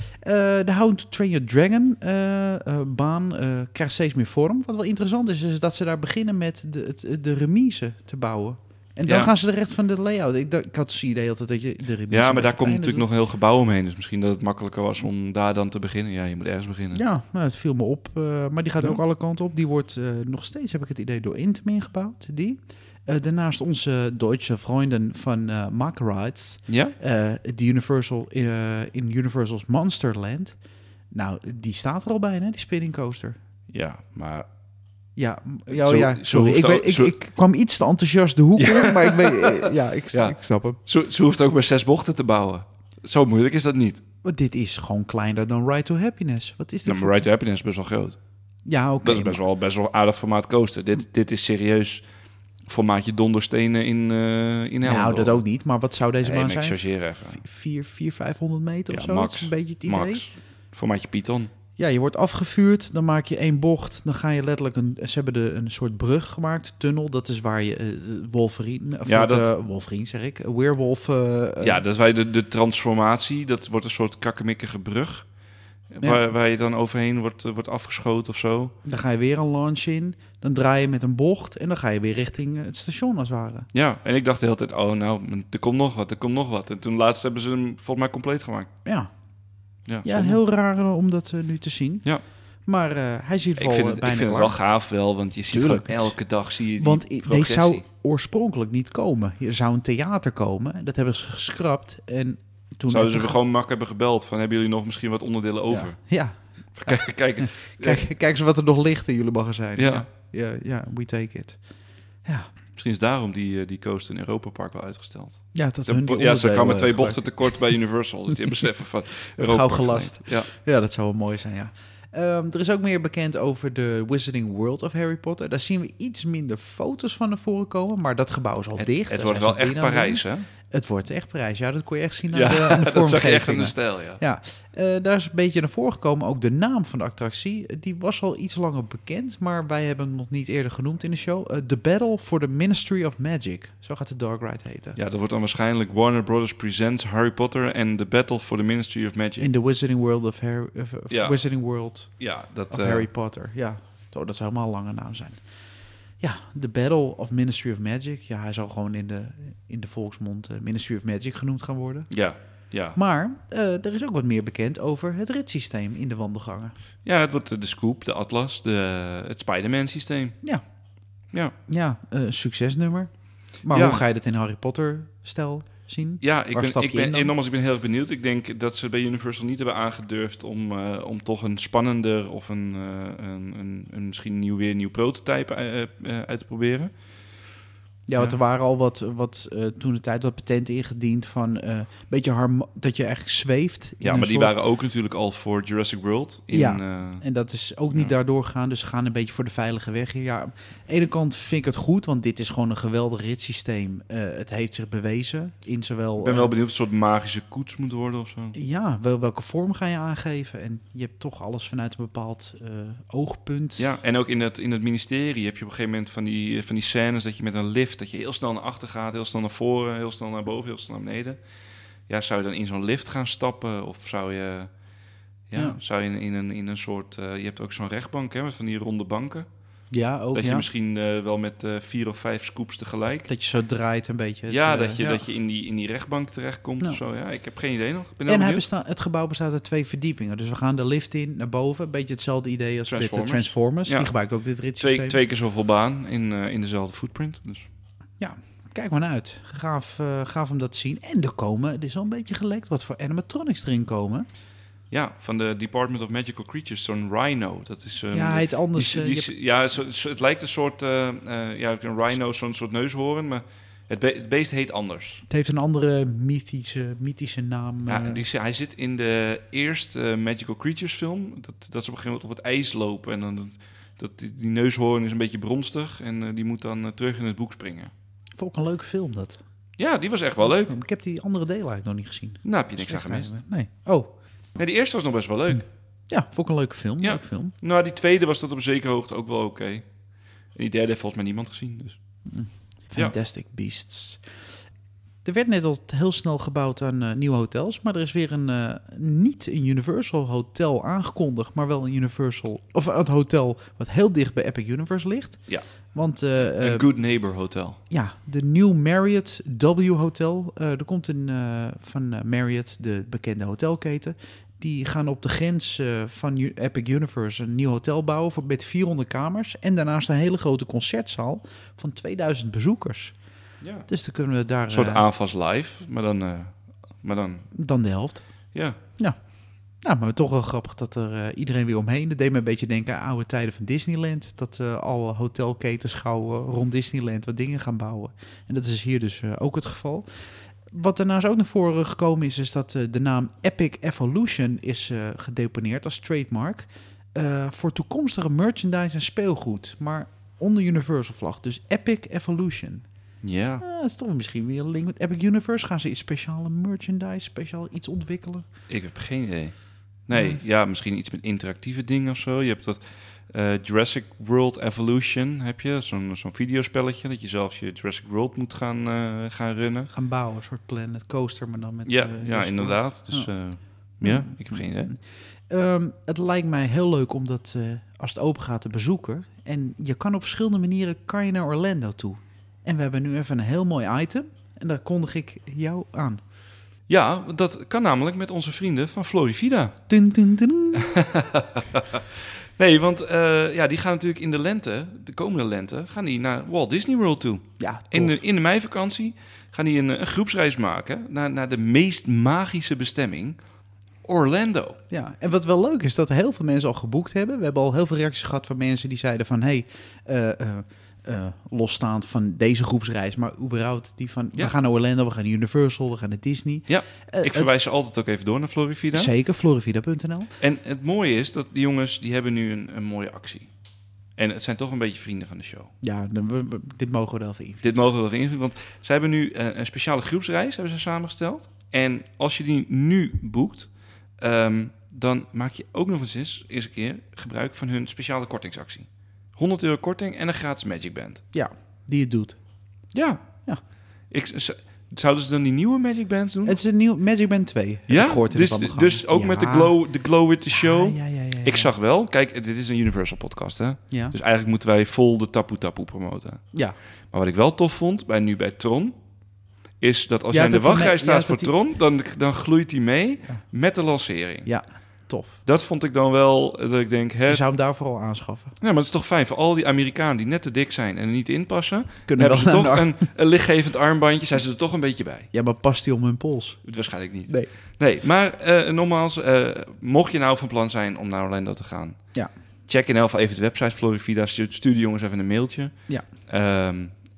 [SPEAKER 3] Eh, de How to Train Your Dragon uh, uh, baan uh, krijgt steeds meer vorm. Wat wel interessant is, is dat ze daar beginnen met de, het, de remise te bouwen. En dan
[SPEAKER 2] Ja.
[SPEAKER 3] gaan ze de rest van de layout. Ik, dacht- ik had het idee altijd dat je de remise...
[SPEAKER 2] Ja, maar
[SPEAKER 3] met
[SPEAKER 2] daar
[SPEAKER 3] de
[SPEAKER 2] komt
[SPEAKER 3] kleine
[SPEAKER 2] natuurlijk nog een heel gebouw omheen. Dus misschien dat het makkelijker was om daar dan te beginnen. Ja, je moet ergens beginnen.
[SPEAKER 3] doet. Ja, nou, het viel me op. Uh, maar die gaat
[SPEAKER 2] Ja.
[SPEAKER 3] ook alle kanten op. Die wordt uh, nog steeds, heb ik het idee, door Intamin gebouwd. Die. Uh, daarnaast onze Duitse vrienden van uh, Mack Rides.
[SPEAKER 2] Ja?
[SPEAKER 3] Uh, die Universal, uh, in Universal's Monsterland. Nou, die staat er al bij, hè, die spinning coaster.
[SPEAKER 2] Ja, maar...
[SPEAKER 3] Ja, m- ja,
[SPEAKER 2] Zo-
[SPEAKER 3] ja
[SPEAKER 2] zo
[SPEAKER 3] sorry.
[SPEAKER 2] hoeft
[SPEAKER 3] Ik,
[SPEAKER 2] ook-
[SPEAKER 3] weet- ik,
[SPEAKER 2] zo-
[SPEAKER 3] ik kwam iets te enthousiast de hoek in, maar ik, weet, ja, ik,
[SPEAKER 2] Ja.
[SPEAKER 3] ik snap hem.
[SPEAKER 2] Ze, ze hoeft ook maar zes bochten te bouwen. Zo moeilijk is dat niet.
[SPEAKER 3] Maar dit is gewoon kleiner dan Ride to Happiness. Wat is dit?
[SPEAKER 2] Ja,
[SPEAKER 3] voor-
[SPEAKER 2] maar Ride to Happiness is best wel groot.
[SPEAKER 3] Ja, oké.
[SPEAKER 2] Dat is best wel, best wel aardig formaat coaster. Dit, dit is serieus formaatje donderstenen in, uh, in
[SPEAKER 3] Nou,
[SPEAKER 2] Helmond.
[SPEAKER 3] dat ook niet. Maar wat zou deze
[SPEAKER 2] Nee,
[SPEAKER 3] baan
[SPEAKER 2] maar ik
[SPEAKER 3] zijn?
[SPEAKER 2] chargeer even.
[SPEAKER 3] vier, vier, vijfhonderd meter
[SPEAKER 2] Ja,
[SPEAKER 3] of zo?
[SPEAKER 2] max.
[SPEAKER 3] Dat is een beetje het idee.
[SPEAKER 2] Max. Formaatje Python.
[SPEAKER 3] Ja, je wordt afgevuurd, dan maak je één bocht. Dan ga je letterlijk een... Ze hebben de, een soort brug gemaakt, tunnel. Dat is waar je uh, Wolverine... Of
[SPEAKER 2] Ja,
[SPEAKER 3] wat,
[SPEAKER 2] dat-
[SPEAKER 3] uh, Wolverine, zeg ik. Weerwolf... uh, uh,
[SPEAKER 2] Ja, dat is waar je de, de transformatie, dat wordt een soort kakkemikkige brug.
[SPEAKER 3] Ja.
[SPEAKER 2] Waar, waar je dan overheen wordt, eh, wordt afgeschoten of zo.
[SPEAKER 3] Dan ga je weer een launch in. Dan draai je met een bocht. En dan ga je weer richting uh, het station, als het ware.
[SPEAKER 2] Ja, en ik dacht de hele tijd, oh nou, er komt nog wat, er komt nog wat. En toen laatst hebben ze hem volgens mij compleet gemaakt.
[SPEAKER 3] Ja,
[SPEAKER 2] Ja,
[SPEAKER 3] ja
[SPEAKER 2] zonde.
[SPEAKER 3] heel raar uh, om dat uh, nu te zien.
[SPEAKER 2] Ja.
[SPEAKER 3] Maar uh, hij ziet
[SPEAKER 2] Ik
[SPEAKER 3] vol
[SPEAKER 2] vind
[SPEAKER 3] uh,
[SPEAKER 2] het, ik
[SPEAKER 3] bijna
[SPEAKER 2] vind het
[SPEAKER 3] klaar.
[SPEAKER 2] wel gaaf wel, want je ziet
[SPEAKER 3] Tuurlijk.
[SPEAKER 2] gewoon elke dag zie je die
[SPEAKER 3] Want i- deze
[SPEAKER 2] progressie.
[SPEAKER 3] zou oorspronkelijk niet komen. Er zou een theater komen. Dat hebben ze geschrapt. En toen
[SPEAKER 2] Zouden ze
[SPEAKER 3] even-
[SPEAKER 2] gewoon mak hebben gebeld van, hebben jullie nog misschien wat onderdelen over?
[SPEAKER 3] Ja,
[SPEAKER 2] Kijk, kijk,
[SPEAKER 3] ja. Kijk, kijk eens wat er nog ligt in jullie magazijn.
[SPEAKER 2] Ja.
[SPEAKER 3] Ja, ja, ja, we take it. Ja,
[SPEAKER 2] misschien is daarom die, eh, die coaster in Europa Park wel uitgesteld.
[SPEAKER 3] ja dat
[SPEAKER 2] De-
[SPEAKER 3] hun die
[SPEAKER 2] ja, ze
[SPEAKER 3] onderdelen
[SPEAKER 2] kwamen twee
[SPEAKER 3] gebruiken.
[SPEAKER 2] bochten tekort bij Universal. Dus die beseffen van
[SPEAKER 3] Gauw
[SPEAKER 2] Europa Park
[SPEAKER 3] gelast.
[SPEAKER 2] geleend. Ja.
[SPEAKER 3] Ja, dat zou wel mooi zijn, ja. Ehm, er is ook meer bekend over de Wizarding World of Harry Potter. Daar zien we iets minder foto's van naar voren komen, maar dat gebouw is al
[SPEAKER 2] Het,
[SPEAKER 3] dicht.
[SPEAKER 2] het
[SPEAKER 3] Daar
[SPEAKER 2] wordt
[SPEAKER 3] zijn
[SPEAKER 2] wel
[SPEAKER 3] ze
[SPEAKER 2] echt
[SPEAKER 3] binnen aan het
[SPEAKER 2] Parijs, hè?
[SPEAKER 3] doen. Het wordt echt Parijs, ja, dat kon je echt zien aan
[SPEAKER 2] Ja,
[SPEAKER 3] de, aan de
[SPEAKER 2] dat zag je echt in
[SPEAKER 3] vormgevingen.
[SPEAKER 2] de stijl, ja.
[SPEAKER 3] Ja, eh, daar is een beetje naar voren gekomen. Ook de naam van de attractie, die was al iets langer bekend, maar wij hebben hem nog niet eerder genoemd in de show. Uh, The Battle for the Ministry of Magic. Zo gaat de Dark Ride heten.
[SPEAKER 2] Ja, dat wordt dan waarschijnlijk Warner Brothers Presents Harry Potter and the Battle for the Ministry of Magic.
[SPEAKER 3] In the Wizarding World of Harry, of, of
[SPEAKER 2] Ja.
[SPEAKER 3] Wizarding World
[SPEAKER 2] Ja, dat...
[SPEAKER 3] of
[SPEAKER 2] eh,
[SPEAKER 3] Harry Potter. Ja, zo, dat zou helemaal een lange naam zijn. Ja, The Battle of Ministry of Magic. Ja, hij zal gewoon in de, in de volksmond uh, Ministry of Magic genoemd gaan worden.
[SPEAKER 2] Ja, ja.
[SPEAKER 3] Maar uh, er is ook wat meer bekend over het ritssysteem in de wandelgangen.
[SPEAKER 2] Ja, het wordt de Scoop, de Atlas, de, het Spider-Man systeem.
[SPEAKER 3] Ja.
[SPEAKER 2] Ja,
[SPEAKER 3] Ja, uh, een succesnummer. Maar
[SPEAKER 2] Ja.
[SPEAKER 3] hoe ga je dat in Harry Potter-stijl zien?
[SPEAKER 2] ja ik
[SPEAKER 3] Waar
[SPEAKER 2] ben,
[SPEAKER 3] stap
[SPEAKER 2] ik
[SPEAKER 3] je
[SPEAKER 2] ben,
[SPEAKER 3] in dan?
[SPEAKER 2] en nogmaals, ik ben heel erg benieuwd. Ik denk dat ze bij Universal niet hebben aangedurfd om, uh, om toch een spannender of een, uh, een, een, een misschien nieuw, weer nieuw prototype uh, uh, uit te proberen.
[SPEAKER 3] Ja, want er waren al wat, wat uh, toen de tijd wat patenten ingediend van uh, een beetje harm dat je eigenlijk zweeft.
[SPEAKER 2] Ja, maar die
[SPEAKER 3] soort...
[SPEAKER 2] waren ook natuurlijk al voor Jurassic World. In,
[SPEAKER 3] ja,
[SPEAKER 2] uh,
[SPEAKER 3] en dat is ook niet ja. daardoor gegaan. Dus ze gaan een beetje voor de veilige weg hier. Ja, aan de ene kant vind ik het goed, want dit is gewoon een geweldig ritssysteem. Uh, het heeft zich bewezen in zowel...
[SPEAKER 2] Ik ben wel benieuwd of het een soort magische koets moet worden of zo.
[SPEAKER 3] Ja, wel, welke vorm ga je aangeven? En je hebt toch alles vanuit een bepaald uh, oogpunt.
[SPEAKER 2] Ja, en ook in het, in het ministerie heb je op een gegeven moment van die, van die scènes dat je met een lift, dat je heel snel naar achter gaat, heel snel naar voren, heel snel naar boven, heel snel naar beneden. Ja, zou je dan in zo'n lift gaan stappen? Of zou je, ja, ja. zou je in een, in een soort, uh, je hebt ook zo'n rechtbank, hè, met van die ronde banken.
[SPEAKER 3] Ja, ook.
[SPEAKER 2] Dat
[SPEAKER 3] ja.
[SPEAKER 2] je misschien uh, wel met uh, vier of vijf scoops tegelijk.
[SPEAKER 3] Dat je zo draait een beetje. Het,
[SPEAKER 2] ja,
[SPEAKER 3] uh,
[SPEAKER 2] dat je,
[SPEAKER 3] ja.
[SPEAKER 2] dat je in die, in die rechtbank terechtkomt
[SPEAKER 3] ja.
[SPEAKER 2] of zo. Ja, ik heb geen idee nog. Ik ben
[SPEAKER 3] en hij besta- het gebouw bestaat uit twee verdiepingen. Dus we gaan de lift in, naar boven. Een beetje hetzelfde idee als Transformers. Met de Transformers. Ja. Die gebruikt ook dit ritssysteem.
[SPEAKER 2] Twee, twee keer zoveel baan in, uh, in dezelfde footprint. Dus.
[SPEAKER 3] Ja, kijk maar naar uit. Gaaf, uh, gaaf om dat te zien. En er komen, het is al een beetje gelekt, wat voor animatronics erin komen.
[SPEAKER 2] Ja, van de Department of Magical Creatures, zo'n rhino. Dat is, um,
[SPEAKER 3] ja, hij heet anders.
[SPEAKER 2] Die, die, die, hebt... Ja, zo, zo, het lijkt een soort, uh, uh, ja, een rhino, zo'n soort neushoorn, maar het, be- het beest heet anders.
[SPEAKER 3] Het heeft een andere mythische, mythische naam.
[SPEAKER 2] Ja,
[SPEAKER 3] uh...
[SPEAKER 2] die, hij zit in de eerste uh, Magical Creatures film. Dat, dat ze op een gegeven moment op het ijs lopen en dan dat die, die neushoorn is een beetje bronstig en uh, die moet dan uh, terug in het boek springen.
[SPEAKER 3] Vond ik een leuke film dat.
[SPEAKER 2] Ja, die was echt wel leuk.
[SPEAKER 3] Ik heb die andere delen eigenlijk nog niet gezien.
[SPEAKER 2] Nou, heb je niks aan gemist.
[SPEAKER 3] Nee. Oh.
[SPEAKER 2] Nee, die eerste was nog best wel leuk.
[SPEAKER 3] Ja, vond ik een leuke film.
[SPEAKER 2] Ja.
[SPEAKER 3] Leuke film.
[SPEAKER 2] Nou, die tweede was tot op een zekere hoogte ook wel oké. Okay. En die derde heeft volgens mij niemand gezien. Dus.
[SPEAKER 3] Mm. Fantastic ja. Beasts. Er werd net al heel snel gebouwd aan uh, nieuwe hotels, maar er is weer een uh, niet een Universal hotel aangekondigd, maar wel een Universal of het hotel wat heel dicht bij Epic Universe ligt.
[SPEAKER 2] Ja.
[SPEAKER 3] Want uh,
[SPEAKER 2] een Good Neighbor Hotel.
[SPEAKER 3] Ja, de New Marriott W Hotel. Uh, er komt een uh, van uh, Marriott, de bekende hotelketen. Die gaan op de grens uh, van U- Epic Universe een nieuw hotel bouwen voor, met vierhonderd kamers. En daarnaast een hele grote concertzaal van tweeduizend bezoekers.
[SPEAKER 2] Ja.
[SPEAKER 3] Dus dan kunnen we daar...
[SPEAKER 2] Een soort
[SPEAKER 3] uh,
[SPEAKER 2] aanvas live, maar dan, uh, maar dan...
[SPEAKER 3] Dan de helft.
[SPEAKER 2] Ja.
[SPEAKER 3] Ja. Nou, maar toch wel grappig dat er uh, iedereen weer omheen... Dat deed me een beetje denken aan oude tijden van Disneyland. Dat uh, alle hotelketens gauw uh, rond Disneyland wat dingen gaan bouwen. En dat is hier dus uh, ook het geval. Wat daarnaast ook naar voren gekomen is... is dat uh, de naam Epic Evolution is uh, gedeponeerd als trademark... Uh, voor toekomstige merchandise en speelgoed. Maar onder Universal vlag. Dus Epic Evolution...
[SPEAKER 2] Ja.
[SPEAKER 3] Uh, dat is toch misschien weer een link met Epic Universe. Gaan ze iets speciale merchandise, speciaal iets ontwikkelen?
[SPEAKER 2] Ik heb geen idee. Nee,
[SPEAKER 3] nee.
[SPEAKER 2] ja, misschien iets met interactieve dingen of zo. Je hebt dat uh, Jurassic World Evolution, heb je. Zo'n, zo'n videospelletje, dat je zelf je Jurassic World moet gaan, uh, gaan runnen.
[SPEAKER 3] Gaan bouwen, een soort Planet Coaster, maar dan met...
[SPEAKER 2] Ja,
[SPEAKER 3] uh,
[SPEAKER 2] ja inderdaad. Dus uh, ja. ja, ik heb geen idee.
[SPEAKER 3] Um, het lijkt mij heel leuk om dat, uh, als het open gaat, te bezoeken. En je kan op verschillende manieren kan je naar Orlando toe. En we hebben nu even een heel mooi item. En daar kondig ik jou aan.
[SPEAKER 2] Ja, dat kan namelijk met onze vrienden van Florivida.
[SPEAKER 3] Dun, dun, dun.
[SPEAKER 2] Nee, want uh, ja, die gaan natuurlijk in de lente, de komende lente, gaan die naar Walt Disney World toe.
[SPEAKER 3] Ja,
[SPEAKER 2] in de, in de meivakantie gaan die een, een groepsreis maken naar, naar de meest magische bestemming, Orlando.
[SPEAKER 3] Ja, en wat wel leuk is, dat heel veel mensen al geboekt hebben. We hebben al heel veel reacties gehad van mensen die zeiden van... hey, uh, uh, uh, losstaand van deze groepsreis, maar überhaupt die van... Ja. We gaan naar Orlando, we gaan naar Universal, we gaan naar Disney.
[SPEAKER 2] Ja, uh, ik verwijs ze altijd ook even door naar Florivida.
[SPEAKER 3] Zeker, florivida punt n l.
[SPEAKER 2] En het mooie is dat die jongens, die hebben nu een, een mooie actie. En het zijn toch een beetje vrienden van de show.
[SPEAKER 3] Ja, we, we, dit mogen we er wel even invullen.
[SPEAKER 2] Dit mogen we wel even invullen, want zij hebben nu uh, een speciale groepsreis hebben ze samengesteld. En als je die nu boekt... Um, dan maak je ook nog eens eens, eens een keer gebruik van hun speciale kortingsactie. honderd euro korting en een gratis Magic Band.
[SPEAKER 3] Ja, die het doet.
[SPEAKER 2] Ja.
[SPEAKER 3] ja.
[SPEAKER 2] Ik, zouden ze dan die nieuwe Magic Bands doen?
[SPEAKER 3] Het is een nieuw Magic Band twee.
[SPEAKER 2] Ja? Dus, dus ook
[SPEAKER 3] ja.
[SPEAKER 2] met de glow, de glow with the show.
[SPEAKER 3] Ja, ja, ja, ja, ja.
[SPEAKER 2] Ik zag wel, kijk, dit is een Universal podcast, hè?
[SPEAKER 3] Ja.
[SPEAKER 2] Dus eigenlijk moeten wij vol de tapoe tapoe promoten.
[SPEAKER 3] Ja.
[SPEAKER 2] Maar wat ik wel tof vond, bij nu bij Tron... is dat als ja, jij in de wachtrij staat ja, voor die... Tron... Dan, dan gloeit hij mee ja. met de lancering.
[SPEAKER 3] Ja, tof.
[SPEAKER 2] Dat vond ik dan wel, dat ik denk... Hè,
[SPEAKER 3] je zou hem daar vooral aanschaffen.
[SPEAKER 2] Ja, maar het is toch fijn voor al die Amerikanen die net te dik zijn... en er niet inpassen...
[SPEAKER 3] Kunnen
[SPEAKER 2] hebben ze toch een, een lichtgevend armbandje... zijn ze er toch een beetje bij.
[SPEAKER 3] Ja, maar past die om hun pols?
[SPEAKER 2] Waarschijnlijk niet.
[SPEAKER 3] Nee.
[SPEAKER 2] Nee, maar uh, nogmaals... Uh, mocht je nou van plan zijn om naar Orlando te gaan...
[SPEAKER 3] Ja.
[SPEAKER 2] check in elk geval even de website Florivida. Stuur de jongens even een mailtje.
[SPEAKER 3] Ja.
[SPEAKER 2] Um,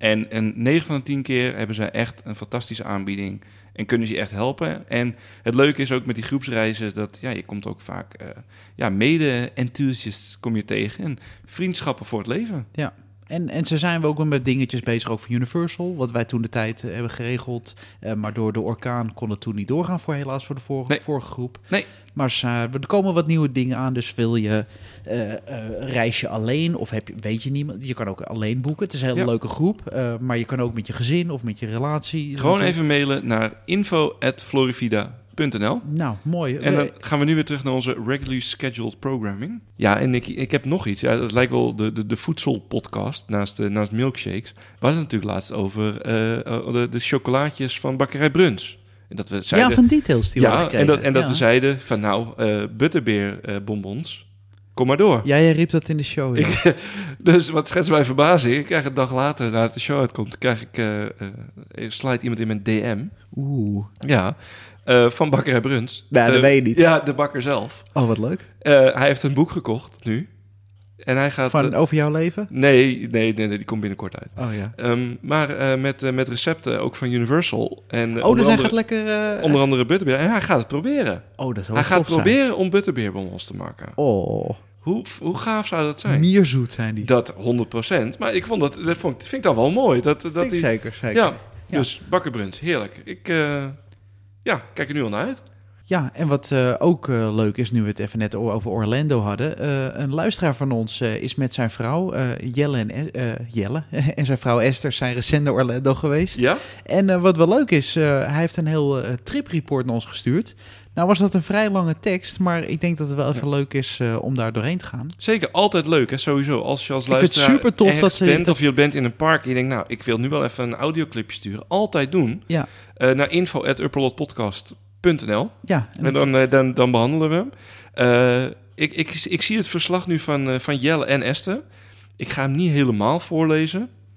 [SPEAKER 2] En, en negen van de tien keer hebben ze echt een fantastische aanbieding en kunnen ze je echt helpen. En het leuke is ook met die groepsreizen dat ja, je komt ook vaak uh, ja, mede-enthusiasts kom je tegen en vriendschappen voor het leven.
[SPEAKER 3] Ja. En, en ze zijn we ook wel met dingetjes bezig ook voor Universal, wat wij toen de tijd uh, hebben geregeld. Uh, maar door de orkaan kon het toen niet doorgaan voor helaas voor de vorige,
[SPEAKER 2] nee.
[SPEAKER 3] vorige groep.
[SPEAKER 2] Nee.
[SPEAKER 3] Maar uh, er komen wat nieuwe dingen aan, dus wil je uh, uh, reis je alleen of heb je, weet je niemand? Je kan ook alleen boeken. Het is een hele
[SPEAKER 2] ja.
[SPEAKER 3] leuke groep, uh, maar je kan ook met je gezin of met je relatie.
[SPEAKER 2] Gewoon even mailen naar info at florivida punt n l.
[SPEAKER 3] Nou, mooi.
[SPEAKER 2] En dan gaan we nu weer terug naar onze regularly scheduled programming. Ja, en ik, ik heb nog iets. Ja, dat lijkt wel de, de, de voedselpodcast naast, de, naast milkshakes. We hadden het natuurlijk laatst over uh, de, de chocolaatjes van bakkerij Bruns. En dat we zeiden,
[SPEAKER 3] ja, van details die we
[SPEAKER 2] ja,
[SPEAKER 3] hadden
[SPEAKER 2] en
[SPEAKER 3] gekregen.
[SPEAKER 2] dat, en dat
[SPEAKER 3] ja.
[SPEAKER 2] we zeiden van nou, uh, butterbeer uh, bonbons, kom maar door.
[SPEAKER 3] Ja, jij riep dat in de show. Ja.
[SPEAKER 2] Ik, dus wat schetst mij verbazing. Ik krijg een dag later, nadat de show uitkomt, krijg ik, uh, uh, slide iemand in mijn D M.
[SPEAKER 3] Oeh.
[SPEAKER 2] Ja. Uh, van bakkerij Bruns.
[SPEAKER 3] Nee, dat
[SPEAKER 2] uh,
[SPEAKER 3] weet je niet.
[SPEAKER 2] Ja, de bakker zelf.
[SPEAKER 3] Oh, wat leuk.
[SPEAKER 2] Uh, hij heeft een boek gekocht nu. En hij gaat...
[SPEAKER 3] Van
[SPEAKER 2] uh,
[SPEAKER 3] over jouw leven?
[SPEAKER 2] Nee, nee, nee, nee, die komt binnenkort uit.
[SPEAKER 3] Oh ja.
[SPEAKER 2] Um, maar uh, met, uh, met recepten ook van Universal. En, uh,
[SPEAKER 3] oh, dus hij
[SPEAKER 2] andere,
[SPEAKER 3] gaat lekker... Uh,
[SPEAKER 2] onder andere butterbeer. En hij gaat het proberen.
[SPEAKER 3] Oh, dat is wel
[SPEAKER 2] Hij gaat
[SPEAKER 3] tof
[SPEAKER 2] proberen
[SPEAKER 3] zijn.
[SPEAKER 2] om butterbeerbonbons te maken.
[SPEAKER 3] Oh.
[SPEAKER 2] Hoe, hoe gaaf zou dat zijn?
[SPEAKER 3] Mierzoet zijn die.
[SPEAKER 2] Dat honderd procent. Maar ik vond dat, dat vond, vind ik dan wel mooi. Dat, dat
[SPEAKER 3] Vind ik
[SPEAKER 2] die,
[SPEAKER 3] zeker, zeker.
[SPEAKER 2] Ja, ja, dus bakker Bruns, heerlijk. Ik uh, ja, kijk er nu al naar uit.
[SPEAKER 3] Ja, en wat uh, ook uh, leuk is, nu we het even net over Orlando hadden. Uh, een luisteraar van ons uh, is met zijn vrouw, uh, Jelle, en, uh, Jelle en zijn vrouw Esther zijn recent naar Orlando geweest.
[SPEAKER 2] Ja?
[SPEAKER 3] En uh, wat wel leuk is, uh, hij heeft een heel uh, tripreport naar ons gestuurd. Nou was dat een vrij lange tekst, maar ik denk dat het wel even ja. leuk is uh, om daar doorheen te gaan.
[SPEAKER 2] Zeker, altijd leuk, hè? Sowieso. Als je als
[SPEAKER 3] ik luisteraar
[SPEAKER 2] vind het
[SPEAKER 3] super tof dat ze,
[SPEAKER 2] bent
[SPEAKER 3] dat...
[SPEAKER 2] of je bent in een park en je denkt, nou, ik wil nu wel even een audioclipje sturen. Altijd doen.
[SPEAKER 3] Ja.
[SPEAKER 2] Uh, naar info at upperlotpodcast punt n l.
[SPEAKER 3] Ja.
[SPEAKER 2] En, en dan, uh, dan, dan behandelen we hem. Uh, ik, ik, ik zie het verslag nu van, uh, van Jelle en Esther. Ik ga hem niet helemaal voorlezen.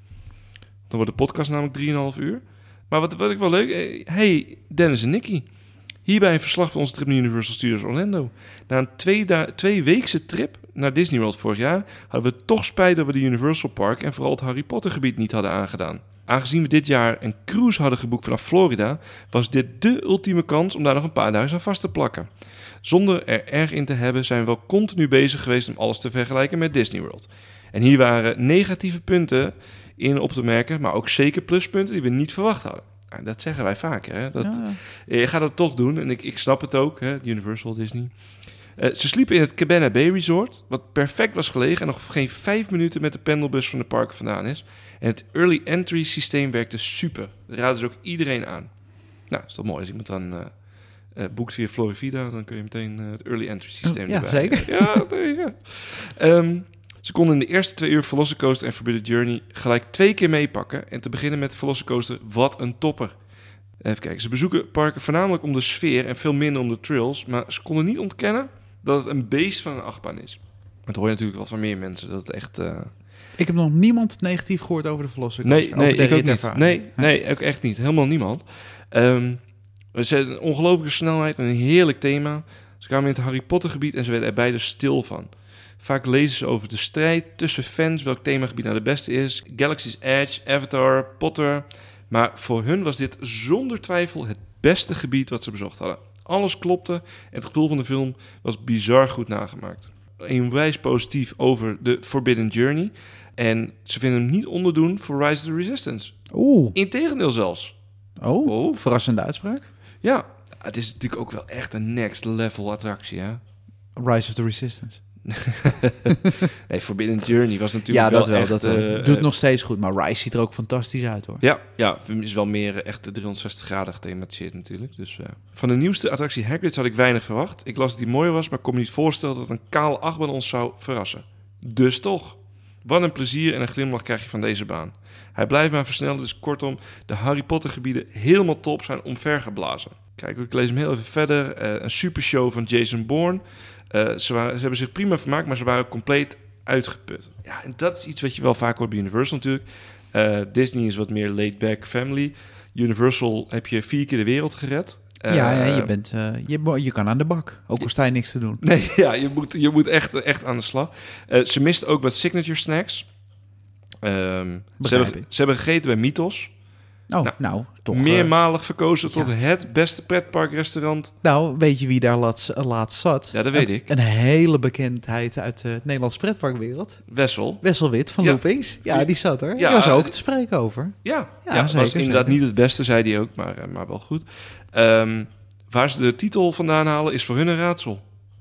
[SPEAKER 2] Dan wordt de podcast namelijk drieënhalf uur. Maar wat, wat ik wel leuk... Uh, hey, Dennis en Nicky. Hierbij een verslag van onze trip naar Universal Studios Orlando. Na een twee da- tweeweekse trip naar Disney World vorig jaar hadden we toch spijt dat we de Universal Park en vooral het Harry Potter gebied niet hadden aangedaan. Aangezien we dit jaar een cruise hadden geboekt vanaf Florida, was dit de ultieme kans om daar nog een paar dagen aan vast te plakken. Zonder er erg in te hebben zijn we wel continu bezig geweest om alles te vergelijken met Disney World. En hier waren negatieve punten in op te merken, maar ook zeker pluspunten die we niet verwacht hadden. Nou, dat zeggen wij vaker. Hè? Dat, ja. Je gaat dat toch doen en ik, ik snap het ook, hè? Universal, Disney. Uh, ze sliepen in het Cabana Bay Resort, wat perfect was gelegen en nog geen vijf minuten met de pendelbus van de parken vandaan is. En het early entry systeem werkte super. Dat raden ze ook iedereen aan. Nou, is toch mooi als iemand dan uh, uh, boekt via Florivida, dan kun je meteen uh, het early entry systeem
[SPEAKER 3] ja,
[SPEAKER 2] erbij.
[SPEAKER 3] Zeker.
[SPEAKER 2] Ja, nee, ja. Um, ze konden in de eerste twee uur Velocicoaster en Forbidden Journey gelijk twee keer meepakken. En te beginnen met Velocicoaster, wat een topper. Even kijken, ze bezoeken parken voornamelijk om de sfeer en veel minder om de thrills. Maar ze konden niet ontkennen dat het een beest van een achtbaan is. Maar dat hoor je natuurlijk wel van meer mensen, dat het echt... Uh...
[SPEAKER 3] Ik heb nog niemand negatief gehoord over de Velocicoaster.
[SPEAKER 2] Nee, nee,
[SPEAKER 3] over de
[SPEAKER 2] ik ook niet.
[SPEAKER 3] rittervaring.
[SPEAKER 2] Nee, nee, ook echt niet. Helemaal niemand. Um, we zetten een ongelooflijke snelheid en een heerlijk thema. Ze kwamen in het Harry Potter gebied en ze werden er beide stil van. Vaak lezen ze over de strijd tussen fans, welk themagebied nou de beste is. Galaxy's Edge, Avatar, Potter. Maar voor hun was dit zonder twijfel het beste gebied wat ze bezocht hadden. Alles klopte en het gevoel van de film was bizar goed nagemaakt. Onwijs positief over de Forbidden Journey. En ze vinden hem niet onderdoen voor Rise of the Resistance.
[SPEAKER 3] Oeh.
[SPEAKER 2] Integendeel zelfs.
[SPEAKER 3] Oh,
[SPEAKER 2] oh,
[SPEAKER 3] verrassende uitspraak.
[SPEAKER 2] Ja, het is natuurlijk ook wel echt een next level attractie, hè?
[SPEAKER 3] Rise of the Resistance.
[SPEAKER 2] Nee, Forbidden Journey was natuurlijk
[SPEAKER 3] ja,
[SPEAKER 2] wel
[SPEAKER 3] dat wel,
[SPEAKER 2] echt...
[SPEAKER 3] dat wel.
[SPEAKER 2] Uh,
[SPEAKER 3] Doet nog steeds goed, maar Rise ziet er ook fantastisch uit, hoor.
[SPEAKER 2] Ja, ja, is wel meer echt driehonderdzestig graden gethematiseerd natuurlijk. Dus, uh. Van de nieuwste attractie Hagrid's had ik weinig verwacht. Ik las dat die mooi was, maar kon me niet voorstellen dat een kale achtbaan ons zou verrassen. Dus toch. Wat een plezier en een glimlach krijg je van deze baan. Hij blijft maar versnellen, dus kortom, de Harry Potter gebieden helemaal top zijn omvergeblazen. Kijk, ik lees hem heel even verder. Uh, een supershow van Jason Bourne. Uh, ze, waren, ze hebben zich prima vermaakt, maar ze waren compleet uitgeput. Ja, en dat is iets wat je wel vaak hoort bij Universal natuurlijk. Uh, Disney is wat meer laid-back family. Universal heb je vier keer de wereld gered. Uh,
[SPEAKER 3] ja, ja, je, bent, uh, je, je kan aan de bak, ook al sta je niks te doen.
[SPEAKER 2] Nee, ja, je moet, je moet echt, echt aan de slag. Uh, ze misten ook wat signature snacks. Um, ze,
[SPEAKER 3] Begrijp
[SPEAKER 2] hebben,
[SPEAKER 3] ik.
[SPEAKER 2] ze hebben gegeten bij Mythos.
[SPEAKER 3] Oh,
[SPEAKER 2] Nou,
[SPEAKER 3] nou, toch...
[SPEAKER 2] Meermalig verkozen tot
[SPEAKER 3] ja.
[SPEAKER 2] het beste pretparkrestaurant.
[SPEAKER 3] Nou, weet je wie daar laatst, laatst zat?
[SPEAKER 2] Ja, dat weet
[SPEAKER 3] een,
[SPEAKER 2] ik.
[SPEAKER 3] Een hele bekendheid uit de Nederlandse pretparkwereld.
[SPEAKER 2] Wessel.
[SPEAKER 3] Wessel Wit van
[SPEAKER 2] Ja.
[SPEAKER 3] Loopings. Ja, die zat er.
[SPEAKER 2] Ja,
[SPEAKER 3] Die was ook
[SPEAKER 2] eh,
[SPEAKER 3] te spreken over.
[SPEAKER 2] Ja,
[SPEAKER 3] Ja,
[SPEAKER 2] ja,
[SPEAKER 3] zeker,
[SPEAKER 2] was inderdaad
[SPEAKER 3] zeker.
[SPEAKER 2] niet het beste, zei hij ook, maar, uh, maar wel goed. Um, waar ze de titel vandaan halen is voor hun een raadsel.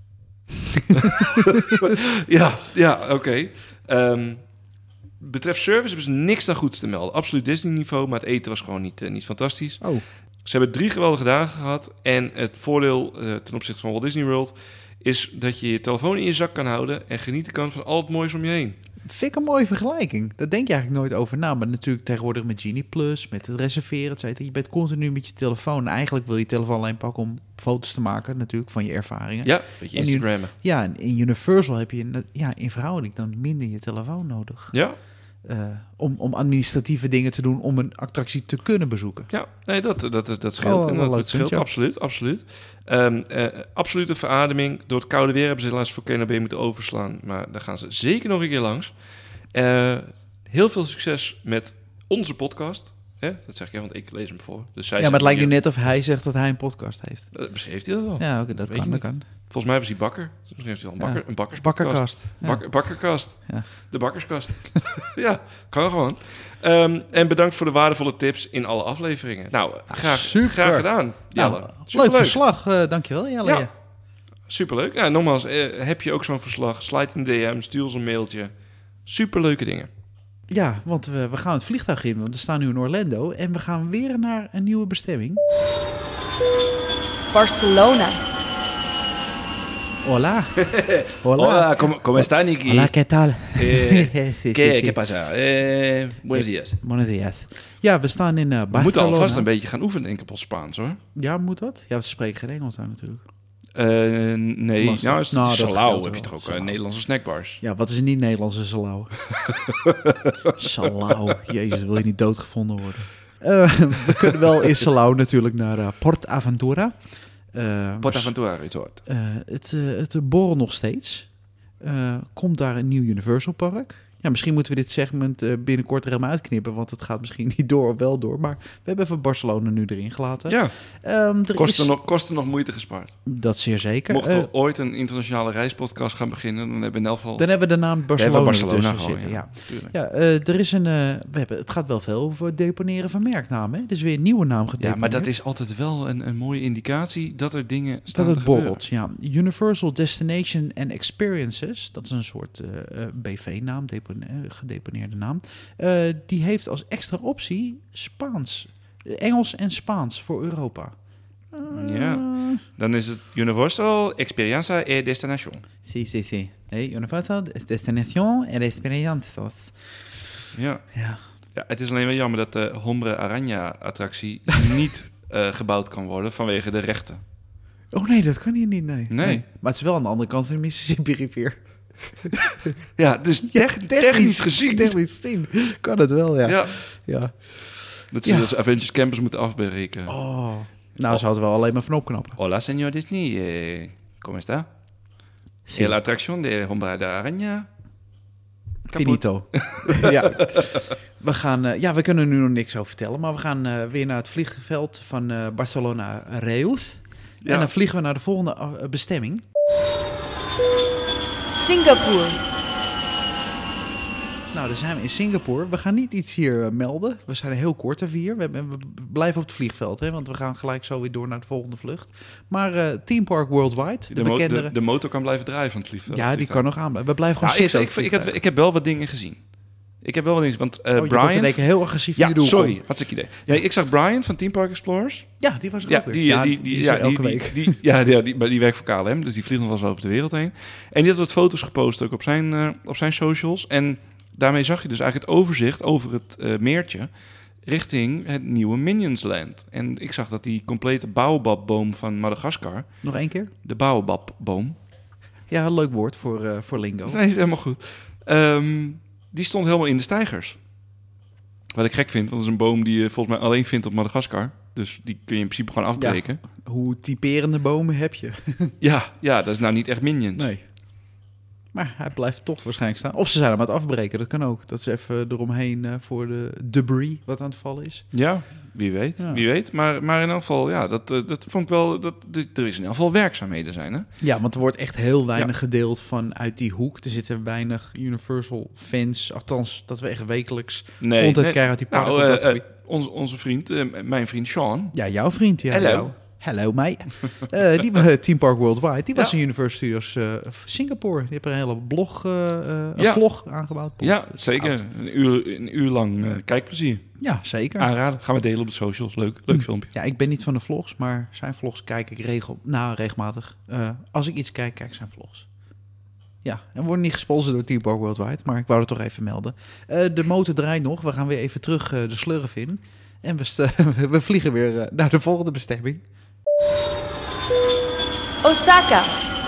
[SPEAKER 2] ja, ja, oké. Okay. Um, betreft service hebben ze niks dan goeds te melden. Absoluut Disney-niveau, maar het eten was gewoon niet, uh, niet fantastisch.
[SPEAKER 3] Oh,
[SPEAKER 2] Ze hebben drie geweldige dagen gehad. En het voordeel uh, ten opzichte van Walt Disney World is dat je je telefoon in je zak kan houden en genieten kan van al het moois om je heen.
[SPEAKER 3] vind ik een mooie vergelijking. Daar denk je eigenlijk nooit over na. Maar natuurlijk tegenwoordig met Genie Plus, met het reserveren, et cetera. Je bent continu met je telefoon. En eigenlijk wil je telefoon alleen pakken om foto's te maken, natuurlijk, van je ervaringen.
[SPEAKER 2] Ja, een beetje
[SPEAKER 3] En nu-
[SPEAKER 2] Instagrammen.
[SPEAKER 3] Ja, en in Universal heb je ja, in verhouding dan minder je telefoon nodig.
[SPEAKER 2] Ja,
[SPEAKER 3] Uh, om, om administratieve dingen te doen om een attractie te kunnen bezoeken.
[SPEAKER 2] ja, nee, dat, dat, dat, dat scheelt.
[SPEAKER 3] Oh,
[SPEAKER 2] en
[SPEAKER 3] wel
[SPEAKER 2] dat,
[SPEAKER 3] leuk
[SPEAKER 2] dat scheelt,
[SPEAKER 3] punt, ja.
[SPEAKER 2] absoluut, absoluut. Um, uh, absolute verademing. Door het koude weer hebben ze helaas voor Volcano Bay moeten overslaan. Maar daar gaan ze zeker nog een keer langs. Uh, heel veel succes met onze podcast. Hè? Dat zeg ik, want ik lees hem voor. Dus zij
[SPEAKER 3] Ja, maar het lijkt nu
[SPEAKER 2] nu
[SPEAKER 3] net of hij zegt dat hij een podcast heeft.
[SPEAKER 2] Uh, misschien heeft hij dat wel.
[SPEAKER 3] Ja, oké, okay, dat
[SPEAKER 2] Weet
[SPEAKER 3] kan,
[SPEAKER 2] je
[SPEAKER 3] dat
[SPEAKER 2] niet.
[SPEAKER 3] kan.
[SPEAKER 2] Volgens mij was hij bakker. Dus misschien heeft hij wel een, bakker,
[SPEAKER 3] Ja.
[SPEAKER 2] een bakkerspodcast.
[SPEAKER 3] Bakkerkast. Ja.
[SPEAKER 2] Bak, bakkerkast.
[SPEAKER 3] Ja.
[SPEAKER 2] De bakkerskast. ja, kan gewoon. Um, en bedankt voor de waardevolle tips in alle afleveringen. Nou, graag,
[SPEAKER 3] super.
[SPEAKER 2] graag gedaan, Jelle.
[SPEAKER 3] Nou, leuk
[SPEAKER 2] Superleuk.
[SPEAKER 3] verslag, uh, dankjewel Jelle.
[SPEAKER 2] Ja, superleuk. Ja, nogmaals, eh, heb je ook zo'n verslag? Slide in de D M, stuur ons een mailtje. Superleuke dingen.
[SPEAKER 3] Ja, want we, we gaan het vliegtuig in, want we staan nu in Orlando en we gaan weer naar een nieuwe bestemming.
[SPEAKER 1] Barcelona.
[SPEAKER 3] Hola. Hola.
[SPEAKER 2] Hola, ¿cómo, cómo está, Nicky?
[SPEAKER 3] Hola, ¿qué tal?
[SPEAKER 2] Eh,
[SPEAKER 3] Sí, sí,
[SPEAKER 2] ¿qué,
[SPEAKER 3] sí.
[SPEAKER 2] ¿Qué pasa? Eh, buenos días.
[SPEAKER 3] Buenos días. Ja, we staan in uh, Barcelona.
[SPEAKER 2] We moeten alvast een beetje gaan oefenen, denk ik, op ons Spaans, hoor.
[SPEAKER 3] Ja, moet dat? Ja, we spreken geen Engels daar natuurlijk.
[SPEAKER 2] Uh, nee,
[SPEAKER 3] Lastig.
[SPEAKER 2] nou, is het
[SPEAKER 3] Nou, dat
[SPEAKER 2] salau
[SPEAKER 3] geldt
[SPEAKER 2] heb je
[SPEAKER 3] wel.
[SPEAKER 2] toch ook uh,
[SPEAKER 3] Salau.
[SPEAKER 2] Nederlandse snackbars.
[SPEAKER 3] Ja, wat is een niet-Nederlandse salau? Salau. Jezus, wil je niet doodgevonden worden? Uh, we kunnen wel in Salau natuurlijk naar uh, Port Aventura. Uh,
[SPEAKER 2] Port Aventura Resort.
[SPEAKER 3] Uh, het, uh, het borrel nog steeds. Uh, komt daar een nieuw Universal Park. Ja, misschien moeten we dit segment uh, binnenkort er helemaal uitknippen, want het gaat misschien niet door of wel door. Maar we hebben even Barcelona nu erin gelaten.
[SPEAKER 2] Ja,
[SPEAKER 3] Um, er
[SPEAKER 2] kosten
[SPEAKER 3] is...
[SPEAKER 2] nog, kosten nog moeite gespaard.
[SPEAKER 3] Dat zeer zeker.
[SPEAKER 2] Mochten we
[SPEAKER 3] Uh,
[SPEAKER 2] ooit een internationale reispodcast gaan beginnen, dan hebben we in elk geval...
[SPEAKER 3] dan hebben we de naam Barcelona,
[SPEAKER 2] We hebben Barcelona
[SPEAKER 3] ertussen
[SPEAKER 2] gewoon,
[SPEAKER 3] zitten. Ja.
[SPEAKER 2] tuurlijk.
[SPEAKER 3] Ja, uh, er is een. Uh, we hebben, het gaat wel veel over deponeren van merknamen. Hè? Dus weer een nieuwe naam gedeponeerd.
[SPEAKER 2] Ja, maar dat is altijd wel een, een mooie indicatie dat er dingen staan
[SPEAKER 3] dat het
[SPEAKER 2] te gebeuren.
[SPEAKER 3] borrelt. Ja. Universal Destination and Experiences, dat is een soort uh, uh, B V-naam, depone- uh, gedeponeerde naam. Uh, die heeft als extra optie Spaans, uh, Engels en Spaans voor Europa. Uh,
[SPEAKER 2] Ja. Dan is het Universal Experiencia e Destination.
[SPEAKER 3] Sí, sí, sí. Hey, Universal Destination and Experiences.
[SPEAKER 2] Ja.
[SPEAKER 3] Ja.
[SPEAKER 2] Ja, het is alleen wel jammer dat de Hombre Araña-attractie niet uh, gebouwd kan worden vanwege de rechten.
[SPEAKER 3] Oh nee, dat kan hier niet, nee.
[SPEAKER 2] Nee.
[SPEAKER 3] Maar het is wel aan de andere kant van de Mississippi-rivier.
[SPEAKER 2] Ja, dus tech-
[SPEAKER 3] Ja,
[SPEAKER 2] technisch gezien.
[SPEAKER 3] Technisch gezien kan het wel, ja.
[SPEAKER 2] Ja,
[SPEAKER 3] ja.
[SPEAKER 2] dat ze
[SPEAKER 3] Ja.
[SPEAKER 2] dus Avengers Campus moeten afbreken.
[SPEAKER 3] Oh. Nou, ze hadden wel alleen maar van opknappen.
[SPEAKER 2] Hola, señor Disney. Eh, ¿Cómo está?
[SPEAKER 3] Sí.
[SPEAKER 2] El atracción de Hombre de Araña. Kapot.
[SPEAKER 3] Finito. ja. We gaan, uh, ja, we kunnen er nu nog niks over vertellen, maar we gaan uh, weer naar het vliegveld van uh, Barcelona Reus.
[SPEAKER 2] Ja.
[SPEAKER 3] En dan vliegen we naar de volgende uh, bestemming.
[SPEAKER 1] Singapore.
[SPEAKER 3] Nou, dan zijn we in Singapore. We gaan niet iets hier uh, melden. We zijn er heel kort even hier. We, hebben, we blijven op het vliegveld, hè, want we gaan gelijk zo weer door naar de volgende vlucht. Maar uh, Theme Park Worldwide, de,
[SPEAKER 2] De, mo-
[SPEAKER 3] bekendere...
[SPEAKER 2] de, de motor kan blijven draaien van het vliegveld.
[SPEAKER 3] ja, die kan nog aan. We blijven gewoon
[SPEAKER 2] Nou, ik,
[SPEAKER 3] zitten.
[SPEAKER 2] ik,
[SPEAKER 3] op het
[SPEAKER 2] ik, ik, heb,
[SPEAKER 3] vliegtuig.
[SPEAKER 2] ik heb wel wat dingen gezien. Ik heb wel wat dingen want uh,
[SPEAKER 3] oh, je
[SPEAKER 2] Brian...
[SPEAKER 3] wordt in één keer heel agressief in
[SPEAKER 2] Ja,
[SPEAKER 3] je doel.
[SPEAKER 2] sorry, hartstikke idee. Nee, ik zag Brian van Team Park Explorers.
[SPEAKER 3] Ja, die was er
[SPEAKER 2] Ja,
[SPEAKER 3] ook weer.
[SPEAKER 2] die,
[SPEAKER 3] ja,
[SPEAKER 2] die, die,
[SPEAKER 3] is
[SPEAKER 2] ja,
[SPEAKER 3] er elke
[SPEAKER 2] die,
[SPEAKER 3] week.
[SPEAKER 2] Die, die, ja, die, die, maar die werkt voor K L M, dus die vliegt nog wel eens over de wereld heen. En die had wat foto's gepost ook op zijn, uh, op zijn socials. En daarmee zag je dus eigenlijk het overzicht over het uh, meertje richting het nieuwe Minions Land. En ik zag dat die complete baobabboom van Madagaskar,
[SPEAKER 3] Nog één keer?
[SPEAKER 2] de baobabboom,
[SPEAKER 3] Ja, een leuk woord voor, uh, voor lingo.
[SPEAKER 2] nee, is helemaal goed. Um, die stond helemaal in de steigers. Wat ik gek vind, want dat is een boom die je volgens mij alleen vindt op Madagaskar. Dus die kun je in principe gewoon afbreken.
[SPEAKER 3] Hoe typerende bomen heb je?
[SPEAKER 2] Ja, ja, dat is nou niet echt Minions.
[SPEAKER 3] Nee. Maar hij blijft toch waarschijnlijk staan. Of ze zijn hem aan het afbreken, dat kan ook. Dat is even eromheen uh, voor de debris wat aan het vallen is.
[SPEAKER 2] Ja, wie weet. Ja. Wie weet. Maar, maar in elk geval, ja, dat, uh, dat vond ik wel... Dat, dat, er is in elk geval werkzaamheden zijn, hè?
[SPEAKER 3] Ja, want er wordt echt heel weinig ja. gedeeld vanuit die hoek. Er zitten weinig Universal fans. Althans, dat we echt wekelijks
[SPEAKER 2] nee,
[SPEAKER 3] content
[SPEAKER 2] nee.
[SPEAKER 3] krijgen uit die parken.
[SPEAKER 2] Nou, uh,
[SPEAKER 3] dat
[SPEAKER 2] uh, onze, onze vriend, uh, mijn vriend Sean.
[SPEAKER 3] Ja, jouw vriend. Ja,
[SPEAKER 2] Hallo.
[SPEAKER 3] Jou. Hallo, mij. uh, die uh, Team Park Worldwide. Die was
[SPEAKER 2] ja.
[SPEAKER 3] in Universal Studios uh, Singapore. Die heeft er een hele blog, uh, uh, een
[SPEAKER 2] ja.
[SPEAKER 3] vlog aangebouwd. Blog.
[SPEAKER 2] Ja, zeker. Een uur, een uur lang uh, kijkplezier.
[SPEAKER 3] Ja, zeker.
[SPEAKER 2] Aanraden. Gaan we delen op de socials. Leuk, leuk hm. filmpje.
[SPEAKER 3] Ja, ik ben niet van de vlogs, maar zijn vlogs kijk ik regel, nou, regelmatig. Uh, als ik iets kijk, kijk ik zijn vlogs. Ja, en we worden niet gesponsord door Team Park Worldwide, maar ik wou het toch even melden. Uh, de motor draait nog. We gaan weer even terug uh, de slurf in. En we, st- we vliegen weer uh, naar de volgende bestemming.
[SPEAKER 1] Osaka.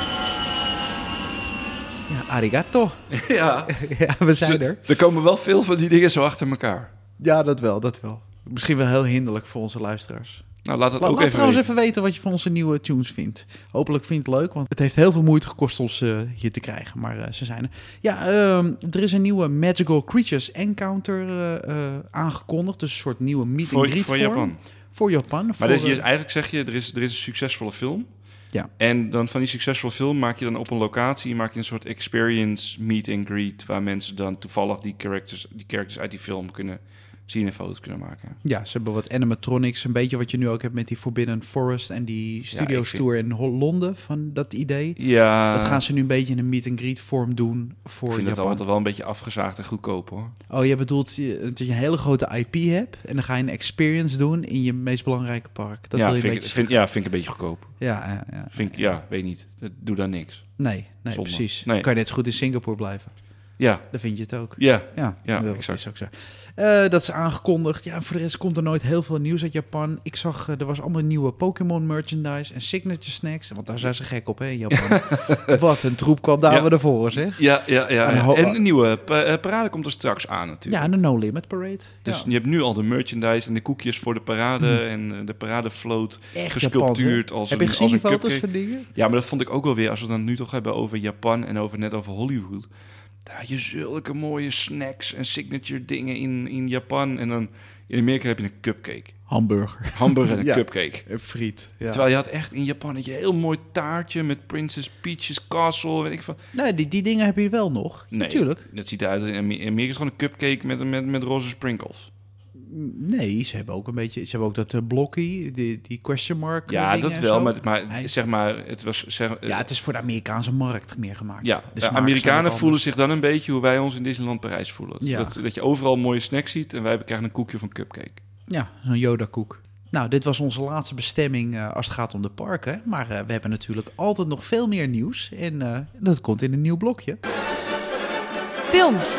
[SPEAKER 3] Ja, arigato.
[SPEAKER 2] Ja.
[SPEAKER 3] ja, we zijn er.
[SPEAKER 2] Er komen wel veel van die dingen zo achter elkaar.
[SPEAKER 3] Ja, dat wel, dat wel. Misschien wel heel hinderlijk voor onze luisteraars.
[SPEAKER 2] Nou, laat het
[SPEAKER 3] La-
[SPEAKER 2] ook
[SPEAKER 3] laat
[SPEAKER 2] even
[SPEAKER 3] trouwens
[SPEAKER 2] weten.
[SPEAKER 3] even weten wat je van onze nieuwe tunes vindt. Hopelijk vind je het leuk, want het heeft heel veel moeite gekost om ze hier te krijgen. Maar uh, ze zijn er. Ja, uh, er is een nieuwe Magical Creatures Encounter uh, uh, aangekondigd. Dus een soort nieuwe meet
[SPEAKER 2] voor,
[SPEAKER 3] and greet
[SPEAKER 2] voor
[SPEAKER 3] vorm.
[SPEAKER 2] Japan.
[SPEAKER 3] Voor Japan.
[SPEAKER 2] Maar
[SPEAKER 3] voor,
[SPEAKER 2] dus, je,
[SPEAKER 3] uh,
[SPEAKER 2] eigenlijk zeg je, er is, er is een succesvolle film.
[SPEAKER 3] Ja.
[SPEAKER 2] En dan van die succesvolle film maak je dan op een locatie... maak je een soort experience meet and greet... waar mensen dan toevallig die characters, die characters uit die film kunnen zien en foto's kunnen maken.
[SPEAKER 3] Ja, ze hebben wat animatronics. Een beetje wat je nu ook hebt met die Forbidden Forest... en die Studios
[SPEAKER 2] ja,
[SPEAKER 3] Tour in Ho- Londen, van dat idee.
[SPEAKER 2] Ja.
[SPEAKER 3] Dat gaan ze nu een beetje in een meet and greet vorm doen voor
[SPEAKER 2] Ik vind
[SPEAKER 3] Japan.
[SPEAKER 2] het altijd wel een beetje afgezaagd en goedkoop, hoor.
[SPEAKER 3] Oh, je bedoelt dat je een hele grote I P hebt... en dan ga je een experience doen in je meest belangrijke park. Dat
[SPEAKER 2] ja,
[SPEAKER 3] wil je
[SPEAKER 2] vind
[SPEAKER 3] een
[SPEAKER 2] ik,
[SPEAKER 3] beetje
[SPEAKER 2] vind, ja, vind ik een beetje goedkoop.
[SPEAKER 3] Ja, ja, ja.
[SPEAKER 2] Vind ik, ja, weet niet. Doe daar niks.
[SPEAKER 3] Nee, nee
[SPEAKER 2] Zonde.
[SPEAKER 3] precies.
[SPEAKER 2] Nee.
[SPEAKER 3] Dan kan je net zo goed in Singapore blijven.
[SPEAKER 2] Ja.
[SPEAKER 3] Dan vind je het ook.
[SPEAKER 2] Ja,
[SPEAKER 3] Ja,
[SPEAKER 2] ja
[SPEAKER 3] dat
[SPEAKER 2] exact.
[SPEAKER 3] is ook zo. Uh, dat is aangekondigd. Ja, voor de rest komt er nooit heel veel nieuws uit Japan. Ik zag, uh, er was allemaal nieuwe Pokémon merchandise en signature snacks. Want daar zijn ze gek op, hè, in Japan. Wat een troep kwam daar
[SPEAKER 2] Ja.
[SPEAKER 3] weer naar voren, zeg.
[SPEAKER 2] Ja, ja, ja.
[SPEAKER 3] En
[SPEAKER 2] En,
[SPEAKER 3] ho-
[SPEAKER 2] en een nieuwe pa- uh, parade komt er straks aan natuurlijk.
[SPEAKER 3] Ja, en de No Limit Parade.
[SPEAKER 2] Dus
[SPEAKER 3] ja.
[SPEAKER 2] je hebt nu al de merchandise en de koekjes voor de parade...
[SPEAKER 3] Mm.
[SPEAKER 2] en uh, de paradevloot
[SPEAKER 3] Echt
[SPEAKER 2] gesculptuurd
[SPEAKER 3] Japans,
[SPEAKER 2] als
[SPEAKER 3] Heb
[SPEAKER 2] een,
[SPEAKER 3] je gezien
[SPEAKER 2] als
[SPEAKER 3] die
[SPEAKER 2] een
[SPEAKER 3] foto's
[SPEAKER 2] cupcake.
[SPEAKER 3] van dingen?
[SPEAKER 2] Ja, maar dat vond ik ook wel weer... als we het dan nu toch hebben over Japan en over net over Hollywood... daar had je zulke mooie snacks en signature dingen in, in Japan... en dan in Amerika heb je een cupcake.
[SPEAKER 3] Hamburger.
[SPEAKER 2] Hamburger en
[SPEAKER 3] Ja.
[SPEAKER 2] cupcake.
[SPEAKER 3] En friet. Ja.
[SPEAKER 2] Terwijl je had echt in Japan had je een heel mooi taartje... met Princess Peach's Castle, weet ik van.
[SPEAKER 3] Nee, die, die dingen heb je wel nog.
[SPEAKER 2] Nee,
[SPEAKER 3] Natuurlijk.
[SPEAKER 2] dat ziet eruit. In Amerika is het gewoon een cupcake met, met, met roze sprinkles.
[SPEAKER 3] Nee, ze hebben ook een beetje... Ze hebben ook dat uh, blokkie, die, die question mark
[SPEAKER 2] Ja,
[SPEAKER 3] dingen
[SPEAKER 2] dat
[SPEAKER 3] en
[SPEAKER 2] wel,
[SPEAKER 3] zo.
[SPEAKER 2] maar, maar
[SPEAKER 3] Nee.
[SPEAKER 2] zeg maar, het was... Zeg,
[SPEAKER 3] Ja, het is voor de Amerikaanse markt meer gemaakt.
[SPEAKER 2] ja,
[SPEAKER 3] De
[SPEAKER 2] de
[SPEAKER 3] smaken zijn
[SPEAKER 2] Amerikanen
[SPEAKER 3] ook
[SPEAKER 2] voelen
[SPEAKER 3] anders.
[SPEAKER 2] zich dan een beetje hoe wij ons in Disneyland Parijs voelen.
[SPEAKER 3] Ja.
[SPEAKER 2] Dat, dat je overal mooie snacks ziet en wij krijgen een koekje van cupcake.
[SPEAKER 3] Ja, zo'n Yoda-koek. Nou, dit was onze laatste bestemming uh, als het gaat om de parken. Maar uh, we hebben natuurlijk altijd nog veel meer nieuws. En uh, dat komt in een nieuw blokje.
[SPEAKER 1] Films.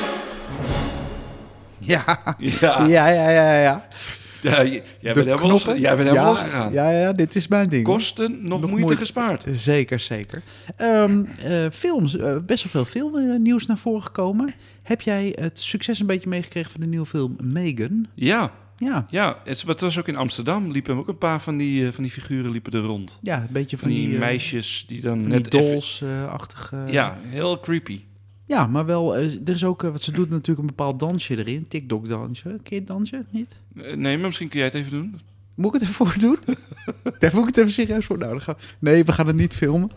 [SPEAKER 3] Ja,
[SPEAKER 2] Ja,
[SPEAKER 3] ja, ja, ja. ja.
[SPEAKER 2] ja jij jij
[SPEAKER 3] De
[SPEAKER 2] bent helemaal los,
[SPEAKER 3] knoppen.
[SPEAKER 2] jij bent helemaal
[SPEAKER 3] ja,
[SPEAKER 2] losgegaan.
[SPEAKER 3] Ja, ja, dit is mijn ding.
[SPEAKER 2] Kosten, nog,
[SPEAKER 3] Nog
[SPEAKER 2] moeite,
[SPEAKER 3] moeite.
[SPEAKER 2] gespaard.
[SPEAKER 3] Zeker, zeker. Um, uh, films, uh, best wel veel filmnieuws naar voren gekomen. Heb jij het succes een beetje meegekregen van de nieuwe film Megan?
[SPEAKER 2] Ja,
[SPEAKER 3] Ja,
[SPEAKER 2] ja het wat was ook in Amsterdam. Liepen ook een paar van die, uh, van die figuren liepen er rond.
[SPEAKER 3] ja een beetje
[SPEAKER 2] Van
[SPEAKER 3] van,
[SPEAKER 2] die,
[SPEAKER 3] die, uh,
[SPEAKER 2] meisjes die dan
[SPEAKER 3] van
[SPEAKER 2] net
[SPEAKER 3] die
[SPEAKER 2] even-
[SPEAKER 3] dolls-achtige...
[SPEAKER 2] Ja, heel creepy.
[SPEAKER 3] Ja, maar wel, uh, er is ook, uh, wat ze doet natuurlijk een bepaald dansje erin. TikTok-dansje. Ken je het dansje? Niet?
[SPEAKER 2] Uh, nee, maar misschien kun jij het even doen.
[SPEAKER 3] Moet ik het even voor doen? Daar moet ik het even serieus voor. Nou, dan gaan we... Nee, we gaan het niet filmen.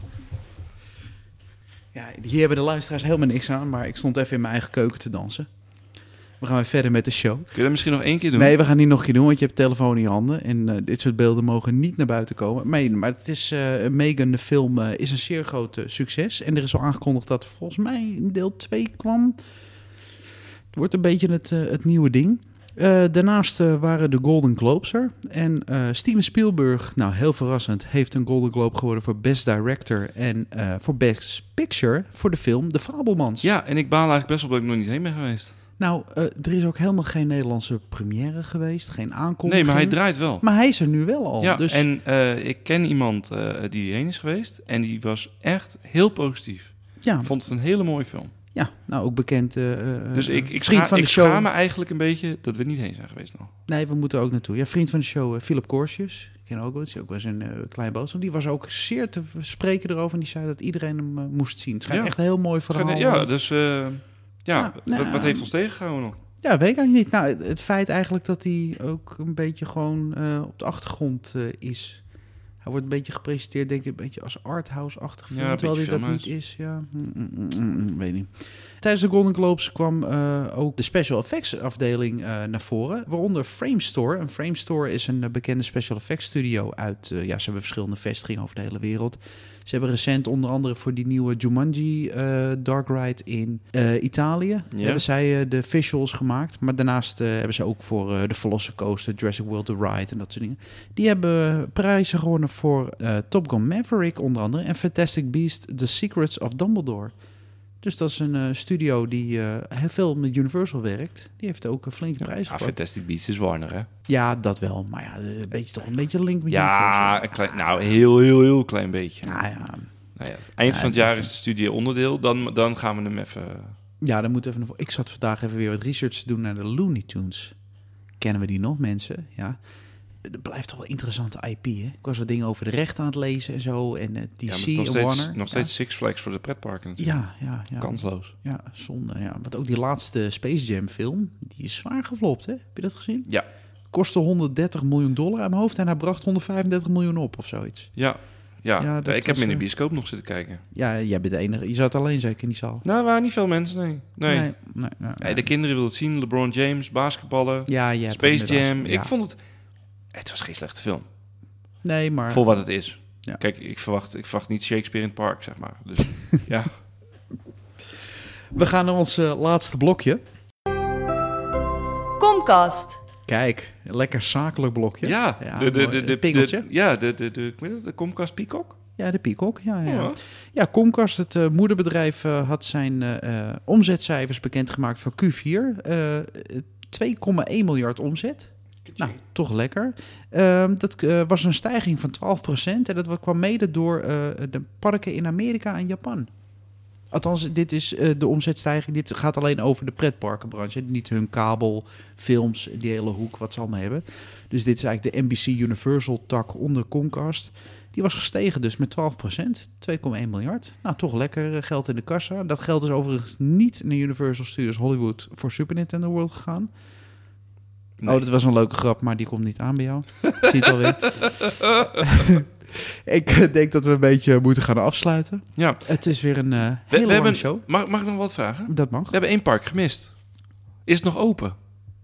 [SPEAKER 3] Ja, hier hebben de luisteraars helemaal niks aan, maar ik stond even in mijn eigen keuken te dansen. We gaan weer verder met de show.
[SPEAKER 2] Kun je dat misschien nog één keer doen?
[SPEAKER 3] Nee, we gaan niet nog een keer doen, want je hebt telefoon in je handen. En uh, dit soort beelden mogen niet naar buiten komen. Maar, maar het is, uh, Megan, de film, uh, is een zeer groot uh, succes. En er is al aangekondigd dat er volgens mij in deel twee kwam. Het wordt een beetje het, uh, het nieuwe ding. Uh, daarnaast uh, waren de Golden Globes er. En uh, Steven Spielberg, nou heel verrassend, heeft een Golden Globe geworden voor Best Director en uh, voor Best Picture voor de film De Fabelmans.
[SPEAKER 2] Ja, en ik baal eigenlijk best wel dat ik nog niet heen ben geweest.
[SPEAKER 3] Nou, uh, er is ook helemaal geen Nederlandse première geweest, geen aankondiging.
[SPEAKER 2] Nee, maar hij draait wel.
[SPEAKER 3] Maar hij is er nu wel al.
[SPEAKER 2] Ja,
[SPEAKER 3] dus...
[SPEAKER 2] en uh, ik ken iemand uh, die heen is geweest en die was echt heel positief.
[SPEAKER 3] ja,
[SPEAKER 2] Ik vond het een hele mooie film.
[SPEAKER 3] ja, nou ook bekend uh,
[SPEAKER 2] Dus ik, ik,
[SPEAKER 3] vriend
[SPEAKER 2] scha-
[SPEAKER 3] van de
[SPEAKER 2] ik
[SPEAKER 3] show.
[SPEAKER 2] schaam me eigenlijk een beetje dat we niet heen zijn geweest nog.
[SPEAKER 3] Nee, we moeten er ook naartoe. Ja, vriend van de show, uh, Philip Korsjes. ken ook wel, is ook wel eens een uh, kleine boodschap. Die was ook zeer te spreken erover. En die zei dat iedereen hem uh, moest zien. Het schijnt
[SPEAKER 2] Ja.
[SPEAKER 3] echt een heel mooi verhaal.
[SPEAKER 2] Schijn- Ja, dus uh, ja,
[SPEAKER 3] Ja, nou,
[SPEAKER 2] wat, wat heeft ons tegengehouden nog?
[SPEAKER 3] Ja, weet ik eigenlijk niet. Nou, het, het feit eigenlijk dat hij ook een beetje gewoon uh, op de achtergrond uh, is. Hij wordt een beetje gepresenteerd, denk ik, een beetje als arthouse-achtig film.
[SPEAKER 2] Ja,
[SPEAKER 3] terwijl hij dat
[SPEAKER 2] filmhuis.
[SPEAKER 3] niet is. Ja, mm, mm, mm, mm, weet niet. Tijdens de Golden Globes kwam uh, ook de special effects afdeling uh, naar voren. Waaronder Framestore. En Framestore is een uh, bekende special effects studio uit... Uh, ja, ze hebben verschillende vestigingen over de hele wereld. Ze hebben recent onder andere voor die nieuwe Jumanji uh, Dark Ride in uh, Italië...
[SPEAKER 2] Ja.
[SPEAKER 3] hebben zij uh, de visuals gemaakt. Maar daarnaast uh, hebben ze ook voor uh, de Velocicoaster, Jurassic World The Ride en dat soort dingen. Die hebben prijzen gewonnen voor uh, Top Gun Maverick onder andere... en Fantastic Beasts The Secrets of Dumbledore. Dus dat is een uh, studio die uh, heel veel met Universal werkt. Die heeft ook een flinke
[SPEAKER 2] Ja,
[SPEAKER 3] prijs
[SPEAKER 2] ah,
[SPEAKER 3] gepakt.
[SPEAKER 2] Fantastic Beasts is Warner, hè?
[SPEAKER 3] Ja, dat wel. Maar ja, een beetje, toch een beetje link met Universal.
[SPEAKER 2] Ja, een klein, nou, heel, heel, heel klein beetje.
[SPEAKER 3] Nou ja,
[SPEAKER 2] Nou ja, eind
[SPEAKER 3] Ja,
[SPEAKER 2] van het
[SPEAKER 3] dat
[SPEAKER 2] jaar
[SPEAKER 3] is-
[SPEAKER 2] is de studie onderdeel. Dan, dan gaan we hem even...
[SPEAKER 3] ja, dan moet even. nog- Ik zat vandaag even weer wat research te doen naar de Looney Tunes. Kennen we die nog, mensen? Ja. Dat blijft toch wel interessante I P, hè? Ik was wat dingen over de rechten aan het lezen en zo. En uh, D C
[SPEAKER 2] Ja, maar het is nog
[SPEAKER 3] en
[SPEAKER 2] steeds,
[SPEAKER 3] Warner.
[SPEAKER 2] nog steeds Six Flags voor de pretparken natuurlijk.
[SPEAKER 3] Ja, ja, ja.
[SPEAKER 2] Kansloos.
[SPEAKER 3] Ja, zonde. Ja. Want ook die laatste Space Jam film, die is zwaar geflopt, hè? Heb je dat gezien?
[SPEAKER 2] Ja.
[SPEAKER 3] Kostte honderddertig miljoen dollar aan mijn hoofd en hij bracht honderdvijfendertig miljoen op of zoiets.
[SPEAKER 2] Ja, ja.
[SPEAKER 3] Ja, dat
[SPEAKER 2] ik heb
[SPEAKER 3] was,
[SPEAKER 2] hem in de
[SPEAKER 3] uh,
[SPEAKER 2] bioscoop nog zitten kijken.
[SPEAKER 3] Ja, jij bent de enige. Je zat alleen zeker in die zaal.
[SPEAKER 2] Nou, er waren niet veel mensen, nee. Nee.
[SPEAKER 3] nee, nee, nee,
[SPEAKER 2] Nee, de kinderen wilden het zien. LeBron James, basketballen,
[SPEAKER 3] Ja, jij hebt
[SPEAKER 2] Space
[SPEAKER 3] inderdaad-
[SPEAKER 2] Jam.
[SPEAKER 3] Ja.
[SPEAKER 2] Ik vond het... Het was geen slechte film.
[SPEAKER 3] Nee, maar...
[SPEAKER 2] Voor wat het is.
[SPEAKER 3] Ja.
[SPEAKER 2] Kijk, ik verwacht, ik verwacht niet Shakespeare in het park, zeg maar. Dus ja.
[SPEAKER 3] We gaan naar ons uh, laatste blokje.
[SPEAKER 1] Comcast.
[SPEAKER 3] Kijk, een lekker zakelijk blokje.
[SPEAKER 2] Ja,
[SPEAKER 3] Ja,
[SPEAKER 2] de, de,
[SPEAKER 3] mooi.
[SPEAKER 2] de, de,
[SPEAKER 3] Pingeltje.
[SPEAKER 2] de- ja, de, de, de, ik weet het, de Comcast Peacock.
[SPEAKER 3] Ja, de Peacock. Ja, ja.
[SPEAKER 2] Ja.
[SPEAKER 3] ja Comcast, het uh, moederbedrijf, uh, had zijn uh, uh, omzetcijfers bekendgemaakt voor Q vier. Uh, twee komma één miljard omzet. Nou, toch lekker. Uh, dat uh, was een stijging van twaalf procent. En dat kwam mede door uh, de parken in Amerika en Japan. Althans, dit is uh, de omzetstijging. Dit gaat alleen over de pretparkenbranche. Niet hun kabel, films, die hele hoek, wat ze allemaal hebben. Dus dit is eigenlijk de N B C Universal tak onder Comcast. Die was gestegen dus met twaalf procent. twee komma één miljard. Nou, toch lekker uh, geld in de kassa. Dat geld is overigens niet naar Universal Studios Hollywood voor Super Nintendo World gegaan.
[SPEAKER 2] Nee.
[SPEAKER 3] Oh, dat was een leuke grap, maar die komt niet aan bij jou. Zie je het alweer? Ik uh, denk dat we een beetje moeten gaan afsluiten.
[SPEAKER 2] Ja.
[SPEAKER 3] Het is weer een uh, hele
[SPEAKER 2] We, we
[SPEAKER 3] lange
[SPEAKER 2] hebben,
[SPEAKER 3] show.
[SPEAKER 2] mag, mag ik nog wat vragen?
[SPEAKER 3] Dat mag.
[SPEAKER 2] We hebben één park gemist. Is het nog open?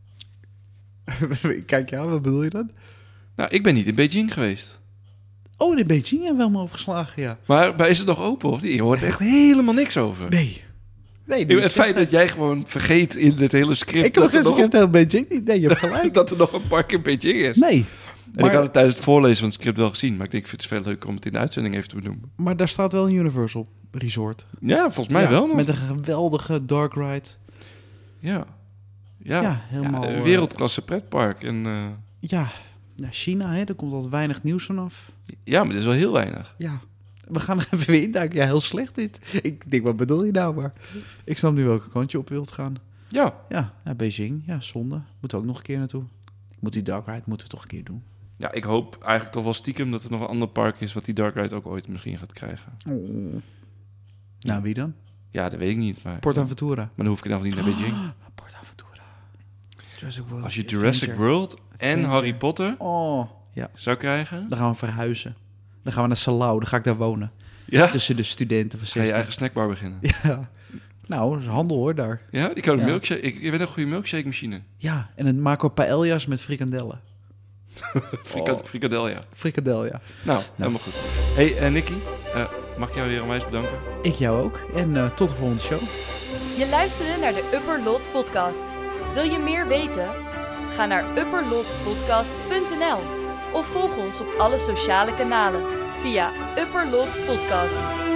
[SPEAKER 3] Kijk, ja, wat bedoel je dan?
[SPEAKER 2] Nou, ik ben niet in Beijing geweest.
[SPEAKER 3] Oh, in Beijing hebben we hem overgeslagen, ja.
[SPEAKER 2] Maar, maar is het nog open of niet? Je hoort echt helemaal niks over.
[SPEAKER 3] Nee. Nee,
[SPEAKER 2] Ik- Het feit dat jij gewoon vergeet in het hele script...
[SPEAKER 3] Ik heb
[SPEAKER 2] dat, er nog
[SPEAKER 3] geschreven heel Beijing niet. Nee, je hebt gelijk.
[SPEAKER 2] een, dat er nog een park in Beijing is.
[SPEAKER 3] Nee.
[SPEAKER 2] En ik had het tijdens het voorlezen van het script wel gezien. Maar ik denk, ik vind het veel leuker om het in de uitzending even te benoemen.
[SPEAKER 3] Maar daar staat wel een Universal Resort.
[SPEAKER 2] Ja, volgens mij
[SPEAKER 3] Ja,
[SPEAKER 2] wel nog.
[SPEAKER 3] Met een geweldige dark ride.
[SPEAKER 2] Ja. Ja,
[SPEAKER 3] Ja, helemaal,
[SPEAKER 2] Ja,
[SPEAKER 3] eh,
[SPEAKER 2] wereldklasse pretpark. En, eh,
[SPEAKER 3] Ja, nou, China, hè, daar komt altijd weinig nieuws vanaf.
[SPEAKER 2] ja, maar dat is wel heel weinig.
[SPEAKER 3] Ja, we gaan er even weer induiken. Ja, heel slecht dit. Ik denk, wat bedoel je nou? Maar ik snap nu welke kant je op wilt gaan.
[SPEAKER 2] Ja,
[SPEAKER 3] Ja, ja Beijing. Ja, zonde. Moeten we ook nog een keer naartoe. Moet die dark ride moeten we toch een keer doen.
[SPEAKER 2] ja, ik hoop eigenlijk toch wel stiekem dat er nog een ander park is... wat die Dark Ride ook ooit misschien gaat krijgen.
[SPEAKER 3] Oh. Nou, wie dan?
[SPEAKER 2] Ja, dat weet ik niet. Maar,
[SPEAKER 3] PortAventura.
[SPEAKER 2] maar dan hoef ik in ieder geval niet naar Beijing.
[SPEAKER 3] PortAventura. Jurassic World.
[SPEAKER 2] Als je Jurassic World en
[SPEAKER 3] Adventure.
[SPEAKER 2] Harry Potter
[SPEAKER 3] Oh, ja.
[SPEAKER 2] zou krijgen...
[SPEAKER 3] Dan gaan we verhuizen. Dan gaan we naar Salau. Dan ga ik daar wonen.
[SPEAKER 2] Ja,
[SPEAKER 3] Tussen de studenten van
[SPEAKER 2] ga je
[SPEAKER 3] zestien.
[SPEAKER 2] eigen snackbar beginnen.
[SPEAKER 3] Ja. Nou, dat is handel hoor, daar.
[SPEAKER 2] Ja, die kan een
[SPEAKER 3] Ja.
[SPEAKER 2] milkshake... Ik, ik ben een goede milkshake machine.
[SPEAKER 3] Ja, en dan maken we paellas met frikandellen.
[SPEAKER 2] Frika
[SPEAKER 3] Oh.
[SPEAKER 2] Frikadel, ja.
[SPEAKER 3] Frikandel, ja.
[SPEAKER 2] Nou, helemaal goed. Hey, uh, Nicky, uh, mag ik jou weer onwijs bedanken?
[SPEAKER 3] Ik jou ook. En uh, tot de volgende show.
[SPEAKER 1] Je luisterde naar de Upper Lot podcast. Wil je meer weten? Ga naar upperlotpodcast punt n l of volg ons op alle sociale kanalen via Upper Lot Podcast.